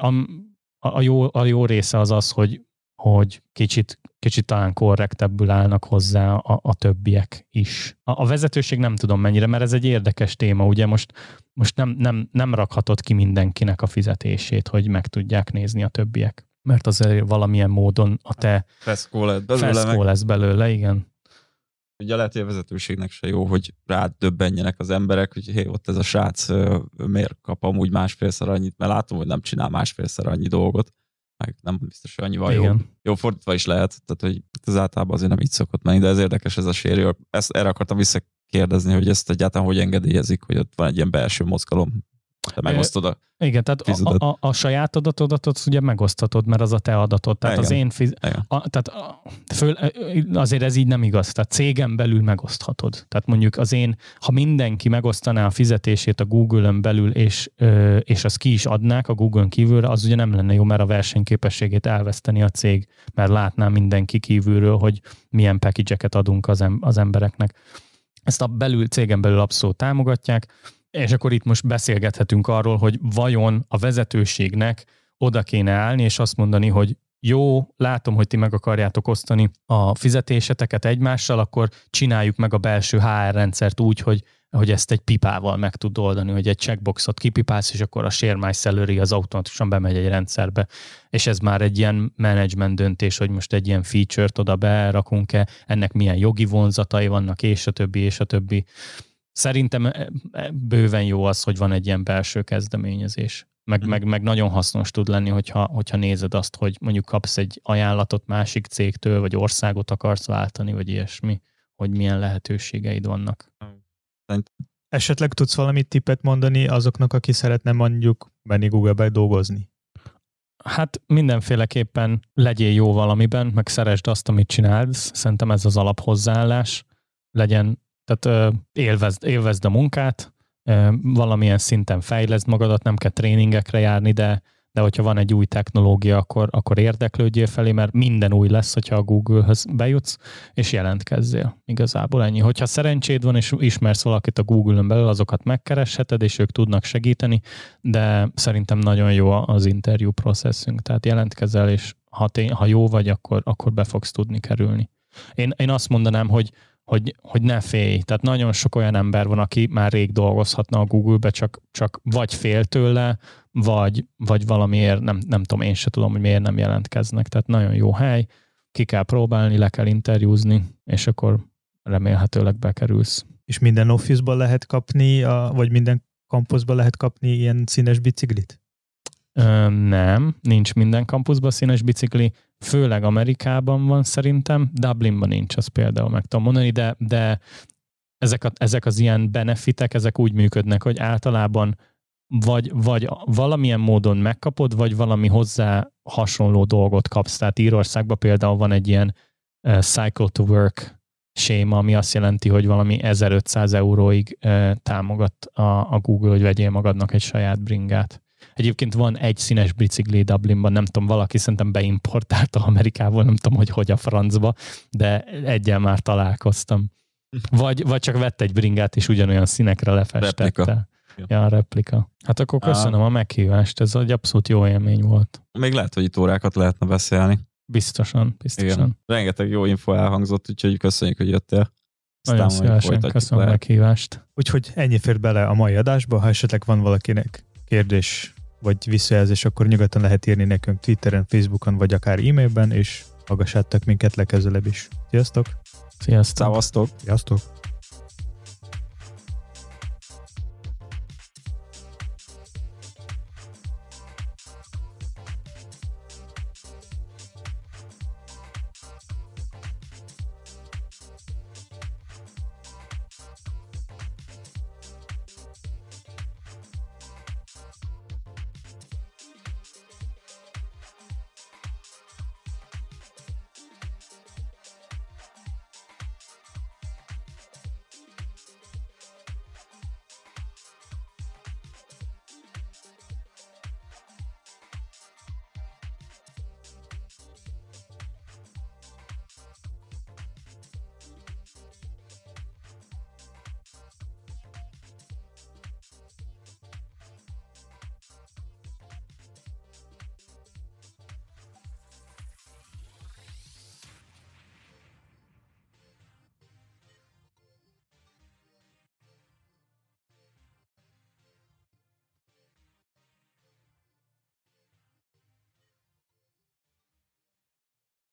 A jó része az, hogy kicsit talán korrektebbül állnak hozzá a többiek is. A vezetőség nem tudom mennyire, mert ez egy érdekes téma, ugye most nem rakhatod ki mindenkinek a fizetését, hogy meg tudják nézni a többiek. Mert azért valamilyen módon a te feszkó lesz belőle, igen. Ugye lehet, hogy a vezetőségnek se jó, hogy rád döbbenjenek az emberek, hogy hé, ott ez a srác miért kap amúgy 1,5-szer annyit, mert látom, hogy nem csinál 1,5-szer annyi dolgot, meg nem biztos, hogy annyival jó. Jó, fordítva is lehet, tehát hogy ez általában azért nem így szokott menni, de ez érdekes, ez a share. Erre akartam visszakérdezni, hogy ezt egyáltalán hogy engedélyezik, hogy ott van egy ilyen belső mozgalom. Te megosztod a igen, tehát a saját adatodat ugye megosztatod, mert az a te adatod. Tehát igen. Azért ez így nem igaz. Tehát cégen belül megoszthatod. Tehát mondjuk ha mindenki megosztaná a fizetését a Google-ön belül, és azt ki is adnák a Google-ön kívülre, az ugye nem lenne jó, mert a versenyképességét elveszteni a cég, mert látná mindenki kívülről, hogy milyen package-eket adunk az embereknek. Ezt cégen belül abszolút támogatják. És akkor itt most beszélgethetünk arról, hogy vajon a vezetőségnek oda kéne állni, és azt mondani, hogy jó, látom, hogy ti meg akarjátok osztani a fizetéseteket egymással, akkor csináljuk meg a belső HR rendszert úgy, hogy hogy ezt egy pipával meg tud oldani, hogy egy checkboxot kipipálsz, és akkor a share my salary az automatikusan bemegy egy rendszerbe. És ez már egy ilyen management döntés, hogy most egy ilyen feature-t oda berakunk-e, ennek milyen jogi vonzatai vannak, és a többi, és a többi. Szerintem bőven jó az, hogy van egy ilyen belső kezdeményezés. Meg nagyon hasznos tud lenni, hogyha nézed azt, hogy mondjuk kapsz egy ajánlatot másik cégtől, vagy országot akarsz váltani, vagy ilyesmi, hogy milyen lehetőségeid vannak. Esetleg tudsz valami tippet mondani azoknak, aki szeretne mondjuk menni Google-be dolgozni? Hát mindenféleképpen legyél jó valamiben, meg szeresd azt, amit csinálsz. Szerintem ez az alaphozzáállás. Tehát élvezd a munkát, valamilyen szinten fejleszd magadat, nem kell tréningekre járni, de hogyha van egy új technológia, akkor érdeklődjél felé, mert minden új lesz, hogyha a Google-höz bejutsz, és jelentkezzél. Igazából ennyi. Hogyha szerencséd van, és ismersz valakit a Google-ön belül, azokat megkeresheted, és ők tudnak segíteni, de szerintem nagyon jó az interjú processzünk. Tehát jelentkezel, és ha jó vagy, akkor be fogsz tudni kerülni. Én azt mondanám, hogy ne félj. Tehát nagyon sok olyan ember van, aki már rég dolgozhatna a Google-be, csak vagy fél tőle, vagy valamiért, nem tudom, én se tudom, hogy miért nem jelentkeznek. Tehát nagyon jó hely, ki kell próbálni, le kell interjúzni, és akkor remélhetőleg bekerülsz. És minden office-ban lehet kapni, vagy minden campusban lehet kapni ilyen színes biciklit? Nem, nincs minden kampuszban színes bicikli, főleg Amerikában van szerintem, Dublinban nincs, azt például meg tudom mondani, de ezek az ilyen benefitek, ezek úgy működnek, hogy általában vagy valamilyen módon megkapod, vagy valami hozzá hasonló dolgot kapsz. Tehát Írországban például van egy ilyen cycle to work séma, ami azt jelenti, hogy valami 1500 euróig támogat a Google, hogy vegyél magadnak egy saját bringát. Egyébként van egy színes bicikli Dublinban, nem tudom, valaki szerintem beimportálta Amerikából, nem tudom, hogy a francba, de egyen már találkoztam. Vagy csak vett egy bringát, és ugyanolyan színekre lefestette. Replika. Ja, replika. Hát akkor köszönöm a meghívást, ez egy abszolút jó élmény volt. Még lehet, hogy itt órákat lehetne beszélni. Biztosan. Igen. Rengeteg jó info elhangzott, úgyhogy köszönjük, hogy jöttél. Nagyon szívesen, köszönöm a meghívást. Úgyhogy ennyi fért bele a mai adásba, ha esetleg van valakinek kérdés vagy visszajelzés, akkor nyugodtan lehet írni nekünk Twitteren, Facebookon, vagy akár e-mailben, és hallgassátok minket legközelebb is. Sziasztok! Sziasztok! Szevasztok! Sziasztok!